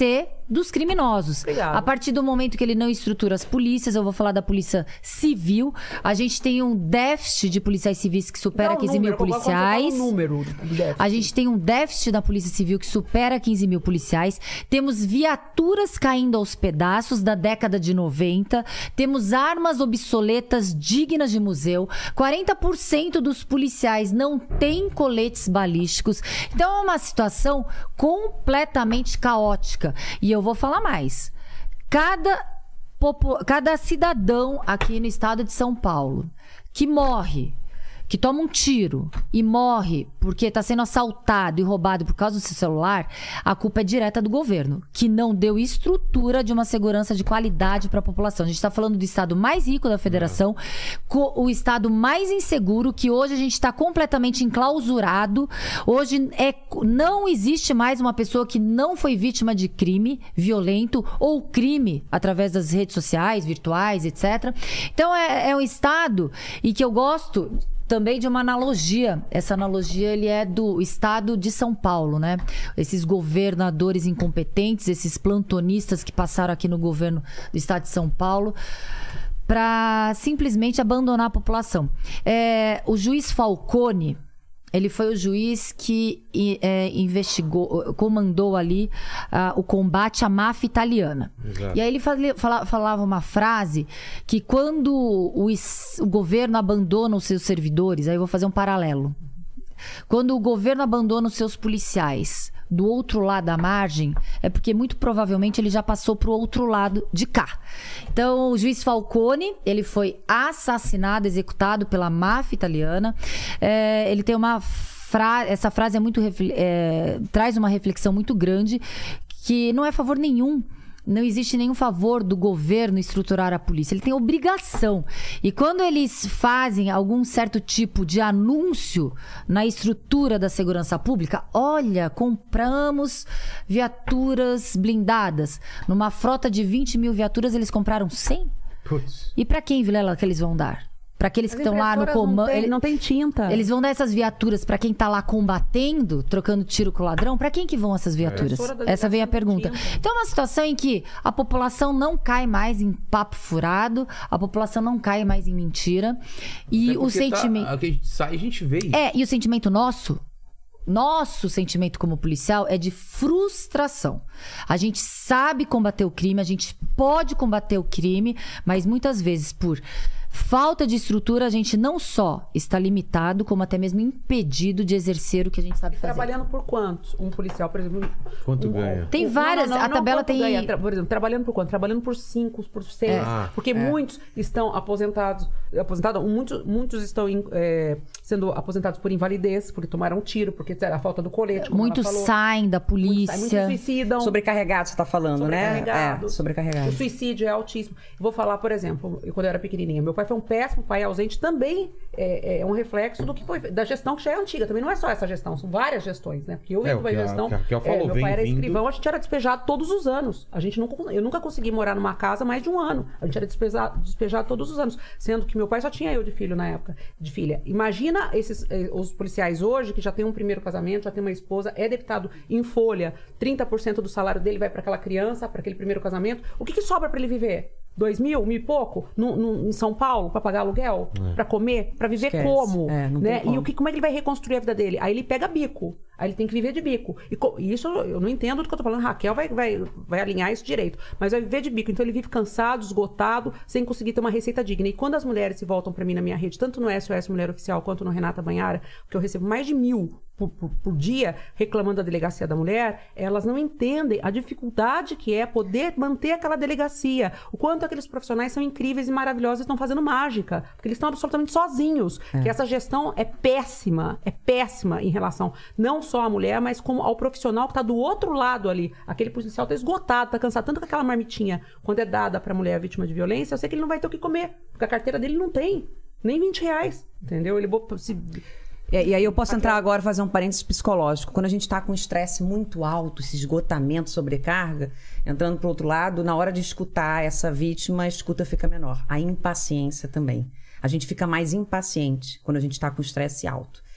dos criminosos. Obrigado. A partir do momento que ele não estrutura as polícias, eu vou falar da polícia civil, a gente tem um déficit de policiais civis que supera Não, quinze mil número, policiais. um número do déficit. A gente tem um déficit na polícia civil que supera quinze mil policiais. Temos viaturas caindo aos pedaços da década de noventa. Temos armas obsoletas dignas de museu. quarenta por cento dos policiais não têm coletes balísticos. Então é uma situação completamente caótica. E eu vou falar mais. Cada, popu... Cada cidadão aqui no estado de São Paulo que morre, que toma um tiro e morre porque está sendo assaltado e roubado por causa do seu celular, a culpa é direta do governo, que não deu estrutura de uma segurança de qualidade para a população. A gente está falando do estado mais rico da federação, o estado mais inseguro, que hoje a gente está completamente enclausurado. Hoje é, não existe mais uma pessoa que não foi vítima de crime violento ou crime através das redes sociais, virtuais, etcétera. Então é, é um estado e que eu gosto também de uma analogia. Essa analogia ele é do estado de São Paulo, né? Esses governadores incompetentes, esses plantonistas que passaram aqui no governo do estado de São Paulo para simplesmente abandonar a população. É, o juiz Falcone, ele foi o juiz que é, investigou, comandou ali uh, o combate à máfia italiana. Exato. E aí ele fala, falava uma frase que quando o, o governo abandona os seus servidores, aí eu vou fazer um paralelo. Quando o governo abandona os seus policiais do outro lado da margem, é porque muito provavelmente ele já passou para o outro lado de cá. Então, o juiz Falcone, ele foi assassinado, executado pela máfia italiana. É, ele tem uma frase, essa frase é muito é, traz uma reflexão muito grande, que não é favor nenhum. Não existe nenhum favor do governo estruturar a polícia. Ele tem obrigação. E quando eles fazem algum certo tipo de anúncio na estrutura da segurança pública, olha, compramos viaturas blindadas. Numa frota de vinte mil viaturas, eles compraram cem? Putz. E para quem, Vilela, que eles vão dar? Para aqueles que estão lá no comando. Ele não tem tinta. Eles vão dar essas viaturas para quem tá lá combatendo, trocando tiro com o ladrão. Para quem que vão essas viaturas? É. Essa vem a pergunta. Então é uma situação em que a população não cai mais em papo furado, a população não cai mais em mentira. E o sentimento. Tá, a gente sai, a gente vê isso. É, e o sentimento nosso. Nosso sentimento como policial é de frustração. A gente sabe combater o crime, a gente pode combater o crime, mas muitas vezes por falta de estrutura, a gente não só está limitado, como até mesmo impedido de exercer o que a gente sabe fazer. Trabalhando por quantos? Um policial, por exemplo... Quanto um, ganha? Tem várias, não, não, a não, tabela não tem... Ganha. Por exemplo, trabalhando por quanto? Trabalhando por cinco, por seis. É. Ah, porque é. muitos estão aposentados... aposentados muitos, muitos estão é, sendo aposentados por invalidez, porque tomaram tiro, porque a falta do colete, como muitos saem da polícia. Muitos, muitos suicidam. Sobrecarregados, você está falando, sobrecarregado. né? É, sobrecarregado. O suicídio é altíssimo. Eu vou falar, por exemplo, eu, quando eu era pequenininha, meu pai foi um péssimo pai ausente, também é, é um reflexo do que foi da gestão que já é antiga. Também não é só essa gestão, são várias gestões, né? Porque eu é, vim com a gestão. Que a, que a é, meu vem pai era vindo... escrivão, a gente era despejado todos os anos. A gente nunca, eu nunca consegui morar numa casa mais de um ano. A gente era despejado, despejado todos os anos. Sendo que meu pai só tinha eu de filho na época, de filha. Imagina esses, os policiais hoje, que já tem um primeiro casamento, já tem uma esposa, é deputado em folha, trinta por cento do salário dele vai para aquela criança, para aquele primeiro casamento. O que, que sobra para ele viver? Dois mil, mil e pouco? No, no, em São Paulo, para pagar aluguel? É. Para comer? Para viver Esquece. como? É, não né? tem como. E o que, como é que ele vai reconstruir a vida dele? Aí ele pega bico. Aí ele tem que viver de bico. E, e isso eu não entendo do que eu tô falando. Raquel vai, vai, vai alinhar isso direito. Mas vai viver de bico. Então ele vive cansado, esgotado, sem conseguir ter uma receita digna. E quando as mulheres se voltam para mim na minha rede, tanto no S O S Mulher Oficial quanto no Renata Banhara, porque eu recebo mais de mil Por, por, por dia reclamando da delegacia da mulher, elas não entendem a dificuldade que é poder manter aquela delegacia, o quanto aqueles profissionais são incríveis e maravilhosos e estão fazendo mágica, porque eles estão absolutamente sozinhos, é. que essa gestão é péssima, é péssima em relação não só à mulher, mas como ao profissional que está do outro lado ali. Aquele policial está esgotado, está cansado, tanto que aquela marmitinha, quando é dada para a mulher vítima de violência, eu sei que ele não vai ter o que comer, porque a carteira dele não tem nem vinte reais, entendeu? Ele se... É, e aí eu posso entrar agora e fazer um parênteses psicológico. Quando a gente está com estresse muito alto, esse esgotamento, sobrecarga, entrando para o outro lado, na hora de escutar essa vítima, a escuta fica menor. A impaciência também. A gente fica mais impaciente quando a gente está com estresse alto.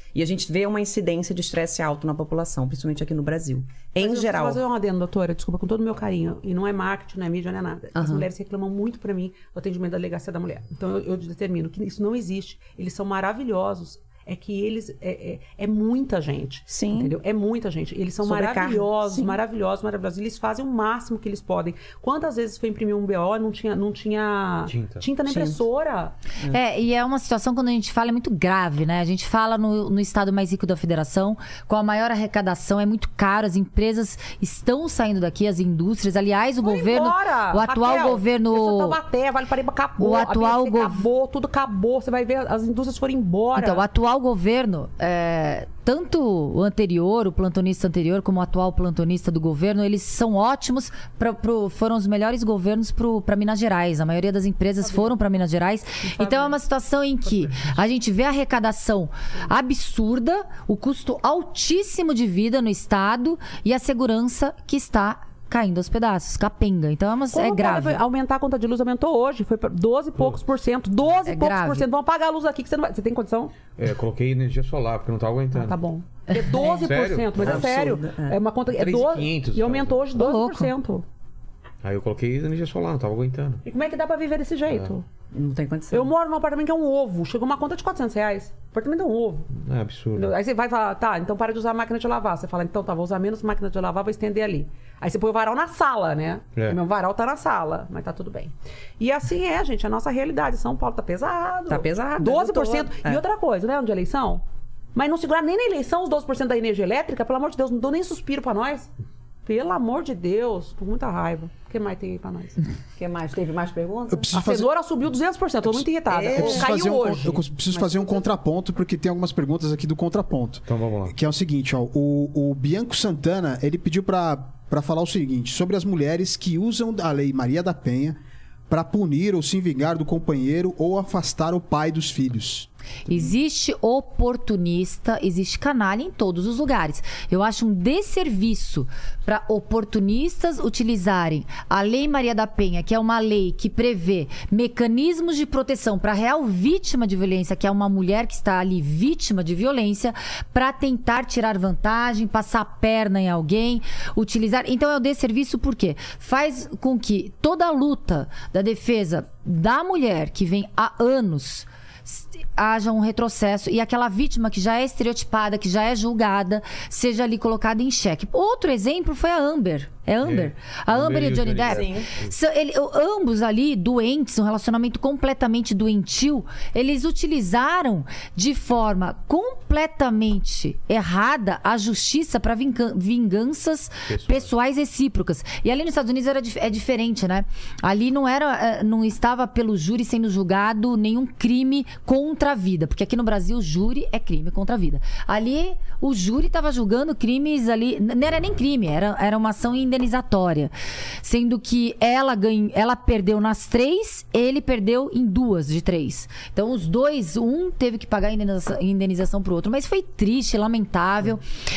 E a gente vê uma incidência de estresse alto na população, principalmente aqui no Brasil. Em Mas eu geral. preciso fazer um adendo, doutora, desculpa, com todo o meu carinho. E não é marketing, não é mídia, não é nada. As Aham. mulheres reclamam muito pra mim do atendimento da delegacia da mulher. Então eu, eu determino que isso não existe. Eles são maravilhosos. É que eles... É, é, é muita gente. Sim. Entendeu? É muita gente. Eles são Sobrecarga. maravilhosos, Sim. maravilhosos, maravilhosos. Eles fazem o máximo que eles podem. Quantas vezes foi imprimir um B O e não tinha, não tinha Tinta. tinta na Tinta. impressora? É, e é uma situação, quando a gente fala, é muito grave, né? A gente fala no, no estado mais rico da federação, com a maior arrecadação, é muito caro, as empresas estão saindo daqui, as indústrias. Aliás, o Vai governo. embora! O atual Raquel, governo. Taubaté, Vale Paraíba acabou. O atual a B C gov- acabou, tudo acabou. Você vai ver, as indústrias foram embora. Então, o atual governo, é, tanto o anterior, o plantonista anterior, como o atual plantonista do governo, eles são ótimos, pra, pro, foram os melhores governos para Minas Gerais. A maioria das empresas foram para Minas Gerais. Então, é uma situação em que a gente vê a arrecadação absurda, o custo altíssimo de vida no estado e a segurança que está caindo aos pedaços, capenga. Então, é, uma, Como é pode grave. aumentar a conta de luz? Aumentou hoje, foi para doze e poucos por cento. doze e É poucos grave. por cento. Vão apagar a luz aqui que você não vai... Você tem condição? É, eu coloquei energia solar, porque eu não tava aguentando. Ah, tá bom. É doze por cento, Sério? mas é Absurdo, sério. é. É uma conta... É três mil e doze, quinhentos, e aumentou hoje doze por cento. Aí eu coloquei energia solar, não tava aguentando. E como é que dá pra viver desse jeito? Não tem condição. Eu moro num apartamento que é um ovo. Chegou uma conta de quatrocentos reais. O apartamento é um ovo. É absurdo. Aí você vai falar, tá, então para de usar a máquina de lavar. Você fala, então tá, vou usar menos máquina de lavar, vou estender ali. Aí você põe o varal na sala, né? É. O meu varal tá na sala, mas tá tudo bem. E assim é, gente, a nossa realidade. São Paulo tá pesado. Tá pesado, doze por cento. é. E outra coisa, né, de eleição? Mas não segurar nem na eleição os doze por cento da energia elétrica, pelo amor de Deus, não dou nem suspiro pra nós. Pelo amor de Deus, tô com muita raiva. O que mais tem aí pra nós? O que mais? Teve mais perguntas? Eu preciso A fazer... cenoura subiu duzentos por cento, tô muito irritada. É, Eu preciso Caiu fazer um, hoje. eu preciso fazer um contraponto, porque tem algumas perguntas aqui do contraponto. Então vamos lá. Que é o seguinte, ó. O, o Bianco Santana, ele pediu pra, pra falar o seguinte, sobre as mulheres que usam a Lei Maria da Penha pra punir ou se vingar do companheiro ou afastar o pai dos filhos. Existe oportunista, existe canalha em todos os lugares. Eu acho um desserviço para oportunistas utilizarem a Lei Maria da Penha, que é uma lei que prevê mecanismos de proteção para a real vítima de violência, que é uma mulher que está ali vítima de violência, para tentar tirar vantagem, passar a perna em alguém, utilizar. Então é o desserviço porque faz com que toda a luta da defesa da mulher, que vem há anos, haja um retrocesso e aquela vítima que já é estereotipada, que já é julgada, seja ali colocada em xeque. Outro exemplo foi a Amber. É Amber? É. A Amber, Amber e o Johnny Depp. Sim. São- ele- o- ambos ali, doentes, um relacionamento completamente doentio, eles utilizaram de forma completamente errada a justiça para vinganças Pessoais. pessoais recíprocas. E ali nos Estados Unidos era, dif- é diferente, né? Ali não era, eh, não estava pelo júri sendo julgado nenhum crime contra a vida, porque aqui no Brasil o júri é crime contra a vida. Ali o júri estava julgando crimes ali, não era nem crime, era, era uma ação indenizatória, sendo que ela ganhou, ela perdeu nas três, ele perdeu em duas de três. Então os dois, um teve que pagar a indenização, indenização pro outro, mas foi triste, lamentável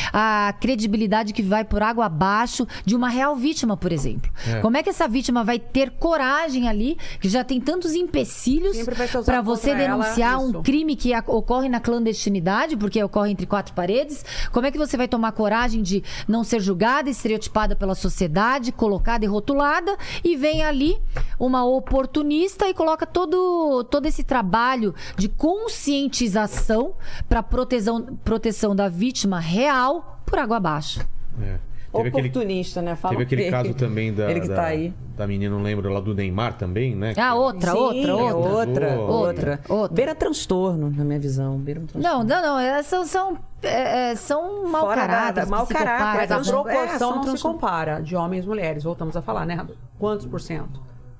a credibilidade que vai por água abaixo de uma real vítima, por exemplo. É. Como é que essa vítima vai ter coragem ali, que já tem tantos empecilhos Sempre vai ser usado para você contra ela denunciar um isso. crime que a- ocorre na clandestinidade, porque ocorre entre quatro paredes? Como é que você vai tomar coragem de não ser julgada, estereotipada pela sociedade, colocada e rotulada, e vem ali uma oportunista e coloca todo, todo esse trabalho de conscientização para proteção, proteção da vítima real por água abaixo? É. Teve aquele, Oportunista, né? Fala teve aquele ele. caso também da, Ele que da, tá aí. da menina, não lembro, lá do Neymar também, né? Ah, outra, Sim, outra, é outra. outra, Outra. outra. Outra. Beira transtorno, na minha visão. Beira um transtorno. Não, não, não. Essas são, é, é, são mau Fora da- caráter, da- mau caráter, Mas a Mas, né? não- é, proporção são não se transtorno. compara de homens e mulheres. Voltamos a falar, né? Quantos por cento?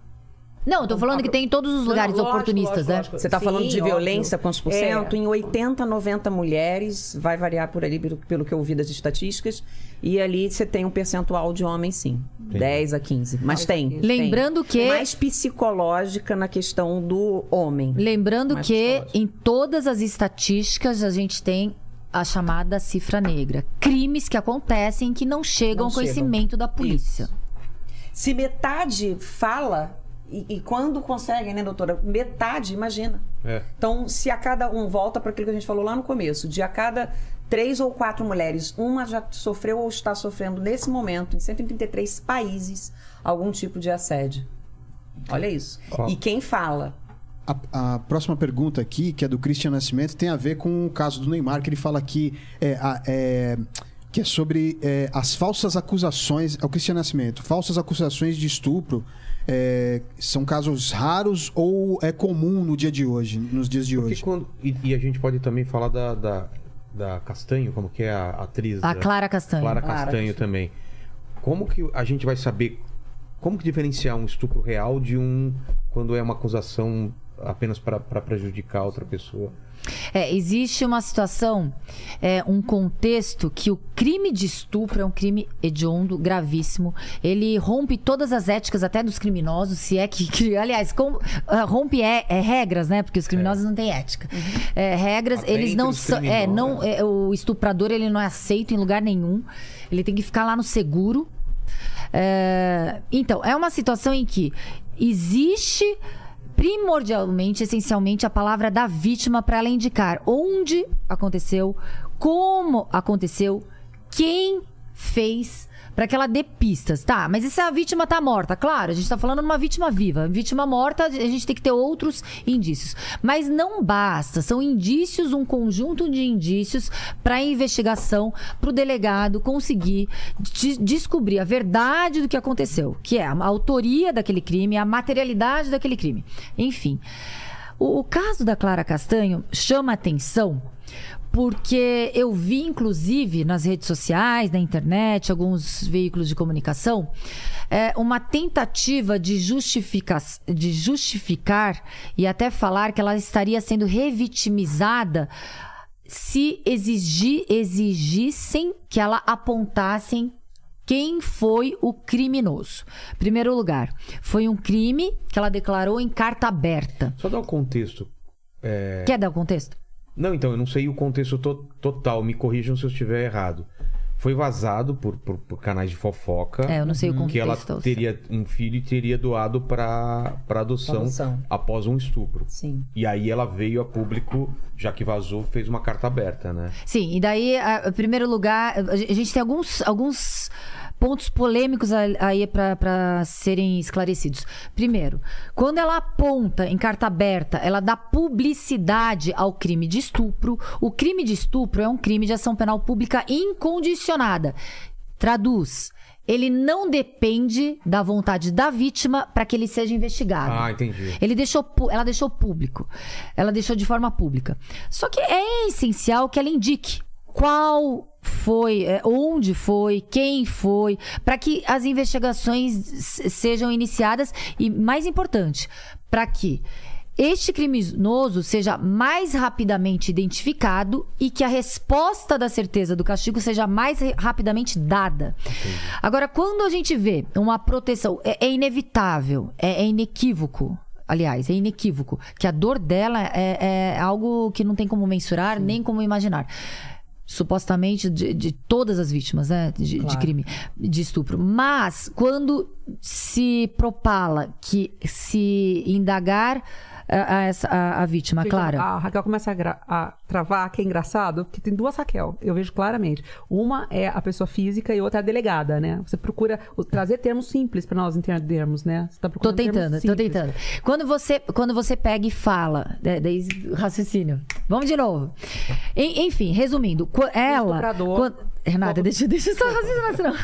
Não, eu tô falando que tem em todos os lugares Não, lógico, oportunistas, lógico, né? lógico. Você está Sim, falando de óbvio. violência, quantos por cento? É. Em oitenta, noventa mulheres, vai variar por ali, pelo, pelo que eu ouvi das estatísticas. E ali você tem um percentual de homens, sim. dez a quinze. Mas tem. tem. Lembrando que- Mais psicológica na questão do homem. Lembrando Mais que psicológico. em todas as estatísticas a gente tem a chamada cifra negra. Crimes que acontecem que não chegam Não ao chegam. conhecimento da polícia. Se metade fala, E, e quando conseguem, né, doutora? Metade, imagina. É. Então, se a cada um, volta para aquilo que a gente falou lá no começo, de a cada três ou quatro mulheres, uma já sofreu ou está sofrendo nesse momento, em cento e trinta e três países, algum tipo de assédio. Olha isso. Oh. E quem fala? A, a próxima pergunta aqui, que é do Christian Nascimento, tem a ver com o caso do Neymar, que ele fala aqui é, é, que é sobre é, as falsas acusações. É o Christian Nascimento. Falsas acusações de estupro é, são casos raros ou é comum no dia de hoje, nos dias de Porque hoje? Quando, e, e a gente pode também falar da, da, da Castanho, como que é a atriz? A da, Clara Castanho. Clara Clara. Castanho também. Como que a gente vai saber, como que diferenciar um estupro real de um, quando é uma acusação apenas para prejudicar outra pessoa? É, existe uma situação, é, um contexto que o crime de estupro é um crime hediondo, gravíssimo. Ele rompe todas as éticas até dos criminosos, se é que... que aliás, com, uh, rompe é, é regras, né? Porque os criminosos é. não têm ética. Uhum. É, regras, Até eles não são... É, não, né? é, o estuprador, ele não é aceito em lugar nenhum. Ele tem que ficar lá no seguro. É, então, é uma situação em que existe... primordialmente, essencialmente, a palavra da vítima para ela indicar onde aconteceu, como aconteceu, quem fez, para que ela dê pistas. Tá, mas e se a vítima tá morta? Claro, a gente tá falando de uma vítima viva. Vítima morta, a gente tem que ter outros indícios. Mas não basta, são indícios, um conjunto de indícios para a investigação, para o delegado conseguir de descobrir a verdade do que aconteceu, que é a autoria daquele crime, a materialidade daquele crime. Enfim, o, o caso da Clara Castanho chama atenção porque eu vi, inclusive, nas redes sociais, na internet, alguns veículos de comunicação, é, uma tentativa de, justificar, de justificar e até falar que ela estaria sendo revitimizada se exigir, exigissem que ela apontassem quem foi o criminoso. Primeiro lugar, foi um crime que ela declarou em carta aberta. Só dar o contexto. É... Quer dar o contexto? Não, então, eu não sei o contexto to total. Me corrijam se eu estiver errado. Foi vazado por, por, por canais de fofoca. É, eu não sei o contexto. Que ela teria um filho e teria doado para adoção, adoção após um estupro. Sim. E aí ela veio a público, já que vazou, fez uma carta aberta, né? Sim, e daí, em primeiro lugar, a gente tem alguns... alguns... pontos polêmicos aí para serem esclarecidos. Primeiro, quando ela aponta em carta aberta, ela dá publicidade ao crime de estupro. O crime de estupro é um crime de ação penal pública incondicionada. Traduz. Ele não depende da vontade da vítima para que ele seja investigado. Ah, entendi. Ele deixou, ela deixou público. Ela deixou de forma pública. Só que é essencial que ela indique qual foi, onde foi, quem foi, para que as investigações sejam iniciadas e, mais importante, para que este criminoso seja mais rapidamente identificado e que a resposta da certeza do castigo seja mais rapidamente dada. Entendi. Agora, quando a gente vê uma proteção, é, é inevitável, é, é inequívoco. Aliás, é inequívoco que a dor dela é, é algo que não tem como mensurar, Sim. nem como imaginar. Supostamente de, de todas as vítimas, né, de, claro. de crime, de estupro. Mas quando se propala que se indagar a, a, essa, a, a vítima, Fica, Clara. A Raquel começa a, a travar, que é engraçado, porque tem duas Raquel, eu vejo claramente. Uma é a pessoa física e outra é a delegada, né? Você procura trazer termos simples para nós entendermos, né? Você tá procurando tô tentando, tô tentando. Quando você, quando você pega e fala, daí raciocínio. Vamos de novo. Enfim, resumindo, ela... Quando, Renata, deixa, deixa eu só raciocinar, senão...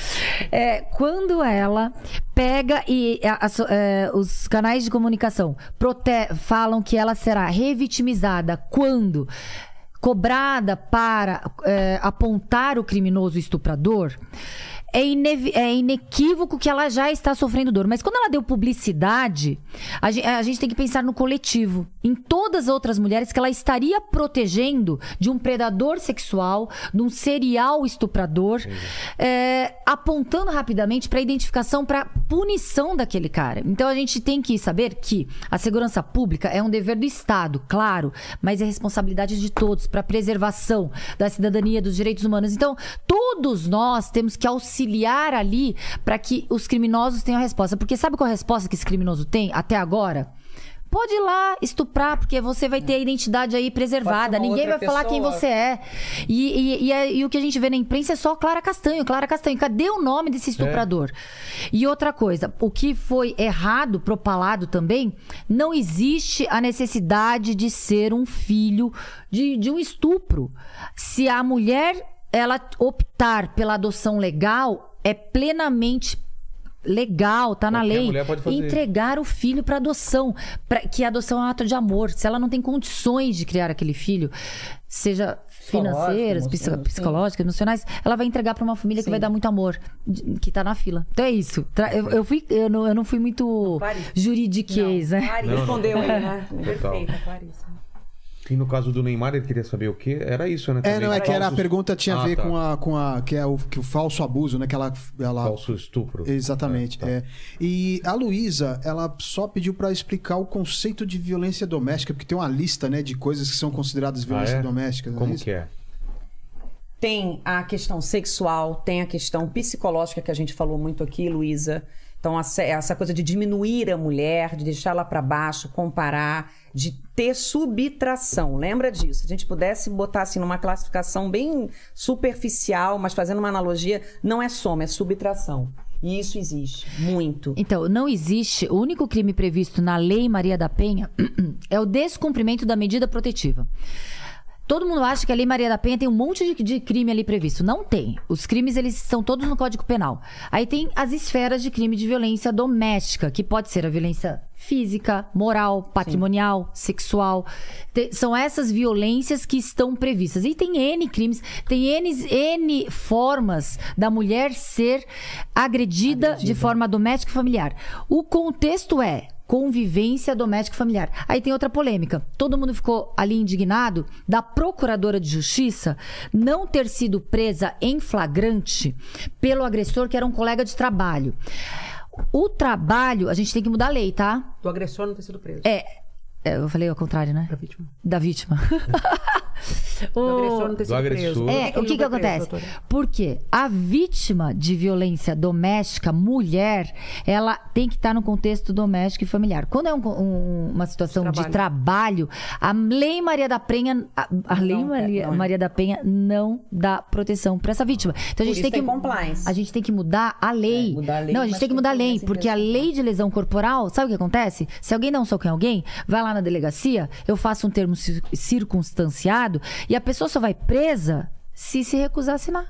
É, quando ela pega e a, a, a, os canais de comunicação prote falam que ela será revitimizada quando cobrada para é, apontar o criminoso estuprador, é, é inequívoco que ela já está sofrendo dor. Mas quando ela deu publicidade, a gente, a gente tem que pensar no coletivo. Em todas as outras mulheres que ela estaria protegendo de um predador sexual, de um serial estuprador, é, apontando rapidamente para a identificação, para punição daquele cara. Então a gente tem que saber que a segurança pública é um dever do Estado, claro, mas é responsabilidade de todos para a preservação da cidadania, dos direitos humanos. Então, todo todos nós temos que auxiliar ali para que os criminosos tenham a resposta. Porque sabe qual é a resposta que esse criminoso tem até agora? Pode ir lá estuprar, porque você vai ter a identidade aí preservada. Ninguém vai falar quem você é. E, e, e, é- e o que a gente vê na imprensa é só Clara Castanho, Clara Castanho. Cadê o nome desse estuprador? E outra coisa, o que foi errado, propalado também, não existe a necessidade de ser um filho de, de um estupro. Se a mulher, ela optar pela adoção legal, é plenamente legal, tá na Qualquer lei. mulher pode fazer Entregar o filho para adoção, pra, que a adoção é um ato de amor. Se ela não tem condições de criar aquele filho, seja financeiras, psico- emocional, sim. psicológicas, emocionais, ela vai entregar para uma família que vai dar muito amor, de- que tá na fila. Então é isso. Tra- Eu, eu, fui, eu, não, eu não fui muito Clarice. juridiquês, né? Clarice Não, não. respondeu aí, né? Total. Perfeita, Clarice. E no caso do Neymar, ele queria saber o quê? Era isso, né? É, também? não, é que era a Falsos- pergunta tinha a Ah, ver tá. com a. com a. que é o, que o falso abuso, né? Que ela. ela... Falso estupro. Exatamente. É, tá. É. E a Luísa, ela só pediu pra explicar o conceito de violência doméstica, porque tem uma lista, né, de coisas que são consideradas violência Ah, é? doméstica. não é Como isso? que é? Tem a questão sexual, tem a questão psicológica que a gente falou muito aqui, Luísa. Então, essa- essa coisa de diminuir a mulher, de deixar ela para baixo, comparar, de ter subtração. Lembra disso? Se a gente pudesse botar assim numa classificação bem superficial, mas fazendo uma analogia, não é soma, é subtração. E isso existe muito. Então, não existe. O único crime previsto na Lei Maria da Penha é o descumprimento da medida protetiva. Todo mundo acha que a Lei Maria da Penha tem um monte de, de crime ali previsto. Não tem. Os crimes, eles são todos no Código Penal. Aí tem as esferas de crime de violência doméstica, que pode ser a violência física, moral, patrimonial, sexual. Te- são essas violências que estão previstas. E tem N crimes, tem N, N formas da mulher ser agredida, de forma doméstica e familiar. O contexto é convivência doméstica e familiar. Aí tem outra polêmica. Todo mundo ficou ali indignado da procuradora de justiça não ter sido presa em flagrante pelo agressor, que era um colega de trabalho. O trabalho, a gente tem que mudar a lei, tá? Do agressor não ter sido preso. É, é, eu falei ao contrário, né? Da vítima. Da vítima. Do O- agressor não ter Do sido agressor. preso. É, Por o que ele que não foi preso, acontece? doutora? Porque a vítima de violência doméstica, mulher, ela tem que estar no contexto doméstico e familiar. Quando é um- um- uma situação de trabalho, a Lei Maria da Penha, a, a Lei Não, Maria, não. Maria da Penha não dá proteção para essa vítima. Então a gente isso tem que tem compliance. a gente tem que mudar a lei. É, mudar a lei, não, a gente mas tem que tem mudar a que lei, essa porque a impressão. lei de lesão corporal, sabe o que acontece? Se alguém dá um soco em alguém, vai lá na delegacia, eu faço um termo cir- circunstanciado e a pessoa só vai presa se se recusar a assinar.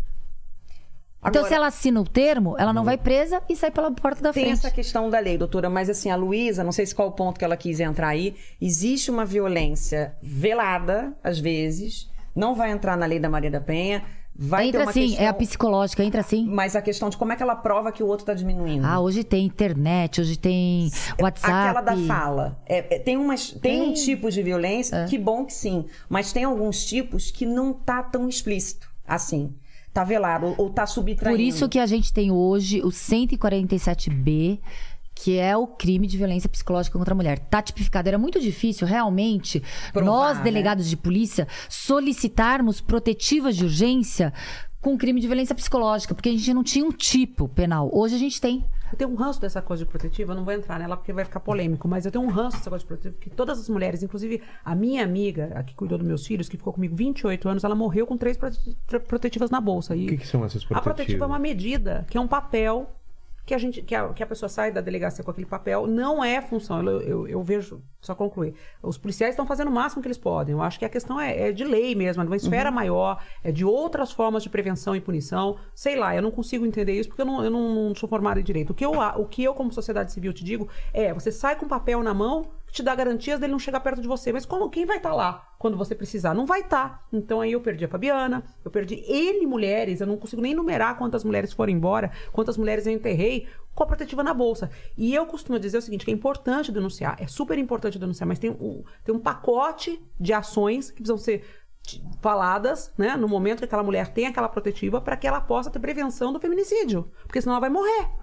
Então, Agora- se ela assina o termo, ela não vai presa e sai pela porta da Tem frente. essa questão da lei, doutora, mas assim, a Luísa, não sei se qual o ponto que ela quis entrar aí, existe uma violência velada, às vezes, não vai entrar na lei da Maria da Penha, vai entra ter uma sim, questão... é a psicológica, entra sim. Mas a questão de como é que ela prova que o outro está diminuindo. Ah, hoje tem internet, hoje tem WhatsApp. Aquela da fala. É, é, tem umas, tem um tipo de violência, que bom que sim, mas tem alguns tipos que não tá tão explícito assim. Tá velado ou, ou tá subtraindo. Por isso que a gente tem hoje o cento e quarenta e sete B, que é o crime de violência psicológica contra a mulher. Tá tipificado. Era muito difícil, realmente, Provar, nós, né? delegados de polícia, solicitarmos protetivas de urgência com crime de violência psicológica, porque a gente não tinha um tipo penal. Hoje a gente tem. Eu tenho um ranço dessa coisa de protetiva, eu não vou entrar nela porque vai ficar polêmico, mas eu tenho um ranço dessa coisa de protetiva, porque todas as mulheres, inclusive a minha amiga, a que cuidou dos meus filhos, que ficou comigo vinte e oito anos, ela morreu com três prote- protetivas na bolsa. E O que, que são essas a protetivas? protetiva é uma medida, que é um papel que a, gente, que, a, que a pessoa sai da delegacia com aquele papel. Não é função, eu, eu, eu vejo, só concluir. Os policiais estão fazendo o máximo que eles podem. Eu acho que a questão é, é de lei mesmo, é de uma esfera maior, é de outras formas de prevenção e punição. Sei lá, eu não consigo entender isso porque eu não, eu não, não sou formada em direito. O que, eu, o que eu, como sociedade civil, te digo é, você sai com papel na mão que te dá garantias dele não chegar perto de você. Mas como, quem vai estar lá quando você precisar? Não vai estar. Então aí eu perdi a Fabiana, eu perdi N mulheres, eu não consigo nem numerar quantas mulheres foram embora, quantas mulheres eu enterrei com a protetiva na bolsa. E eu costumo dizer o seguinte, que é importante denunciar, é super importante denunciar, mas tem um, tem um pacote de ações que precisam ser faladas, né, no momento que aquela mulher tem aquela protetiva para que ela possa ter prevenção do feminicídio, porque senão ela vai morrer.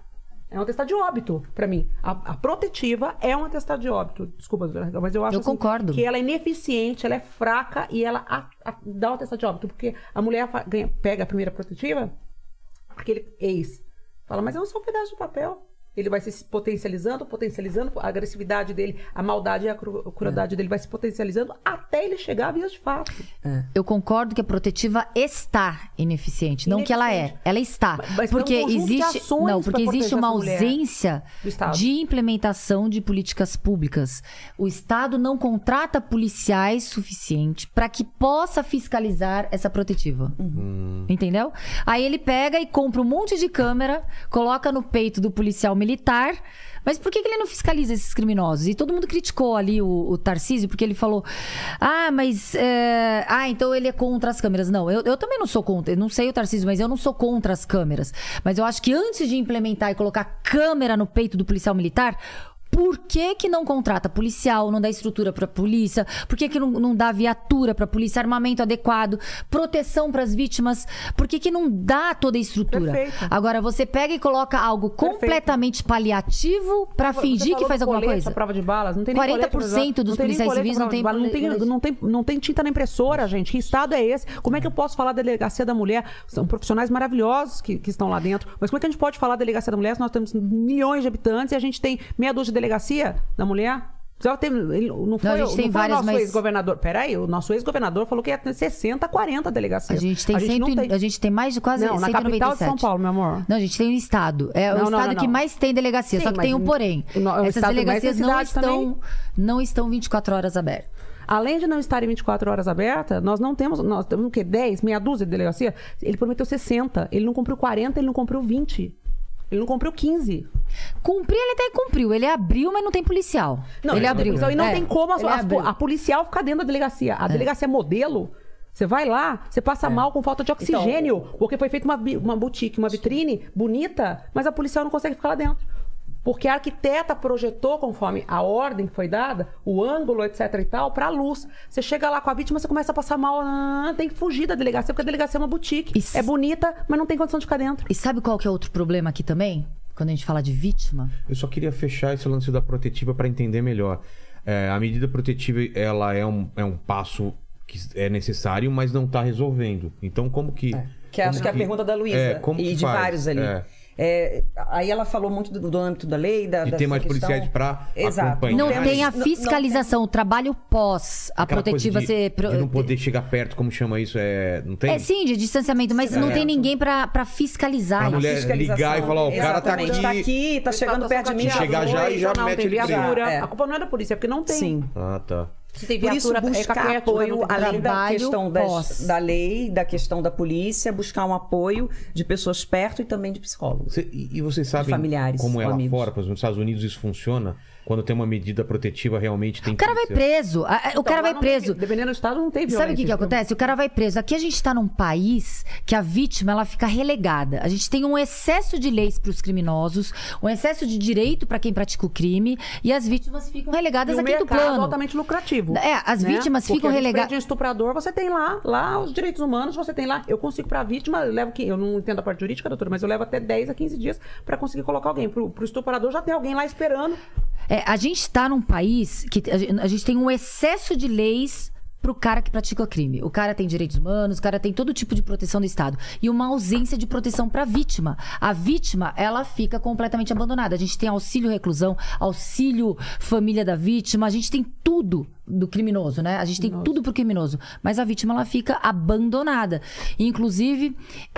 É um atestado de óbito, pra mim. A, a protetiva é um atestado de óbito. Desculpa, mas eu acho Eu assim, concordo. que ela é ineficiente, ela é fraca e ela a, a, dá o atestado de óbito. Porque a mulher fa- ganha, pega a primeira protetiva, aquele ex fala, mas é só um pedaço de papel. Ele vai se potencializando, potencializando, a agressividade dele, a maldade e a cru- crueldade é. dele vai se potencializando até ele chegar a vias de fato. É. Eu concordo que a protetiva está ineficiente, não que ela é, ela está. Mas, mas porque tem um conjunto de existe, ações não, porque pra existe proteger uma essa mulher ausência do Estado. de implementação de políticas públicas. O Estado não contrata policiais suficiente para que possa fiscalizar essa protetiva. Uhum. Entendeu? Aí ele pega e compra um monte de câmera, coloca no peito do policial militar. Mas por que, que ele não fiscaliza esses criminosos? E todo mundo criticou ali o, o Tarcísio, porque ele falou: ah, mas. É... Ah, então ele é contra as câmeras. Não, eu, eu também não sou contra. Eu não sei o Tarcísio, mas eu não sou contra as câmeras. Mas eu acho que antes de implementar e colocar câmera no peito do policial militar. Por que que não contrata policial, não dá estrutura para polícia? Por que que não, não dá viatura para polícia, armamento adequado, proteção para as vítimas? Por que que não dá toda a estrutura? Perfeito. Agora, você pega e coloca algo completamente paliativo para fingir que faz alguma colete, coisa? A prova de balas, não tem nem quarenta por cento dos policiais civis não tem, não tem não tem não tem tinta na impressora, gente. Que estado é esse? Como é que eu posso falar da delegacia da mulher? São profissionais maravilhosos que, que estão lá dentro. Mas como é que a gente pode falar da delegacia da mulher se nós temos milhões de habitantes e a gente tem meia dúzia de delegacia da mulher? Tem, ele, não foi, não, a gente tem não foi várias, o nosso mas... ex-governador. Peraí, o nosso ex-governador falou que ia ter sessenta, quarenta delegacias. A gente tem, a gente, cento, não tem... a gente tem mais de quase não, cento e noventa e sete. Na capital de São Paulo, meu amor. Não, a gente tem um estado. É não, o estado não, não, que não. mais tem delegacia. Sim, só que tem um porém. No, Essas estado, delegacias não estão, também... não estão vinte e quatro horas abertas. Além de não estarem vinte e quatro horas abertas, nós não temos, nós temos o quê? dez, meia dúzia de delegacia? Ele prometeu sessenta. Ele não cumpriu quarenta, ele não cumpriu vinte. Ele não cumpriu quinze. Cumprir, ele até cumpriu. Ele abriu, mas não tem policial. Não, ele abriu. E não é. tem como a, a, a policial ficar dentro da delegacia. A é. delegacia modelo, você vai lá, você passa é. mal com falta de oxigênio. Então, porque foi feita uma, uma boutique, uma vitrine bonita, mas a policial não consegue ficar lá dentro. Porque a arquiteta projetou, conforme a ordem que foi dada, o ângulo, etc e tal, pra luz. Você chega lá com a vítima, você começa a passar mal, ah, tem que fugir da delegacia, porque a delegacia é uma boutique. Isso. É bonita, mas não tem condição de ficar dentro. E sabe qual que é outro problema aqui também? Quando a gente fala de vítima? Eu só queria fechar esse lance da protetiva para entender melhor. É, a medida protetiva, ela é um, é um passo que é necessário, mas não está resolvendo. Então, como que... É, que acho que é a pergunta da Luísa é, como e de faz? vários ali. É. É, aí ela falou muito do, do âmbito da lei, da, de da ter mais questão... policiais para acompanhar. Não mas... tem a fiscalização, não, não tem... o trabalho pós a Aquela protetiva de, ser... de não poder chegar perto, como chama isso? É, não tem? É sim, de distanciamento, mas é. não tem ninguém para fiscalizar. A mulher ligar e falar, ó, o cara tá aqui... tá aqui, tá chegando perto de mim. Chegar já e já não, mete ele preso. É. A culpa não é da polícia, é porque não tem. Sim. Ah, tá. Se tem Por isso, buscar é apoio, além da questão das, da lei, da questão da polícia, buscar um apoio de pessoas perto e também de psicólogos. Cê, e, e vocês sabem familiares, como é lá amigos. fora, por exemplo, nos Estados Unidos isso funciona? Quando tem uma medida protetiva, realmente tem que... O cara vai preso. O então, cara vai preso. Tem, dependendo do estado, não tem violência. Sabe o que, que acontece? O cara vai preso. Aqui a gente tá num país que a vítima, ela fica relegada. A gente tem um excesso de leis pros criminosos, um excesso de direito para quem pratica o crime, e as vítimas ficam relegadas e a quinto plano. É altamente lucrativo. É, as né? vítimas Porque ficam relegadas. de um estuprador, você tem lá, lá os direitos humanos, você tem lá. Eu consigo pra vítima, eu levo que eu não entendo a parte jurídica, doutora, mas eu levo até dez a quinze dias para conseguir colocar alguém. Pro, pro estuprador já tem alguém lá esperando. É, a gente está num país que a gente tem um excesso de leis pro cara que pratica o crime. O cara tem direitos humanos, o cara tem todo tipo de proteção do Estado. E uma ausência de proteção pra vítima. A vítima, ela fica completamente abandonada. A gente tem auxílio reclusão, auxílio família da vítima, a gente tem tudo do criminoso, né? A gente tem Nossa. tudo pro criminoso. Mas a vítima, ela fica abandonada. Inclusive,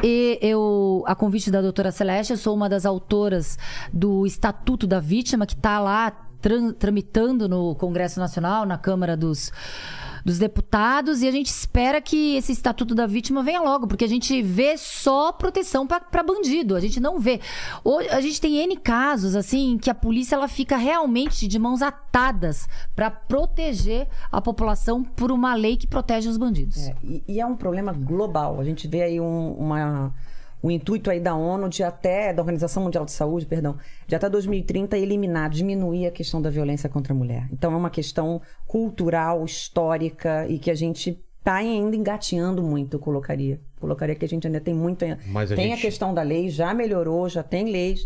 eu, a convite da doutora Celeste, eu sou uma das autoras do Estatuto da Vítima, que tá lá tram, tramitando no Congresso Nacional, na Câmara dos... dos deputados, e a gente espera que esse Estatuto da Vítima venha logo, porque a gente vê só proteção para bandido, a gente não vê. Hoje, a gente tem N casos, assim, que a polícia ela fica realmente de mãos atadas para proteger a população por uma lei que protege os bandidos. É, e, e é um problema global. A gente vê aí um, uma... o intuito aí da ONU de até, da Organização Mundial de Saúde, perdão, de até dois mil e trinta eliminar, diminuir a questão da violência contra a mulher. Então é uma questão cultural, histórica e que a gente está ainda engateando muito, eu colocaria. Colocaria que a gente ainda tem muito... Mas a tem gente... a questão da lei, já melhorou, já tem leis,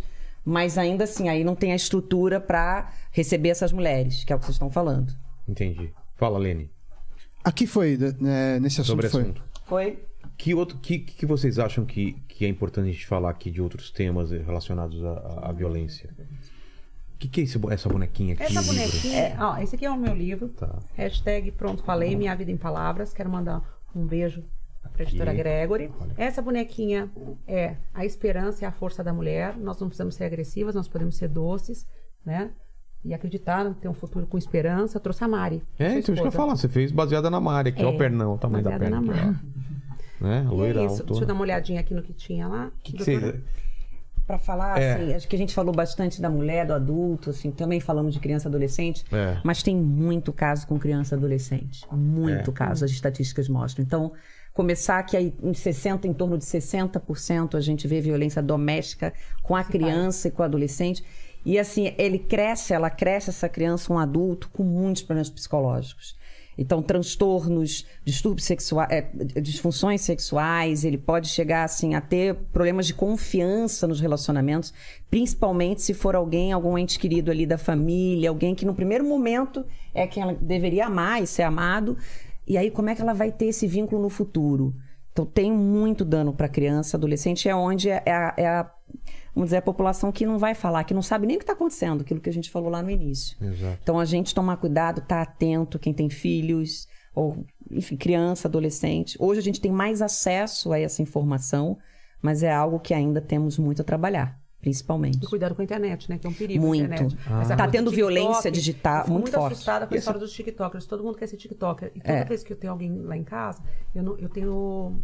mas ainda assim, aí não tem a estrutura para receber essas mulheres, que é o que vocês estão falando. Entendi. Fala, Lene. Aqui foi, né, nesse assunto Sobre foi. assunto. Foi? Que outro que, que vocês acham que, que é importante a gente falar aqui de outros temas relacionados à, à violência? O que, que é esse, essa bonequinha aqui? Essa no livro? bonequinha... É, ó, esse aqui é o meu livro. Tá. Hashtag Pronto Falei, Minha Vida em Palavras. Quero mandar um beijo para a editora Gregory. Essa bonequinha é a esperança e a força da mulher. Nós não precisamos ser agressivas, nós podemos ser doces, né? E acreditar, ter um futuro com esperança. Eu trouxe a Mari. É, então isso que eu ia falar. Você fez baseada na Mari, aqui é, o pernão, o tamanho da perna. Na Mari. Né? Loira, é isso. Deixa eu dar uma olhadinha aqui no que tinha lá. Que que você... Para falar, é. assim, acho que a gente falou bastante da mulher, do adulto, assim, também falamos de criança e adolescente, é. mas tem muito caso com criança e adolescente. Muito é. caso, as estatísticas mostram. Então, começar que aí em sessenta, em torno de sessenta por cento a gente vê violência doméstica com a Sim, criança pai. e com o adolescente. E assim, ele cresce, ela cresce, essa criança, um adulto, com muitos problemas psicológicos. Então, transtornos, distúrbios sexuais, é, disfunções sexuais, ele pode chegar assim, a ter problemas de confiança nos relacionamentos, principalmente se for alguém, algum ente querido ali da família, alguém que no primeiro momento é quem ela deveria amar e ser amado. E aí, como é que ela vai ter esse vínculo no futuro? Então, tem muito dano para a criança, adolescente, é onde é a, é a, vamos dizer, a população que não vai falar, que não sabe nem o que está acontecendo, aquilo que a gente falou lá no início. Exato. Então, a gente tomar cuidado, estar tá atento, quem tem filhos, ou, enfim, criança, adolescente. Hoje a gente tem mais acesso a essa informação, mas é algo que ainda temos muito a trabalhar, principalmente. E cuidado com a internet, né? Que é um perigo. Muito. Ah. Está tendo TikTok, violência digital muito, muito forte. muito assustada com a Isso. história dos TikTokers. Todo mundo quer ser TikToker. E toda É. vez que eu tenho alguém lá em casa, eu, não, eu tenho...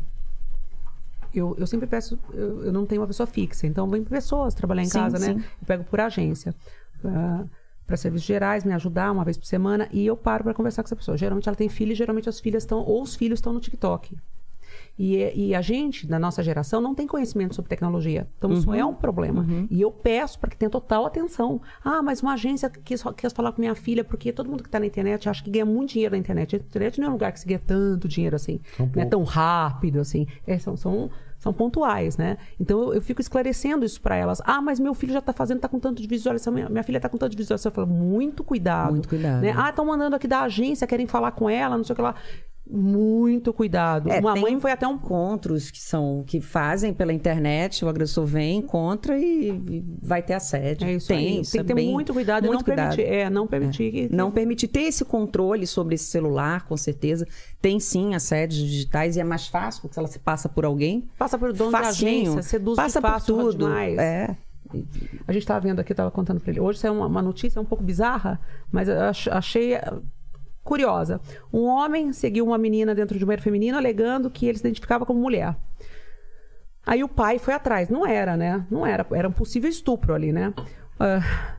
Eu, eu sempre peço... Eu, eu não tenho uma pessoa fixa. Então, vem pessoas trabalhar em Sim, casa, sim. né? Eu pego por agência. Uh, para serviços gerais, me ajudar uma vez por semana. E eu paro para conversar com essa pessoa. Geralmente ela tem filho e geralmente as filhas estão... Ou os filhos estão no TikTok. E, e a gente, da nossa geração, não tem conhecimento sobre tecnologia. Então, isso Uhum. é um problema. Uhum. E eu peço para que tenha total atenção. Ah, mas uma agência quis, quis falar com minha filha, porque todo mundo que está na internet acha que ganha muito dinheiro na internet. A internet não é um lugar que se ganha tanto dinheiro assim. Um não é tão rápido assim. É, são, são, são pontuais, né? Então, eu, eu fico esclarecendo isso para elas. Ah, mas meu filho já está fazendo, está com tanto de visualização. Minha, minha filha está com tanto de visualização. Eu falo, muito cuidado. Muito cuidado. Né? Ah, estão mandando aqui da agência, querem falar com ela, não sei o que lá. Muito cuidado. É, uma tem mãe foi até um encontros que são que fazem pela internet, o agressor vem, encontra e, e vai ter assédio. É isso tem, aí. isso Tem é que ter bem, muito cuidado muito e não cuidado. permitir. É, não permitir. Que... Não permitir ter esse controle sobre esse celular, com certeza. Tem sim assédios digitais e é mais fácil, porque se ela se passa por alguém. Passa por dono facinho, de agência, seduz passa de fácil, por tudo. demais. É. A gente estava vendo aqui, estava contando para ele. Hoje saiu uma, uma notícia um pouco bizarra, mas eu ach- achei curiosa. Um homem seguiu uma menina dentro de um banheiro feminino alegando que ele se identificava como mulher. Aí o pai foi atrás. Não era, né? Não era. Era um possível estupro ali, né? Uh,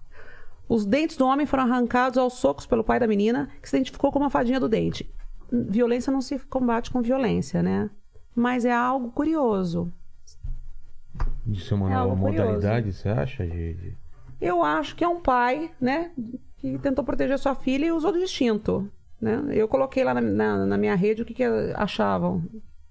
os dentes do homem foram arrancados aos socos pelo pai da menina, que se identificou como a fadinha do dente. Violência não se combate com violência, né? Mas é algo curioso. Isso é uma É nova algo modalidade, você acha? De, de... Eu acho que é um pai, né? Que tentou proteger sua filha e usou do instinto, né? Eu coloquei lá na, na, na minha rede o que, que achavam.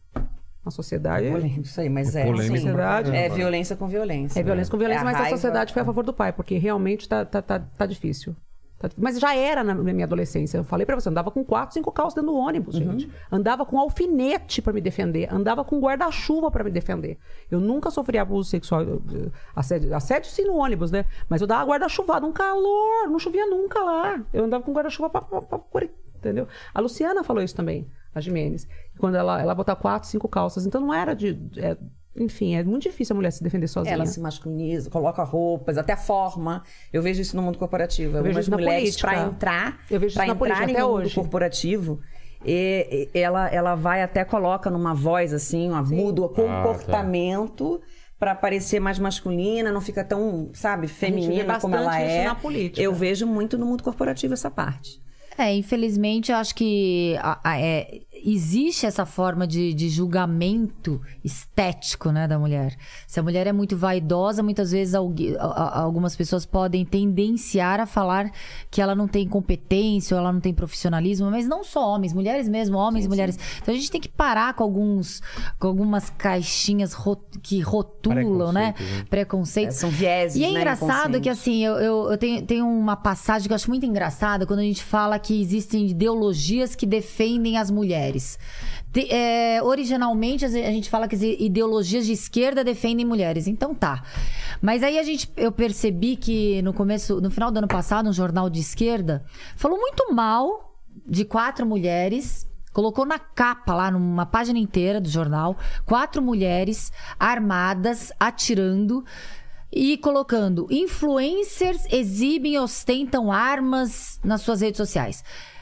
A sociedade... Polêmico, isso aí, mas É é, polêmico assim, pra caramba. é violência com violência. É violência com violência, É a mas a raiva- sociedade foi a favor do pai, porque realmente tá, tá, tá, tá difícil. Tá- Mas já era na minha adolescência. Eu falei pra você, andava com quatro, cinco calças dentro do ônibus, gente. Andava com alfinete pra me defender. Andava com guarda-chuva pra me defender. Eu nunca sofri abuso sexual. Assédio, assédio sim no ônibus, né? Mas eu dava guarda-chuvada, um calor. Não chovia nunca lá. Eu andava com guarda-chuva pra, pra, pra, pra... Entendeu? A Luciana falou isso também, a Jimenez. Quando ela, ela botava quatro, cinco calças. Então não era de... É, enfim, é muito difícil a mulher se defender sozinha. Ela se masculiniza, coloca roupas, até forma. Eu vejo isso no mundo corporativo. Eu vejo Algumas isso na mulheres, política. para entrar, Eu vejo isso pra na política entrar até no mundo hoje. corporativo, e, e ela, ela vai até coloca numa voz assim, uma, muda o comportamento para parecer mais masculina, não fica tão, sabe, feminina como ela isso é. na política. Eu vejo muito no mundo corporativo essa parte. É, infelizmente, eu acho que a- a- é, existe essa forma de, de julgamento estético, né, da mulher. Se a mulher é muito vaidosa, muitas vezes algumas pessoas podem tendenciar a falar que ela não tem competência ou ela não tem profissionalismo, mas não só homens, mulheres mesmo, homens sim, e mulheres. Sim. Então a gente tem que parar com alguns com algumas caixinhas rot, que rotulam, né? né? Preconceitos. É, são vieses, E é né, engraçado que assim, eu, eu, eu tenho, tenho uma passagem que eu acho muito engraçada quando a gente fala que existem ideologias que defendem as mulheres. De, é, originalmente a gente fala que as ideologias de esquerda defendem mulheres. Então tá. Mas aí a gente, eu percebi que no começo, no final do ano passado, um jornal de esquerda falou muito mal de quatro mulheres. Colocou na capa lá, numa página inteira do jornal, quatro mulheres armadas, atirando e colocando: influencers exibem e ostentam armas nas suas redes sociais.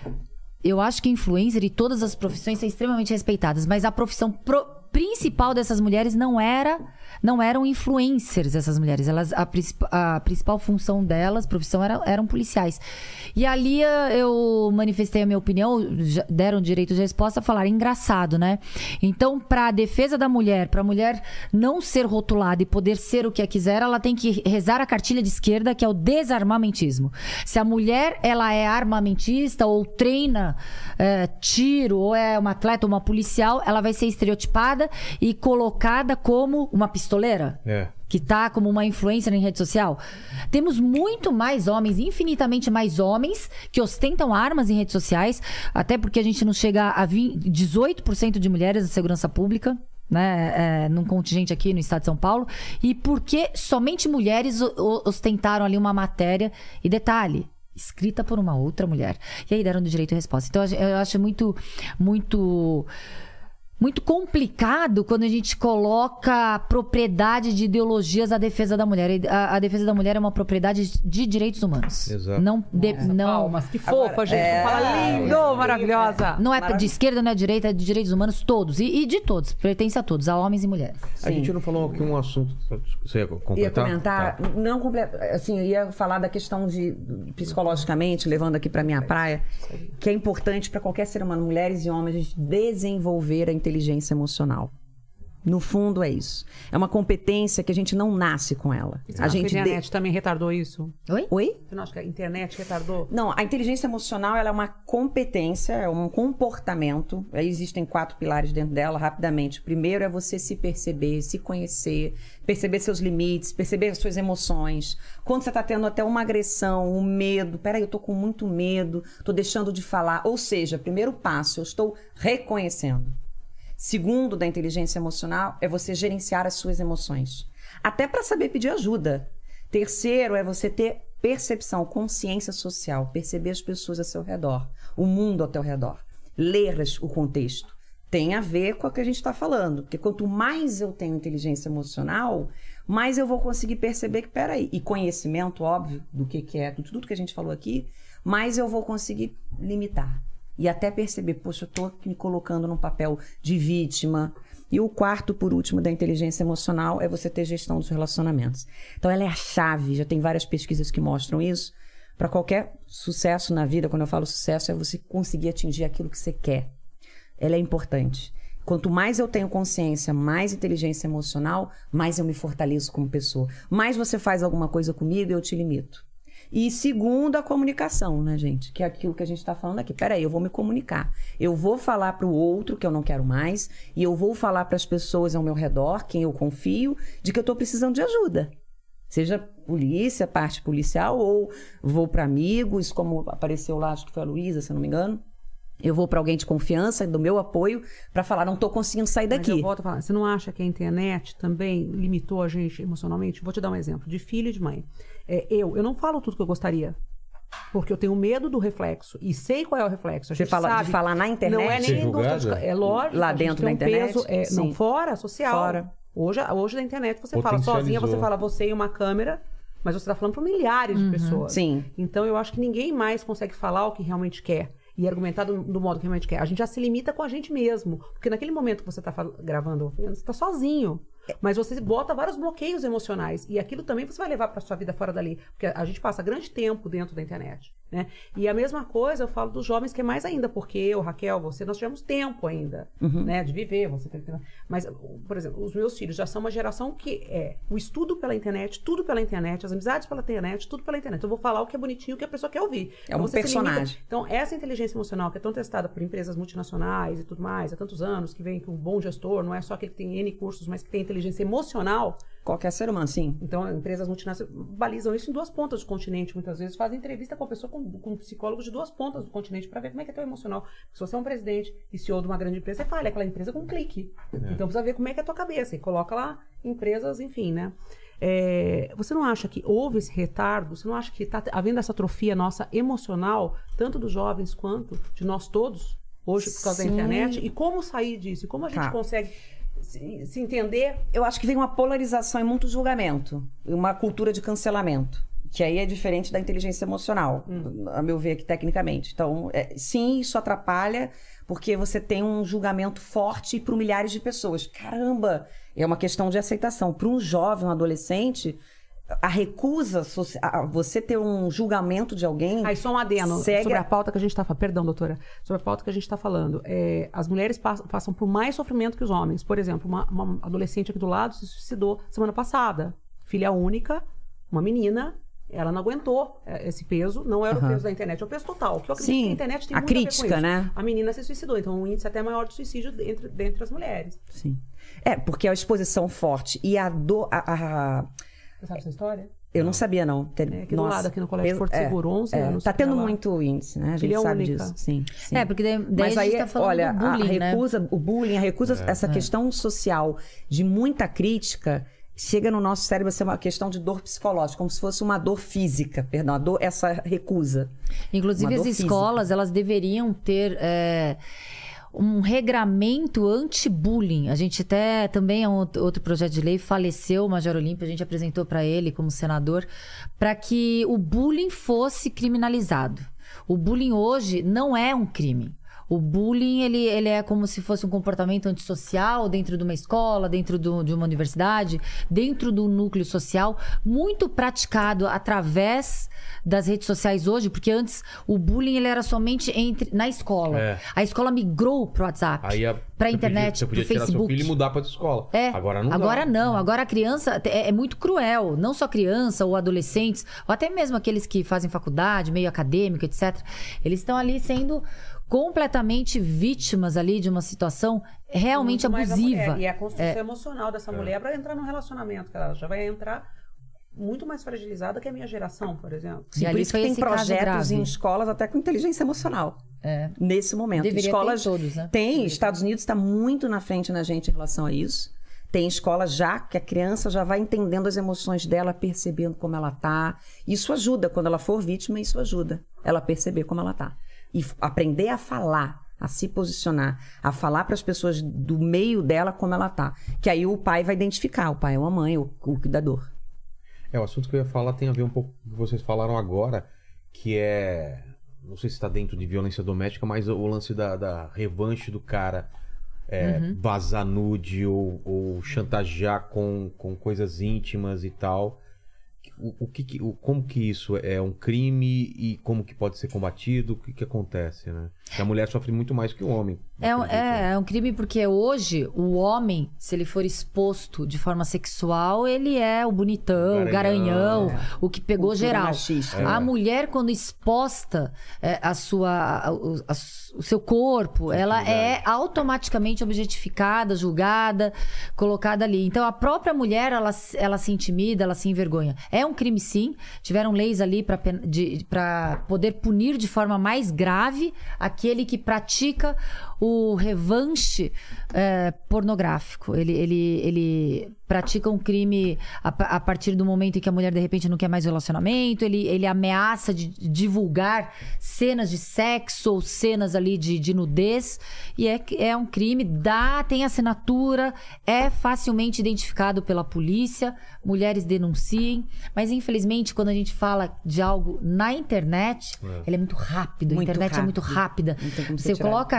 Eu acho que influencer e todas as profissões são extremamente respeitadas, mas a profissão pro... principal dessas mulheres não era, não eram influencers, essas mulheres. Elas, a, a principal função delas, profissão, era, eram policiais. E ali eu manifestei a minha opinião, deram direito de resposta, falaram: engraçado, né? Então, para a defesa da mulher, para a mulher não ser rotulada e poder ser o que quiser, ela tem que rezar a cartilha de esquerda, que é o desarmamentismo. Se a mulher ela é armamentista ou treina é, tiro, ou é uma atleta ou uma policial, ela vai ser estereotipada e colocada como uma pistoleira, é. que tá como uma influencer em rede social. Temos muito mais homens, infinitamente mais homens, que ostentam armas em redes sociais, até porque a gente não chega a dezoito por cento de mulheres na segurança pública, né, é, num contingente aqui no estado de São Paulo, e porque somente mulheres ostentaram ali uma matéria, e detalhe, escrita por uma outra mulher. E aí deram do direito de resposta. Então eu acho muito, muito... muito complicado quando a gente coloca propriedade de ideologias à defesa da mulher. A, a defesa da mulher é uma propriedade de direitos humanos. Exato. Não, de, não... Palmas, que fofa, Agora, gente. é... Fala lindo, é... maravilhosa. Não é de esquerda, não é de direita, é de direitos humanos todos. E, e de todos, pertence a todos, a homens e mulheres. Sim. A gente não falou aqui um assunto... Você ia completar? Ia comentar, tá. não assim, eu ia falar da questão de, psicologicamente, levando aqui para minha praia, que é importante para qualquer ser humano, mulheres e homens, a gente desenvolver a inteligência emocional. No fundo é isso. É uma competência que a gente não nasce com ela. Você a gente que a internet de... também retardou isso? Oi? Oi? Você não acha que a internet retardou? Não, a inteligência emocional ela é uma competência, é um comportamento. Aí existem quatro pilares dentro dela, rapidamente. O primeiro é você se perceber, se conhecer, perceber seus limites, perceber as suas emoções. Quando você está tendo até uma agressão, um medo, peraí, eu estou com muito medo, estou deixando de falar. Ou seja, primeiro passo, eu estou reconhecendo. Segundo, da inteligência emocional, é você gerenciar as suas emoções. Até para saber pedir ajuda. Terceiro, é você ter percepção, consciência social. Perceber as pessoas ao seu redor, o mundo ao teu redor. Ler o contexto. Tem a ver com o que a gente está falando. Porque quanto mais eu tenho inteligência emocional, mais eu vou conseguir perceber que, peraí, e conhecimento, óbvio, do que, que é, de tudo que a gente falou aqui, mais eu vou conseguir limitar. E até perceber, poxa, eu estou me colocando num papel de vítima. E o quarto, por último, da inteligência emocional é você ter gestão dos relacionamentos. Então, ela é a chave, já tem várias pesquisas que mostram isso. Para qualquer sucesso na vida, quando eu falo sucesso, é você conseguir atingir aquilo que você quer. Ela é importante. Quanto mais eu tenho consciência, mais inteligência emocional, mais eu me fortaleço como pessoa. Mais você faz alguma coisa comigo, eu te limito. E segundo, a comunicação, né, gente? Que é aquilo que a gente está falando aqui. Peraí, eu vou me comunicar. Eu vou falar para o outro que eu não quero mais. E eu vou falar para as pessoas ao meu redor, quem eu confio, de que eu estou precisando de ajuda. Seja polícia, parte policial, ou vou para amigos, como apareceu lá, acho que foi a Luísa, se eu não me engano. Eu vou para alguém de confiança, do meu apoio, para falar, não estou conseguindo sair daqui. Mas eu volto a falar, você não acha que a internet também limitou a gente emocionalmente? Vou te dar um exemplo, de filho e de mãe. É, eu, eu não falo tudo que eu gostaria, porque eu tenho medo do reflexo, e sei qual é o reflexo. A gente você fala sabe, de falar na internet? Não é nem indústria de, é lógico. Lá dentro da um internet? Peso, é, não, fora, social. Fora. Hoje, hoje na internet você fala sozinha, você fala você e uma câmera, mas você está falando para milhares uhum. de pessoas. Sim. Então eu acho que ninguém mais consegue falar o que realmente quer. E argumentar do, do modo que realmente quer. A gente já se limita com a gente mesmo. Porque naquele momento que você está gravando, você está sozinho. Mas você bota vários bloqueios emocionais. E aquilo também você vai levar para sua vida fora dali. Porque a gente passa grande tempo dentro da internet. né? E a mesma coisa eu falo dos jovens, que é mais ainda, porque eu, Raquel, você, nós tivemos tempo ainda, Uhum. né, de viver, você tem que ter... Mas, por exemplo, os meus filhos já são uma geração que é o estudo pela internet, tudo pela internet, as amizades pela internet, tudo pela internet. Eu vou falar o que é bonitinho, o que a pessoa quer ouvir. É Então, um você se personagem. limita. Então, essa inteligência emocional que é tão testada por empresas multinacionais e tudo mais, há tantos anos, que vem que um bom gestor não é só aquele que tem N cursos, mas que tem inteligência emocional. Qualquer ser humano, sim. Então, empresas multinacionais balizam isso em duas pontas do continente, muitas vezes. Fazem entrevista com a pessoa, com, com psicólogos de duas pontas do continente, para ver como é que é teu emocional. Se você é um presidente e C E O de uma grande empresa, você fala aquela empresa com um clique. É. Então, precisa ver como é que é a tua cabeça. E coloca lá empresas, enfim, né? É, você não acha que houve esse retardo? Você não acha que está havendo essa atrofia nossa emocional, tanto dos jovens quanto de nós todos, hoje, por causa Sim. da internet? E como sair disso? E como a gente Tá. consegue se, se entender? Eu acho que vem uma polarização e muito julgamento. E uma cultura de cancelamento. Que aí é diferente da inteligência emocional, hum. a meu ver aqui tecnicamente. Então, é, sim, isso atrapalha, porque você tem um julgamento forte para milhares de pessoas. Caramba! É uma questão de aceitação. Para um jovem, um adolescente, a recusa, a você ter um julgamento de alguém... Aí só um adeno segue... sobre a pauta que a gente está falando. Perdão, doutora. Sobre a pauta que a gente está falando. É, as mulheres passam, passam por mais sofrimento que os homens. Por exemplo, uma, uma adolescente aqui do lado se suicidou semana passada. Filha única, uma menina... Ela não aguentou esse peso, não era uhum. o peso da internet, é o peso total. Que eu acredito Sim, que a internet tem a muito crítica, a ver com isso. Né? A menina se suicidou, então um índice até maior de suicídio dentre, dentre as mulheres. Sim. É, porque a exposição forte e a dor... A, a... Você sabe essa história? Eu não, não sabia, não. Ter... É, aqui Nossa, do lado, aqui no Colégio de Porto é, Seguro, onze é, anos. Tá tendo muito índice, né? A gente Filha sabe única. disso. Sim, sim. É, porque daí, daí Mas a aí, gente tá falando olha, do bullying, a recusa, né? o bullying, a recusa, é. essa é. questão social de muita crítica... Chega no nosso cérebro a ser uma questão de dor psicológica, como se fosse uma dor física, perdão, a dor, essa recusa. Inclusive, as escolas, física. elas deveriam ter é, um regramento anti-bullying. A gente até, também é um outro projeto de lei, faleceu o Major Olímpio, a gente apresentou para ele como senador, para que o bullying fosse criminalizado. O bullying hoje não é um crime. O bullying, ele, ele é como se fosse um comportamento antissocial dentro de uma escola, dentro do, de uma universidade, dentro do núcleo social, muito praticado através das redes sociais hoje, porque antes o bullying ele era somente entre, na escola. É. A escola migrou pro WhatsApp, Aí a, pra internet, podia, você podia pro Facebook. Tirar seu filho e mudar pra escola. É. Agora não Agora dá. não. Agora a criança é, é muito cruel. Não só criança ou adolescentes, ou até mesmo aqueles que fazem faculdade, meio acadêmico, etcétera. Eles estão ali sendo... completamente vítimas ali de uma situação realmente muito abusiva. A, é, e a construção é. emocional dessa é. mulher para entrar num relacionamento, que ela já vai entrar muito mais fragilizada que a minha geração, por exemplo. Sim, e por isso que tem projetos em escolas até com inteligência emocional. É. Nesse momento. Deveria escolas ter todos, né? Tem, Estados Unidos está muito na frente na gente em relação a isso. Tem escola já que a criança já vai entendendo as emoções dela, percebendo como ela tá. Isso ajuda, quando ela for vítima, isso ajuda ela a perceber como ela tá. E aprender a falar, a se posicionar, a falar para as pessoas do meio dela como ela tá. Que aí o pai vai identificar, o pai ou a mãe, o, o cuidador. É, o assunto que eu ia falar tem a ver um pouco com o que vocês falaram agora, que é... Não sei se está dentro de violência doméstica, mas o lance da, da revanche do cara é, uhum. vazar nude ou, ou chantagear com, com coisas íntimas e tal. O, o que, o, como que isso é um crime e como que pode ser combatido? O que, que acontece, né? Porque a mulher sofre muito mais que o homem. É um, é, é um crime porque hoje o homem, se ele for exposto de forma sexual, ele é o bonitão, o garanhão, é. o que pegou Cultura geral. Machista. A é. mulher, quando exposta é, a sua, a, a, o seu corpo, Sim, ela é automaticamente objetificada, julgada, colocada ali. Então a própria mulher, ela, ela se intimida, ela se envergonha. É um crime, sim. Tiveram leis ali para poder punir de forma mais grave aquele que pratica o revanche é, pornográfico. Ele, ele, ele pratica um crime a, a partir do momento em que a mulher de repente não quer mais relacionamento. Ele, ele ameaça de divulgar cenas de sexo ou cenas ali de, de nudez. E é, é um crime, dá, tem assinatura, é facilmente identificado pela polícia. Mulheres denunciem. Mas infelizmente quando a gente fala de algo na internet, é. ele é muito rápido. A muito internet rápido. é muito rápida. Você coloca aqui,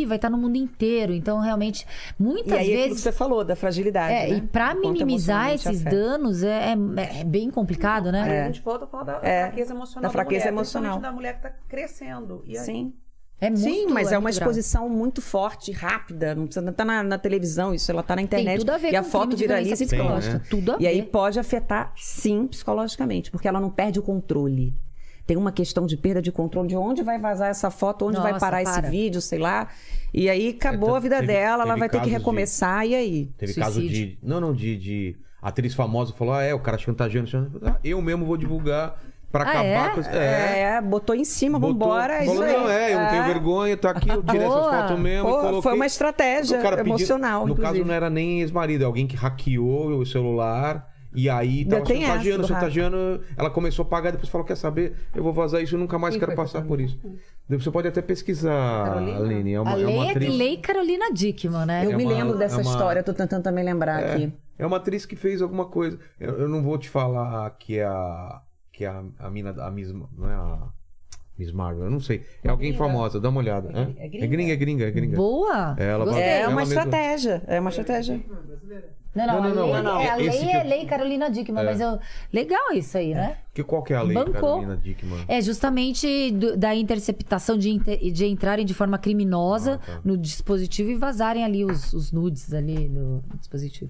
aqui, vai estar no mundo inteiro. Então, realmente, muitas e aí, vezes... aquilo que você falou, da fragilidade, É, né? e pra O quanto minimizar emocionalmente esses afeta. danos é, é, é bem complicado, né? Aí a gente volta a falar da, da É, fraqueza emocional da fraqueza mulher, emocional. principalmente da mulher que está crescendo. E aí, Sim. É muito, Sim, mas é, uma muito grave. exposição muito forte, rápida. Não precisa estar na, na televisão, isso ela está na internet. Tem tudo a ver e a com foto crime de viraliza violência e pronto. psicológica. Tudo a E aí ver. pode afetar, sim, psicologicamente, porque ela não perde o controle. Tem uma questão de perda de controle de onde vai vazar essa foto, onde vai Nossa, parar para. esse vídeo, sei lá. E aí acabou É, a vida teve- dela, ela teve vai ter que casos de- recomeçar, e aí? Teve Suicídio. caso de. Não, não, de, de. Atriz famosa falou: ah, é, o cara chantageando. chantageando. Ah, eu mesmo vou divulgar pra Ah, acabar é? com isso. É, botou em cima, Botou- vambora, é falou, isso aí. não, é, eu não tenho É. vergonha, tá aqui, eu tirei essas Boa. fotos mesmo. Pô, e coloquei. foi uma estratégia O cara pediu- emocional, No inclusive. caso, não era nem ex-marido, é alguém que hackeou o celular. E aí Ainda tava tem essa chantageando, do chantageando. Ela começou a pagar, depois falou: quer saber? Eu vou vazar isso, eu nunca mais Quem quero foi passar que por isso. Você pode até pesquisar, Carolina? Aline. É uma, A é lei uma é atriz. Lei Carolina Dickman, né? Eu É me uma- lembro dessa é uma- história, tô tentando também lembrar É, aqui. é uma atriz que fez alguma coisa. Eu, eu não vou te falar que é a. Que é a, a mina da. A Miss, não é a. Miss Marvel, eu não sei. É alguém gringa. famosa, dá uma olhada. É É, gringa. é gringa, é gringa, é gringa. Boa! É, ela Gostei. vai- É ela uma mesma- estratégia, é uma estratégia. Não, não, Não, não, a lei, não, é, a esse lei que é eu- Lei Carolina Dickman, É. mas eu... legal isso aí, né? Que, qual que é a lei, Bancou. Carolina Dickman? É justamente do- da interceptação de, inter- de entrarem de forma criminosa Ah, tá. no dispositivo e vazarem ali os, os nudes ali no dispositivo.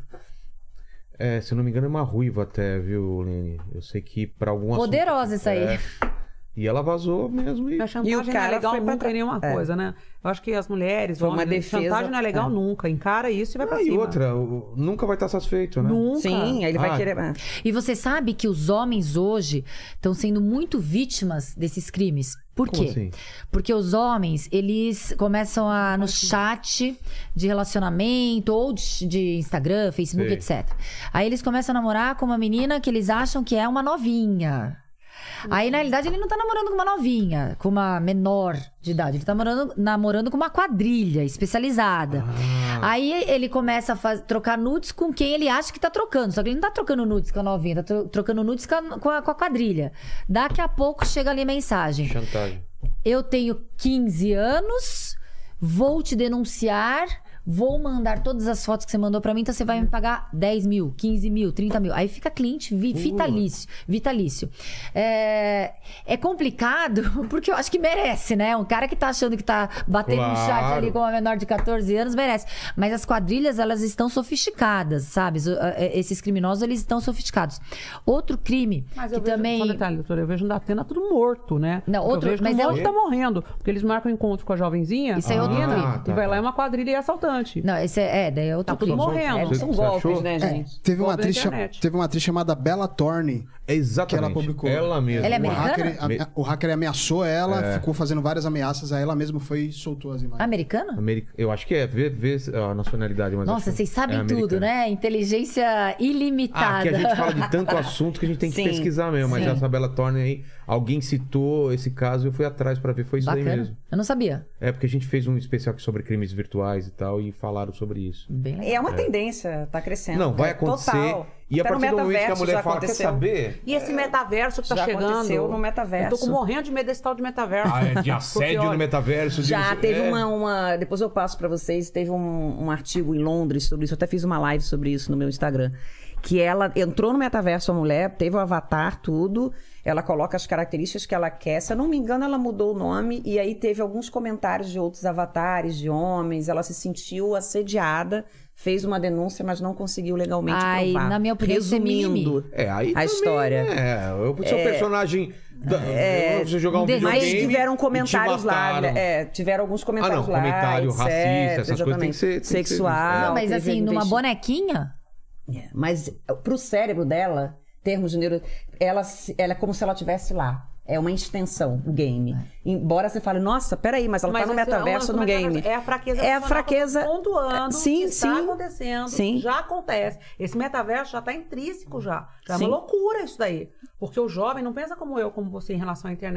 É, se eu não me engano, é uma ruiva até, viu, Lene? Eu sei que pra algum assunto- Poderosa isso aí. É. E ela vazou mesmo e... a chantagem E o não cara é legal foi pra nunca tra- em nenhuma É. coisa, né? Eu acho que as mulheres, Foi uma homens, defesa- chantagem não é legal é. nunca. Encara isso e vai pra Ah, e cima. outra, o- nunca vai estar satisfeito, né? Nunca. Sim, aí ele vai Ah. querer. é. E você sabe que os homens hoje estão sendo muito vítimas desses crimes. Por Como quê? assim? Porque os homens, eles começam a, no chat de relacionamento ou de, de Instagram, Facebook, Sei. etcétera. Aí eles começam a namorar com uma menina que eles acham que é uma novinha. Aí, na realidade, ele não tá namorando com uma novinha, com uma menor de idade. Ele tá namorando, namorando com uma quadrilha especializada. Ah. Aí ele começa a faz- trocar nudes com quem ele acha que tá trocando. Só que ele não tá trocando nudes com a novinha, tá tro- trocando nudes com a, com a- com a quadrilha. Daqui a pouco chega ali a mensagem. Chantagem. Eu tenho quinze anos, vou te denunciar, vou mandar todas as fotos que você mandou pra mim, então você vai me pagar dez mil, quinze mil, trinta mil. Aí fica cliente vi- vitalício. vitalício. É, é complicado, porque eu acho que merece, né? Um cara que tá achando que tá batendo no chat Claro. ali com uma menor de catorze anos, merece. Mas as quadrilhas, elas estão sofisticadas, sabe? Os- eh, Esses criminosos, eles estão sofisticados. Outro crime Mas que eu vejo, também... só um detalhe, doutora, eu vejo no Datena tudo morto, né? Não, Porque outro- eu vejo mas que é um monte outro- tá morrendo. Porque eles marcam encontro com a jovenzinha. Isso é outro menina, crime. Ah, tá, e vai lá tá. e uma quadrilha e assaltante. Não, esse é, é, daí é outro Tá tudo crime. morrendo. É, Você- São você golpes, achou? né, É, gente? teve, uma Golpe da atriz, cha- internet. teve uma atriz chamada Bella Thorne. É exatamente. Que ela publicou. Ela mesma. Ela é O americana? hacker, Me- a- o hacker ameaçou ela, É. ficou fazendo várias ameaças, aí ela mesma foi e soltou as imagens. Americana? America- Eu acho que é, vê, vê a nacionalidade, mas Nossa, acho- vocês sabem é tudo, americana. né? Inteligência Ah, ilimitada. que a gente fala de tanto assunto que a gente tem que Sim, pesquisar mesmo. Mas sim. essa Bella Thorne aí, alguém citou esse caso e eu fui atrás pra ver. Foi isso daí Bacana. mesmo. Eu não sabia. É porque a gente fez um especial aqui sobre crimes virtuais e tal e falaram sobre isso. Bem legal. É uma tendência, tá crescendo. Não, vai É, acontecer. total. E a Até no partir do momento que a metaverso mulher já fala, quer aconteceu. saber? E esse metaverso que tá Já chegando. aconteceu no metaverso. Eu tô com morrendo de medo desse tal de metaverso. Ah, é de assédio olha, no metaverso. de- Já teve é. uma, uma- Depois eu passo pra vocês. Teve um, um artigo em Londres sobre isso. Eu até fiz uma live sobre isso no meu Instagram. Que ela entrou no metaverso, a mulher, teve o avatar, tudo. Ela coloca as características que ela quer. Se eu não me engano, ela mudou o nome. E aí teve alguns comentários de outros avatares, de homens. Ela se sentiu assediada. Fez uma denúncia, mas não conseguiu legalmente Ai, provar. na minha opinião, isso é Resumindo, É, aí a também, história. É, o seu personagem. Da, É, você jogar um um desenho. Mas videogame tiveram e te comentários lá, mataram. né? É, tiveram alguns comentários Ah, não, lá. comentário etcétera, racista, essas coisas tem que ser- tem que ser visto. Sexual. Não, mas teve assim, numa investi- bonequinha? É, mas pro cérebro dela, termos de neuro, ela, se- ela é como se ela estivesse lá. É uma extensão, o game. Embora você fale, nossa, peraí, mas ela Mas tá no esse é o metaverso, lance do no metaverso. game. É a fraqueza É a emocional que eu tô fraqueza. pontuando Sim, que está sim. acontecendo, Sim. já acontece. Esse metaverso já está intrínseco já. Já é Sim. uma loucura isso daí. Porque o jovem não pensa como eu, como você em relação à internet.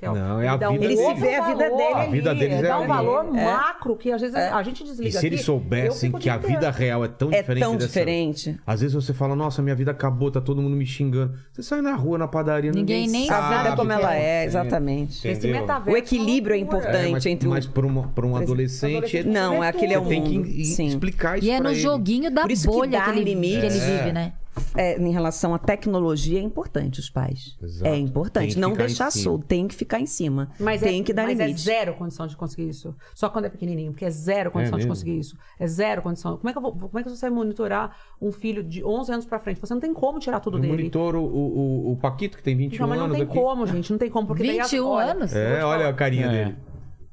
Raquel. Não, é a Ele dá um vida Ele se outro vê a vida valor. dele A vida ali. deles Ele é dá um ali. valor É. macro que às vezes a gente E desliga se aqui. eles eu soubessem fico o que a dia vida inteiro. real é tão É diferente tão dessa... diferente. Às vezes você fala, nossa, minha vida acabou, tá todo mundo me xingando. Você sai na rua, na padaria, Ninguém ninguém nem sabe. A vida como o que ela é, acontece. exatamente. Esse Entendeu? metaverso O equilíbrio é uma loucura. importante É, mas, entre o... mas para um, pra um adolescente, adolescente Não, aquele é o você tem que mundo. in- Sim. explicar isso E é pra no ele. joguinho da Por isso que bolha dar que ele, limite. que ele É. vive, né? É, em relação à tecnologia, é importante os pais. Exato. É Tem importante. que Não ficar em deixar cima. solto, tem que ficar em cima. Mas tem é, que dar mas limite. é zero condição de conseguir isso. Só quando é pequenininho, porque é zero condição de mesmo? conseguir isso. É zero condição. Como é que eu vou, como é que você vai monitorar um filho de onze anos pra frente? Você não tem como tirar tudo Eu dele. monitoro o, o, o Paquito, que tem vinte e um Não, mas não anos tem aqui. como, gente. Não tem como. Porque daí as- vinte e um olha, anos? eu vou te É, olha falar. a carinha É. dele.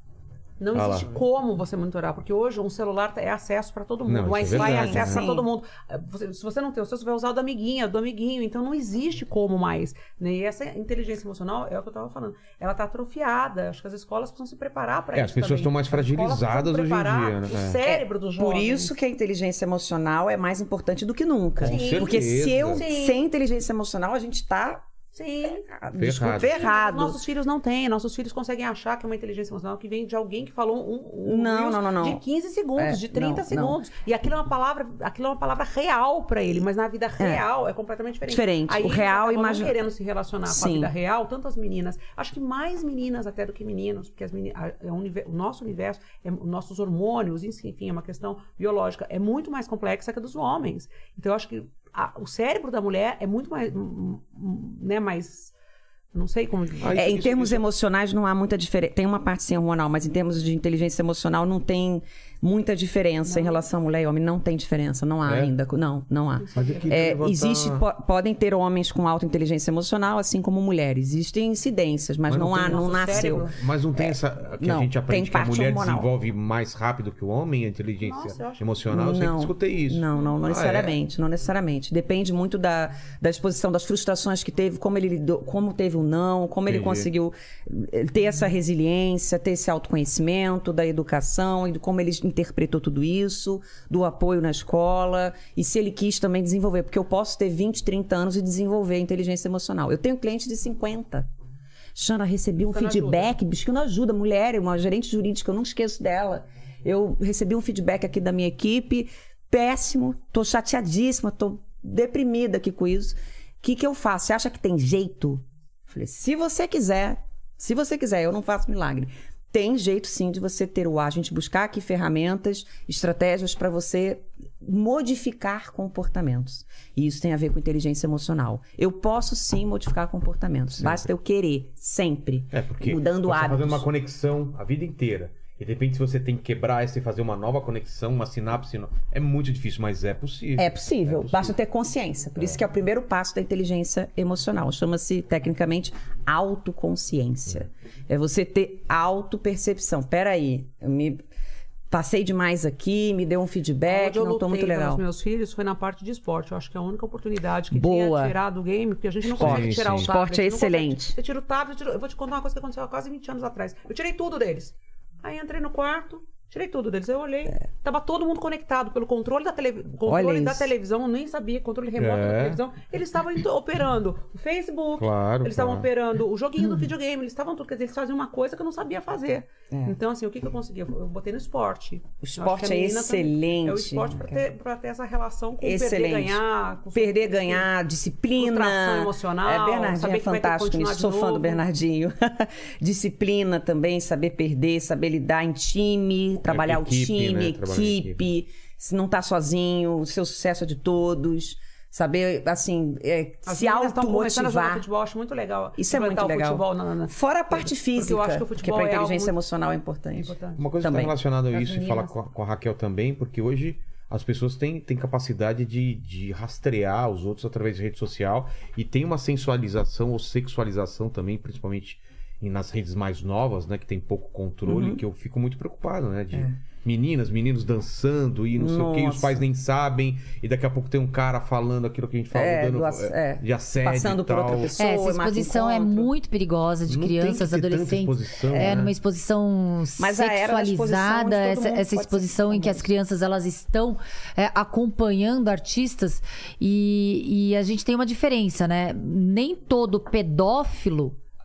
Não Olha existe lá. como você monitorar, porque hoje um celular é acesso para todo mundo, Não, o isso é Wi-Fi é verdade, acesso para sim. todo mundo. Você- se você não tem o seu, você vai usar o do amiguinha, do amiguinho, então não existe como mais. Né? E essa inteligência emocional é o que eu estava falando. Ela está atrofiada. Acho que as escolas precisam se preparar para É, isso. as pessoas também. estão mais As escolas fragilizadas precisam hoje em preparar dia, né? O É. cérebro dos jovens. Por isso que a inteligência emocional é mais importante do que nunca. Com Porque se certeza. eu, Sim. sem inteligência emocional, a gente tá... Sim. Desculpa, Ferrado. errado. Nossos filhos não têm. Nossos filhos conseguem achar que é uma inteligência emocional que vem de alguém que falou um, um Não, Reels não, não, não. de quinze segundos, É, de trinta não, segundos. E aquilo é uma palavra, aquilo é uma palavra real pra ele, mas na vida real é, completamente diferente. Diferente. Aí O eles real acabam imagina- não querendo se relacionar com a Sim. vida real, tanto as meninas, acho que mais meninas até do que meninos, porque as meni- a- é um univer- o nosso universo, é, os nossos hormônios, enfim, é uma questão biológica, é muito mais complexa que a dos homens. Então eu acho que a- o cérebro da mulher é muito mais, hum, hum, né, mais não sei como. Ah, É, isso- em isso- termos isso- emocionais não há muita diferença. Tem uma parte sim hormonal, mas em termos de inteligência emocional não tem muita diferença em relação a mulher e homem. Não tem diferença, não há É? ainda. Não, não há. Mas eu queria É, levantar- existe, po- podem ter homens com alta inteligência emocional, assim como mulheres. Existem incidências, mas, Mas não não, há, tem não nosso nasceu. cérebro. Mas não tem essa que não, a gente aprende tem que a parte mulher hormonal. desenvolve mais rápido que o homem, a inteligência Nossa, eu acho- emocional? Eu sempre escutei isso. Não, não, não Ah, necessariamente, não necessariamente. Depende muito da, da exposição, das frustrações que teve, como ele lidou, como teve o não, como ele Entendi. conseguiu eh, ter essa resiliência, ter esse autoconhecimento da educação e de como ele interpretou tudo isso, do apoio na escola e se ele quis também desenvolver, porque eu posso ter vinte, trinta anos e desenvolver a inteligência emocional. Eu tenho clientes de cinquenta. Xana, recebi um Buscando feedback, buscando ajuda, mulher, uma gerente jurídica, eu não esqueço dela. Eu recebi um feedback aqui da minha equipe, péssimo, tô chateadíssima, tô deprimida aqui com isso. O que que eu faço? Você acha que tem jeito? Falei, se você quiser, se você quiser, eu não faço milagre. Tem jeito sim de você ter o ar, a gente buscar aqui ferramentas, estratégias para você modificar comportamentos. E isso tem a ver com inteligência emocional. Eu posso sim modificar comportamentos, Sempre. basta eu querer, sempre. É, porque Mudando você tá hábitos. fazendo uma conexão a vida inteira. E de repente, se você tem que quebrar essa e fazer uma nova conexão, uma sinapse, no- é muito difícil, mas é possível. É possível, É possível. basta ter consciência. Por isso que é o primeiro passo da inteligência emocional. Chama-se, tecnicamente, autoconsciência. É você ter autopercepção. Peraí, eu me passei demais aqui, me deu um feedback, Onde eu não estou muito lutei legal. pelos meus filhos foi na parte de esporte. Eu acho que é a única oportunidade que Boa. tinha tirar do game, porque a gente não Esporte, consegue tirar sim. o tablet. Esporte é não consegue. excelente. Você tira o tablet, tira- eu vou te contar uma coisa que aconteceu há quase vinte anos atrás. Eu tirei tudo deles. Aí entrei no quarto, tirei tudo deles. Eu olhei, tava todo mundo conectado pelo controle da, tele... controle Olha da isso. televisão, eu nem sabia, controle remoto É. da televisão. Eles estavam ent- operando o Facebook, Claro, eles estavam claro. operando o joguinho do videogame, eles estavam tudo, quer dizer, eles faziam uma coisa que eu não sabia fazer. É. Então, assim, o que, que eu consegui? Eu eu botei no esporte. O Eu acho esporte que a é menina também- excelente. É o esporte pra ter, pra ter essa relação com Excelente. perder, ganhar. Com Perder, ganhar, disciplina. Frustração emocional, É, Bernardinho saber é que vai ter que fantástico continuar nisso. de Sou fã do novo. Bernardinho. Disciplina também, saber perder, saber lidar em time, trabalhar equipe, o time, né? Trabalhar em equipe, se não tá sozinho, o seu sucesso é de todos. Saber, assim, é, As se meninas estão começando a jogar automotivar. futebol, acho muito legal. Isso é muito implantar o legal. futebol na- na- Fora a parte Porque física, eu acho que o que futebol para a é algo inteligência muito- emocional é É importante. importante. Uma coisa que Também. está relacionada a As isso, e falar meninas. com a, com a Raquel também, porque hoje as pessoas têm, têm capacidade de, de rastrear os outros através de rede social e tem uma sensualização ou sexualização também, principalmente em- nas redes mais novas, né, que tem pouco controle, que eu fico muito preocupado, né, de meninas, meninos dançando e não sei o que, e os Nossa. pais nem sabem, e daqui a pouco tem um cara falando aquilo que a gente falou, É, dando do ass- é. de assédio Passando e por tal. outra pessoa. É, essa marca exposição é encontro. muito perigosa de Não tem crianças, que ter tanta adolescentes. exposição, É, né? numa exposição Mas a era da exposição sexualizada, onde todo essa, mundo essa pode exposição ser em que as famoso. crianças elas estão é, acompanhando artistas e, e a gente tem uma diferença, né? Nem todo pedófilo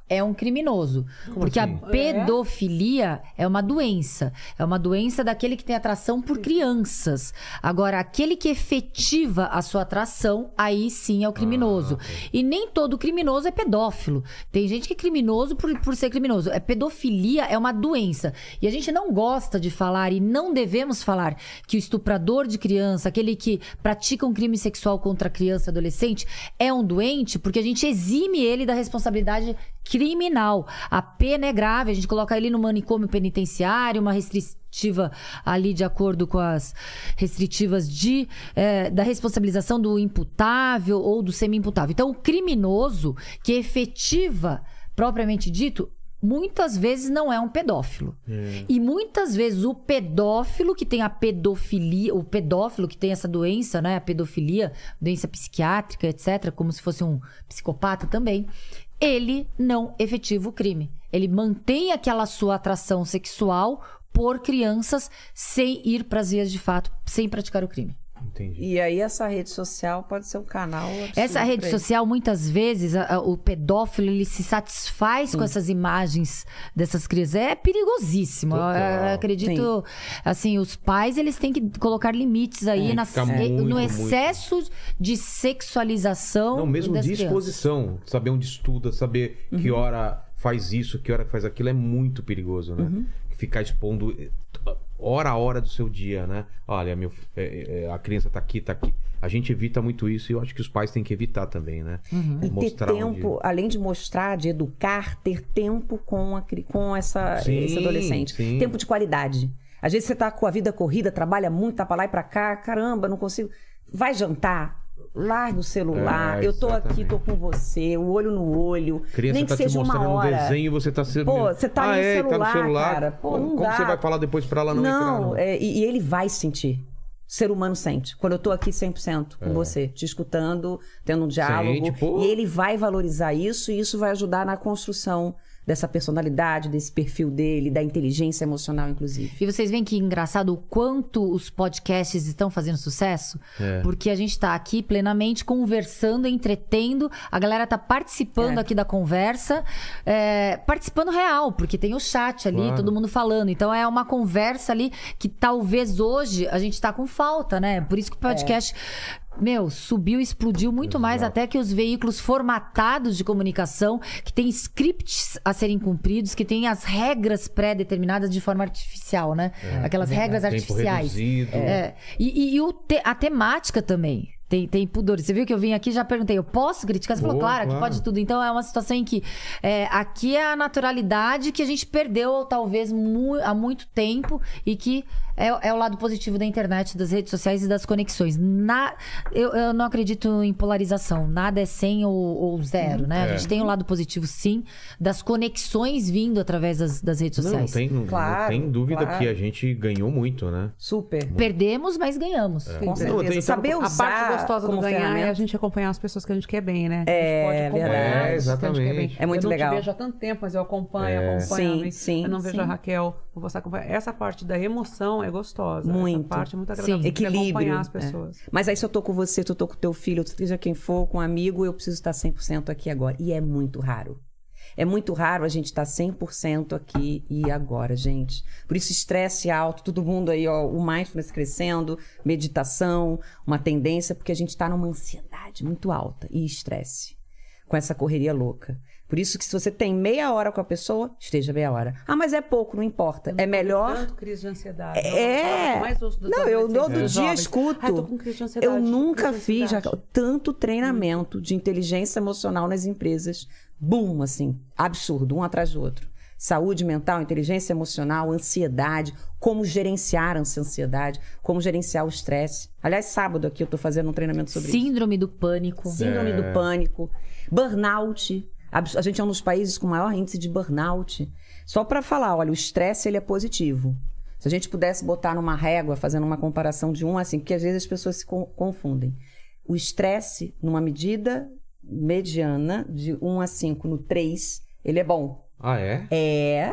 é um criminoso. Como porque assim? a pedofilia é uma doença. É uma doença daquele que tem atração por crianças. Agora, aquele que efetiva a sua atração, aí sim é o criminoso. Ah, e nem todo criminoso é pedófilo. Tem gente que é criminoso por, por ser criminoso. É pedofilia é uma doença. E a gente não gosta de falar e não devemos falar que o estuprador de criança, aquele que pratica um crime sexual contra criança e adolescente, é um doente, porque a gente exime ele da responsabilidade criminal. A pena é grave, a gente coloca ele no manicômio penitenciário, uma restritiva ali de acordo com as restritivas de, eh, da responsabilização do imputável ou do semi-imputável. Então, o criminoso que efetiva, propriamente dito, muitas vezes não é um pedófilo. É. E muitas vezes o pedófilo que tem a pedofilia, o pedófilo que tem essa doença, né, a pedofilia, doença psiquiátrica, etcétera, como se fosse um psicopata também, ele não efetiva o crime. Ele mantém aquela sua atração sexual por crianças sem ir para as vias de fato, sem praticar o crime. Entendi. E aí essa rede social pode ser um canal Essa rede social, muitas vezes, a, a, o pedófilo, ele se satisfaz Sim. com essas imagens dessas crianças. É perigosíssimo. Eu, eu acredito, Sim. assim, os pais, eles têm que colocar limites aí é, na, muito, no excesso muito. de sexualização. Não, mesmo das de exposição. Crianças. Saber onde estuda, saber uhum. que hora faz isso, que hora faz aquilo, é muito perigoso, né? Uhum. Ficar expondo hora a hora do seu dia, né? Olha, meu, é, é, a criança tá aqui, tá aqui. A gente evita muito isso e eu acho que os pais têm que evitar também, né? Uhum. E mostrar ter tempo, onde... além de mostrar, de educar, ter tempo com, a, com essa, sim, esse adolescente. Sim. Tempo de qualidade. Às vezes você tá com a vida corrida, trabalha muito, tá pra lá e pra cá, caramba, não consigo... Vai jantar... Larga o celular, é, eu tô aqui, tô com você, o olho no olho. Criança nem que tá seja te mostrando uma hora. um desenho e você tá sendo. Pô, você tá, ah, no, é, celular, tá no celular, cara. Pô, como não como dá. você vai falar depois pra ela não, não entrar? Não, é, e, e ele vai sentir. O ser humano sente. Quando eu tô aqui cem por cento com é. você, te escutando, tendo um diálogo. Sente, pô. E ele vai valorizar isso e isso vai ajudar na construção dessa personalidade, desse perfil dele, da inteligência emocional, inclusive. E vocês veem que engraçado o quanto os podcasts estão fazendo sucesso? É. Porque a gente tá aqui plenamente conversando, entretendo, a galera tá participando é. aqui da conversa, é, participando real, porque tem o chat ali, claro. todo mundo falando. Então é uma conversa ali que talvez hoje a gente tá com falta, né? Por isso que o podcast... É. Meu, subiu, explodiu muito Exato. mais até que os veículos formatados de comunicação, que tem scripts a serem cumpridos, que tem as regras pré-determinadas de forma artificial, né? É. Aquelas é. regras Tempo artificiais. É. E, e, e o te, a temática também. Tem, tem pudor. Você viu que eu vim aqui e já perguntei, eu posso criticar? Você Boa, falou, claro, claro, aqui pode tudo. Então é uma situação em que é, aqui é a naturalidade que a gente perdeu talvez mu há muito tempo e que é, é o lado positivo da internet, das redes sociais e das conexões. Na, eu, eu não acredito em polarização. Nada é cem ou, ou zero, né? É. A gente tem um lado positivo, sim, das conexões vindo através das, das redes sociais. Não, tem, claro, não tem dúvida claro. que a gente ganhou muito, né? Super. Muito. Perdemos, mas ganhamos. É. Com certeza. Não, tem, Saber usar... A parte gostosa do ganhar é a gente acompanhar as pessoas que a gente quer bem, né? É, a gente pode acompanhar é, exatamente. É muito eu legal. Eu não te vejo há tanto tempo, mas eu acompanho, é. acompanho. Sim, sim, eu não vejo sim. a Raquel, você acompanha. Essa parte da emoção é gostosa. Muito. Essa parte é muito agradável. Sim. Equilíbrio. Acompanhar as pessoas. É. Mas aí se eu tô com você, se eu tô com teu filho, seja quem for, com um amigo, eu preciso estar cem por cento aqui agora. E é muito raro. É muito raro a gente estar cem por cento aqui e agora, gente. Por isso, estresse alto, todo mundo aí, ó, o mindfulness crescendo, meditação, uma tendência, porque a gente está numa ansiedade muito alta e estresse, com essa correria louca. Por isso que se você tem meia hora com a pessoa, esteja meia hora. Ah, mas é pouco, não importa. Eu é melhor... tanto crise de ansiedade. É... Mais dos não, eu todo dia escuto. Ah, eu tô com crise de ansiedade. Eu nunca fiz Raquel, tanto treinamento hum. de inteligência emocional nas empresas. Boom, assim, absurdo, um atrás do outro. Saúde mental, inteligência emocional, ansiedade, como gerenciar essa ansiedade, como gerenciar o estresse. Aliás, sábado aqui eu tô fazendo um treinamento sobre Síndrome isso. Síndrome do pânico. Síndrome é. do pânico. Burnout. A gente é um dos países com maior índice de burnout. Só para falar, olha, o estresse ele é positivo. Se a gente pudesse botar numa régua, fazendo uma comparação de um a cinco, porque às vezes as pessoas se confundem. O estresse, numa medida mediana, de um a cinco no três, ele é bom. Ah, é? É.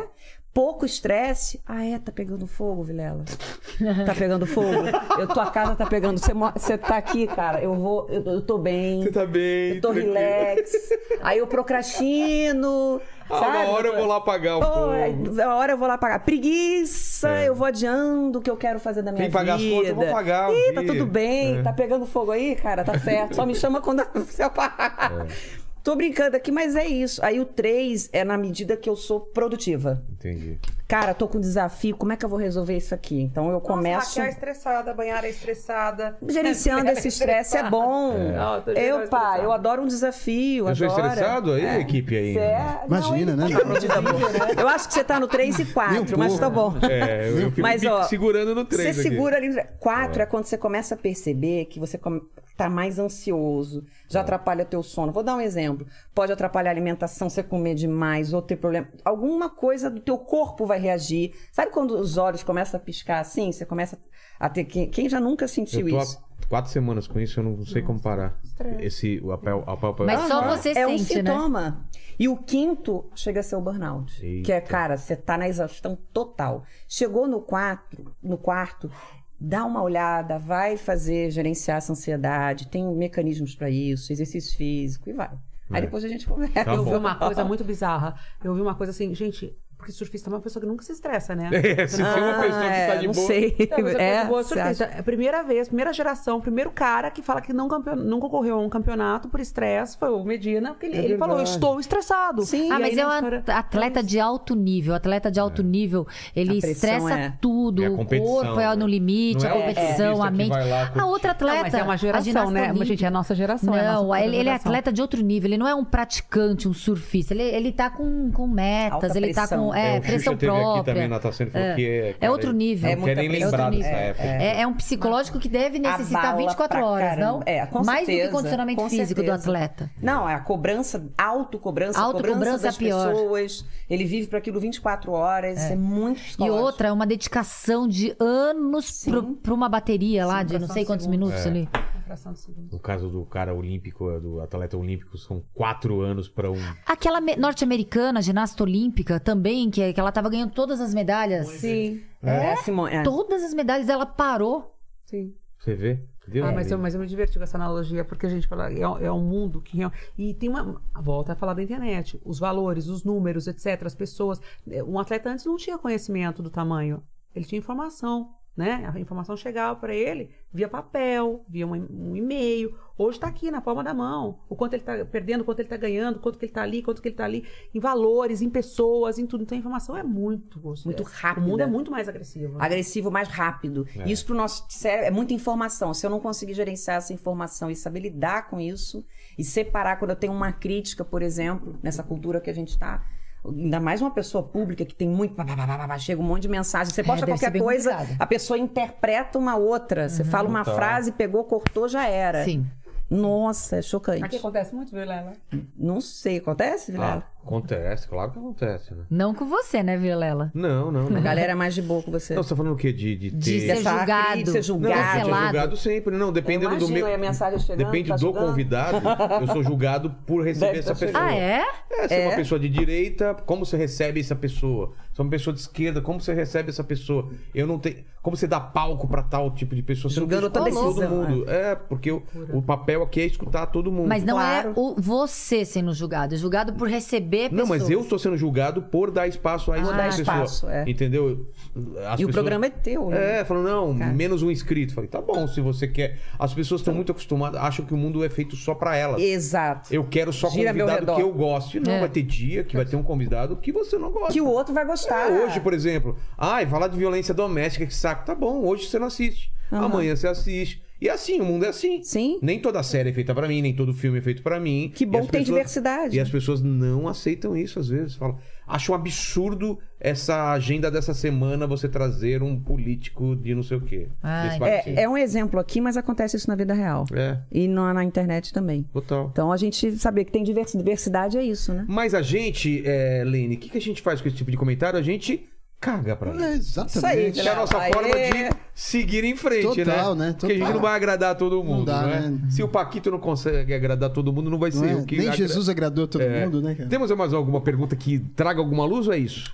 Pouco estresse. Ah, é? Tá pegando fogo, Vilela? Tá pegando fogo? Eu, tua casa tá pegando. Você, você tá aqui, cara. Eu vou. Eu, eu tô bem. Você tá bem. Eu tô tranquilo. relax. Aí eu procrastino. Ah, sabe? uma hora eu vou lá apagar o Pô, fogo. Uma hora eu vou lá pagar. Preguiça, É. eu vou adiando o que eu quero fazer da minha Quem pagar vida. as contas, eu vou pagar um Ih, tá dia. tudo bem. É. Tá pegando fogo aí, cara? Tá certo. Só me chama quando você pagar. É. Tô brincando aqui, mas é isso. Aí o três é na medida que eu sou produtiva. Entendi. Cara, tô com desafio, como é que eu vou resolver isso aqui? Então eu começo... Nossa, Raquel é estressada, banhar é estressada. Gerenciando esse estresse é bom. É. Não, eu tô eu, geral pá, estressada. eu adoro um desafio. Eu sou adoro. estressado aí, a equipe aí. Você é... Imagina, não, né? ele tá medida boa. Eu acho que você tá no três e Nem quatro, um mas pouco. tá bom. É, eu, eu fico Mas, ó, segurando no três Você aqui. segura ali. Quatro é. é quando você começa a perceber que você come- tá mais ansioso, já atrapalha teu sono. Vou dar um exemplo. Pode atrapalhar a alimentação, você comer demais, ou ter problema. Alguma coisa do teu corpo vai reagir. Sabe quando os olhos começam a piscar assim? Você começa a ter. Quem, quem já nunca sentiu Eu tô isso? há quatro semanas com isso, eu não sei como parar. Esse, o apel, apel, apel. Mas só Aham. você é um sente, né? sintoma. E o quinto chega a ser o burnout. Eita. Que é, cara, você tá na exaustão total. Chegou no quarto, no quarto, dá uma olhada, vai fazer, gerenciar essa ansiedade, tem mecanismos pra isso, exercício físico e vai. É. Aí depois a gente conversa. Tá Eu bom. vi uma coisa muito bizarra. Eu vi uma coisa assim, gente, porque surfista é uma pessoa que nunca se estressa, né? É, se tem uma pessoa que tá de não boa. sei. Então, mas é, É, boa você surfista. acha? É a primeira vez, primeira geração, primeiro cara que fala que não campeon... nunca correu a um campeonato por estresse foi o Medina, porque ele, É ele falou, eu verdade. estou estressado. Sim. Ah, E mas aí é um na história- atleta de alto nível. Atleta de alto nível, ele A pressão estressa é- tudo. É a o competição, corpo é né? no limite, Não é a o competição, surfista a que mente. vai lá A curtir. outra Não, atleta. mas é uma a geração, ginasta né? olímpica. Gente, é a nossa geração. é a Não, nossa ele, ele é geração. atleta de outro nível. Ele não é um praticante, um surfista. Ele, ele tá com, com metas, Alta ele tá pressão. com é, É, o Xuxa pressão teve aqui própria. também, natação, ele falou É. que é... É outro nível. Não É quer muita nem pressão. lembrar Outro dessa nível. época. É, é um psicológico que deve necessitar Abala vinte e quatro pra horas, caramba. não? É, com Mais do certeza, que condicionamento com físico do certeza. atleta. Não, é a cobrança, autocobrança, Autocobrança cobrança das é pior. pessoas. Ele vive para aquilo vinte e quatro horas, é, muito E psicológico. outra, é uma dedicação de anos para uma bateria lá, Sim, de não fração sei de quantos segundo. minutos É. ali. Fração de segundo. No caso do cara olímpico, do atleta olímpico, são quatro anos pra um... Aquela me- norte-americana, ginasta olímpica, também, que, que ela tava ganhando todas as medalhas. Sim, É, Simone, é. Todas as medalhas, ela parou. sim. Você vê? Deus Ah, me mas eu, livre. mas eu me diverti com essa analogia, porque a gente fala, é, é um mundo que... real- E tem uma... Volta a falar da internet. Os valores, os números, etcétera. As pessoas... Um atleta antes não tinha conhecimento do tamanho. Ele tinha informação, né? A informação chegava para ele via papel, via um, um e-mail. Hoje está aqui na palma da mão. O quanto ele está perdendo, o quanto ele está ganhando, o quanto que ele está ali, quanto que ele está ali. Em valores, em pessoas, em tudo. Então a informação é muito... Muito é, rápida. O mundo é muito mais agressivo. né? Agressivo, mais rápido. É. Isso pro nosso cérebro é muita informação. Se eu não conseguir gerenciar essa informação e saber lidar com isso e separar quando eu tenho uma crítica, por exemplo, nessa cultura que a gente está, ainda mais uma pessoa pública que tem muito... pá, pá, pá, pá, pá, chega um monte de mensagem. Você posta deve ser qualquer bem coisa, complicado. a pessoa interpreta uma outra. Você fala uma Total. frase, pegou, cortou, já era. Sim. Nossa, é chocante. Aqui acontece muito, viu, Lela? Não sei, acontece, Vilela? Ah, acontece, claro que acontece, né? Não com você, né, Vilela? Não, não, não. A galera é mais de boa com você. Não, você tá falando o quê? De, de ter... De ser Dessa julgado. crítica, ser Não, julgado. eu sou Cancelado. julgado sempre. Não, dependendo do Imagina meu... aí a mensagem chegando, Depende tá do julgando. convidado, eu sou julgado por receber Deve essa tá pessoa. Ah, é? É, se é uma É. pessoa de direita, como você recebe essa pessoa? Se é uma pessoa de esquerda, como você recebe essa pessoa? Eu não tenho... Como você dá palco pra tal tipo de pessoa? Você Julgando não tem que outra escutar todo decisão, mundo. É, porque o, o papel aqui é escutar todo mundo. Mas não Claro. é o, você sendo julgado, é julgado por receber Não, pessoas. mas eu estou sendo julgado por dar espaço a essa dar pessoa. espaço, é. Entendeu? As E o pessoas- programa é teu, né? É, falando, não, Cara. menos um inscrito. Falei, tá bom, se você quer. As pessoas estão muito acostumadas, acham que o mundo é feito só pra elas. Exato. Eu quero só Gira meu convidado redor. que eu goste. Não, É. vai ter dia que vai ter um convidado que você não gosta. Que o outro vai gostar. É, hoje, por exemplo, ai, falar de violência doméstica, que saco. Tá bom, hoje você não assiste. Amanhã você assiste. E assim, o mundo é assim. Sim. Nem toda série é feita pra mim, nem todo filme é feito pra mim. Que bom E as que tem pessoas- diversidade. E as pessoas não aceitam isso às vezes. Falam, acho um absurdo essa agenda dessa semana você trazer um político de não sei o quê. Ai, desse partido. É, é um exemplo aqui, mas acontece isso na vida real. É, E na, na internet também. total. Então a gente saber que tem diversi- diversidade é isso, né? Mas a gente, é, Lene, o que, que a gente faz com esse tipo de comentário? A gente caga pra É, ele. Isso aí, exatamente. Que é a nossa Aê! forma de seguir em frente, Total, né? Porque a gente Total. não vai agradar todo mundo, dá, né? né? Se o Paquito não consegue agradar todo mundo, não vai Não ser é? o que... Nem agra- Jesus agradou todo É. mundo, né, cara? Temos mais alguma pergunta que traga alguma luz ou é isso?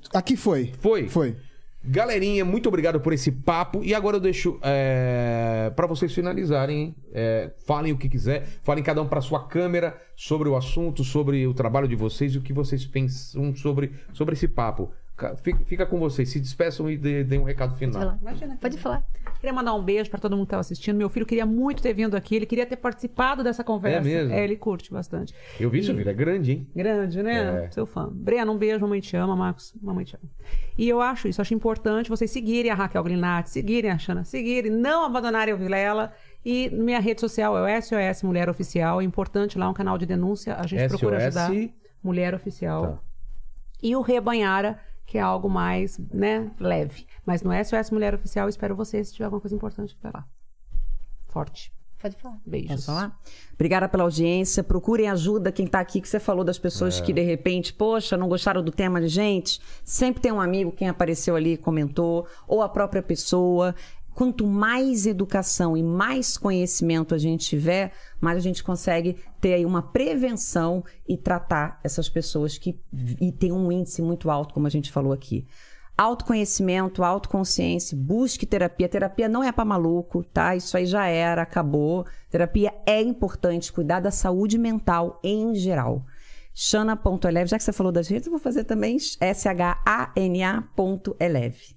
Aqui foi. Foi? Foi. Galerinha, muito obrigado por esse papo. E agora eu deixo é, para vocês finalizarem. É, falem o que quiser. Falem cada um para sua câmera sobre o assunto, sobre o trabalho de vocês e o que vocês pensam sobre, sobre esse papo. Fica, fica com vocês. Se despeçam e deem um recado final. Imagina, pode falar. Queria mandar um beijo para todo mundo que estava assistindo. Meu filho queria muito ter vindo aqui. Ele queria ter participado dessa conversa. É mesmo? É, ele curte bastante. Eu vi e... seu filho. É grande, hein? Grande, né? É. Seu fã. Breno, um beijo. Mamãe te ama, Marcos. Mamãe te ama. E eu acho isso. Acho importante vocês seguirem a Raquel Glinatti, seguirem a Xana, seguirem, não abandonarem o Vilela. E minha rede social é o S O S Mulher Oficial. É importante lá, um canal de denúncia. A gente S O S... procura ajudar. Mulher Oficial. Tá. E o Rebanhara, que é algo mais, né, leve. Mas no S O S Mulher Oficial, espero vocês, se tiver alguma coisa importante, vai lá. Forte. Pode falar. Beijos. Posso falar? Obrigada pela audiência. Procurem ajuda quem tá aqui, que você falou das pessoas É. que, de repente, poxa, não gostaram do tema de gente. Sempre tem um amigo, quem apareceu ali comentou, ou a própria pessoa. Quanto mais educação e mais conhecimento a gente tiver, mais a gente consegue ter aí uma prevenção e tratar essas pessoas que e tem um índice muito alto, como a gente falou aqui. Autoconhecimento, autoconsciência, busque terapia. Terapia não é para maluco, tá? Isso aí já era, acabou. Terapia é importante, cuidar da saúde mental em geral. Xana ponto eleve, já que você falou das redes, eu vou fazer também S H A N A ponto eleve.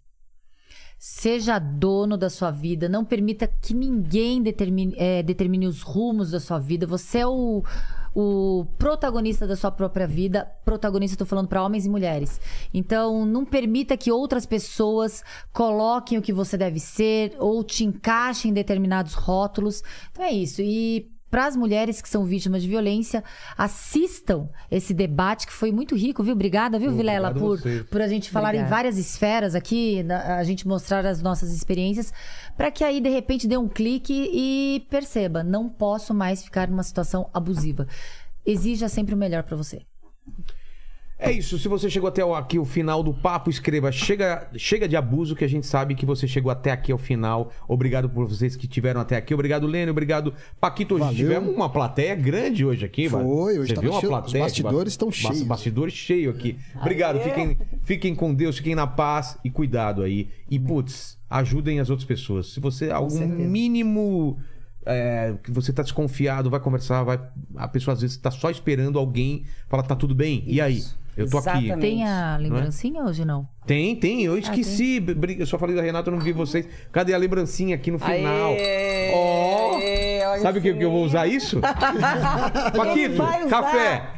Seja dono da sua vida, não permita que ninguém determine, é, determine os rumos da sua vida. Você é o, o protagonista da sua própria vida. Protagonista, estou falando para homens e mulheres. Então, não permita que outras pessoas coloquem o que você deve ser ou te encaixem em determinados rótulos. Então é isso. E para as mulheres que são vítimas de violência, assistam esse debate que foi muito rico, viu? Obrigada, viu, Vilela, por, por a gente falar Obrigada. em várias esferas aqui, a gente mostrar as nossas experiências, para que aí, de repente, dê um clique e perceba, não posso mais ficar numa situação abusiva. Exija sempre o melhor para você. É isso, se você chegou até aqui o final do papo, escreva chega, chega de abuso, que a gente sabe que você chegou até aqui ao final. Obrigado por vocês que tiveram até aqui. Obrigado, Lênin, obrigado, Paquito. Hoje Valeu. tivemos uma plateia grande hoje aqui. Foi, mano. hoje Você tava viu uma cheio, plateia? os bastidores estão Bas- cheios. Bastidores cheios aqui. Obrigado, fiquem, fiquem com Deus, fiquem na paz e cuidado aí. E, putz, ajudem as outras pessoas. Se você, algum certeza. mínimo... É, que você tá desconfiado, vai conversar, vai... a pessoa às vezes tá só esperando alguém falar, tá tudo bem? E aí? Eu tô aqui. Exatamente. Tem a lembrancinha hoje, não? Tem, tem. Eu esqueci. Bri- Eu só falei da Renata, eu não vi vocês. Cadê a lembrancinha aqui no final? Aê, Ó! olha Sabe o que, que eu vou usar isso? Paquito, vai usar. café.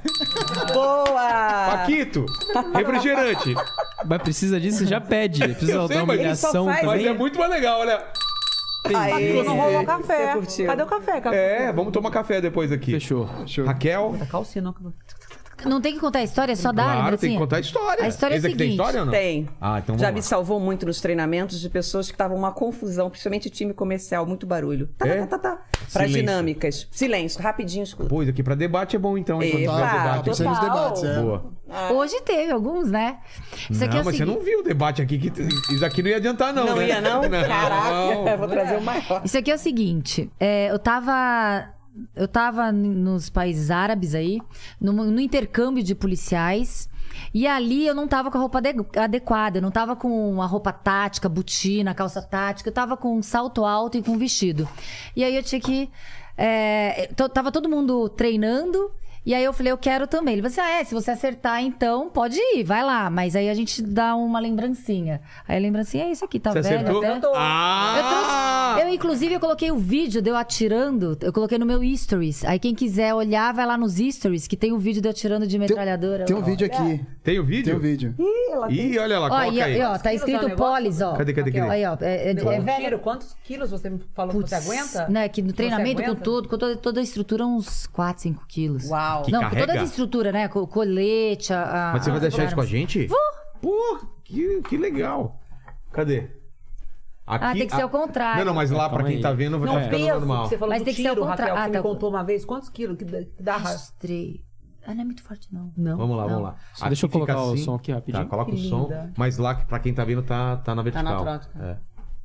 Boa! Paquito, refrigerante. Mas precisa disso, já pede. Precisa Eu sei, dar uma mas- humilhação Ele só faz Mas também. é muito mais legal, olha. Aê, Não rolou café. você curtiu. Cadê o café? Cadê? É, vamos tomar café depois aqui. Fechou. Raquel, Tá calcinha. Não tem que contar a história, só dá a claro, tem lembrancinha? que contar a história. A história é Esse a aqui tem seguinte. história ou não? Tem. Ah, então Já vamos me lá. salvou muito nos treinamentos de pessoas que estavam uma confusão, principalmente time comercial, muito barulho. Tá, É? tá, tá, tá. Para Silêncio. dinâmicas. Silêncio, rapidinho, escuta. Pois, aqui pra debate é bom então, hein? Quando Epa, tiver Tá debate. pensando nos debates, é. Boa. Hoje teve alguns, né? Isso aqui não, é o mas seguinte. você não viu o debate aqui, que isso aqui não ia adiantar não, Não né? ia, não? Caraca, vou trazer o maior. Isso aqui é o seguinte, é, eu tava... Eu tava n- nos países árabes aí, no, no intercâmbio de policiais, e ali eu não tava com a roupa ade- adequada, eu não tava com a roupa tática, botina, calça tática, eu tava com um salto alto e com um vestido. E aí eu tinha que... É, to- tava todo mundo treinando, e aí eu falei, eu quero também. Ele falou assim, ah, é, se você acertar então, pode ir, vai lá. Mas aí a gente dá uma lembrancinha. Aí a lembrancinha é isso aqui, tá Você velho acertou? até. Ah! Eu trouxe. Eu, inclusive, eu coloquei o vídeo de eu atirando. Eu coloquei no meu stories. Aí quem quiser olhar, vai lá nos stories, que tem o vídeo de eu atirando de metralhadora. Tem um Ó. vídeo aqui. Tem o vídeo? Tem um vídeo. Ih, olha lá, Ó, coloca e, aí. e, ó, tá quilos é escrito o negócio? Polis, ó. Cadê, cadê, cadê? Aí, ó. É, é, é Quantos velho. quilos? Quantos quilos você me falou que Putz, você aguenta? né, que no Você treinamento, com aguenta? tudo, com toda, toda a estrutura, uns quatro, cinco quilos. Uau. Que Não, com toda carrega? a estrutura, né? Com o colete, a. a- Mas você vai as deixar isso com a armas. gente? Vou! Pô, que, que legal. Cadê? Aqui, Ah, tem que ser ao contrário. Não, não, mas lá pra Calma quem aí. tá vendo vai Não, tá ficando peso, normal. que você falou Mas do tem que ser ao tiro, contrário. Raquel, Ah, que tá. me contou uma vez. Quantos quilos que dá? Que dá ra- Mostrei. Ah, não é muito forte, não. Não. Vamos lá, Não. vamos lá. Só deixa eu Aqui fica colocar o assim. som aqui rapidinho. Tá, coloca Que o som. linda. Mas lá, pra quem tá vendo, tá, tá na vertical. trótica. É.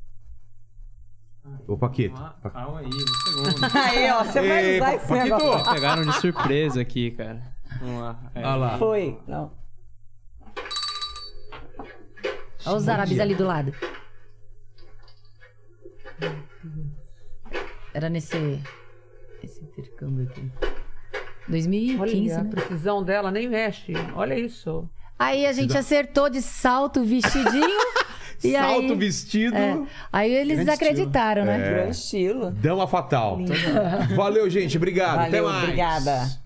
Ô, Paquito. Ah, calma aí, um segundo. Aí, ó, você vai Ei, usar Pa- esse Paquito! negócio. Pegaram de surpresa aqui, cara. Vamos lá. É. Olha lá. Foi. Não. Olha os árabes ali do lado. Era nesse... Esse intercâmbio aqui. dois mil e quinze, Olha, né? a precisão dela nem mexe. Olha isso. Aí a gente acertou de salto, vestidinho. e Salto, aí, vestido. é, aí eles Grande acreditaram, né? Grande estilo. Dama fatal. Valeu, gente. Obrigado. Até Valeu, mais. obrigada.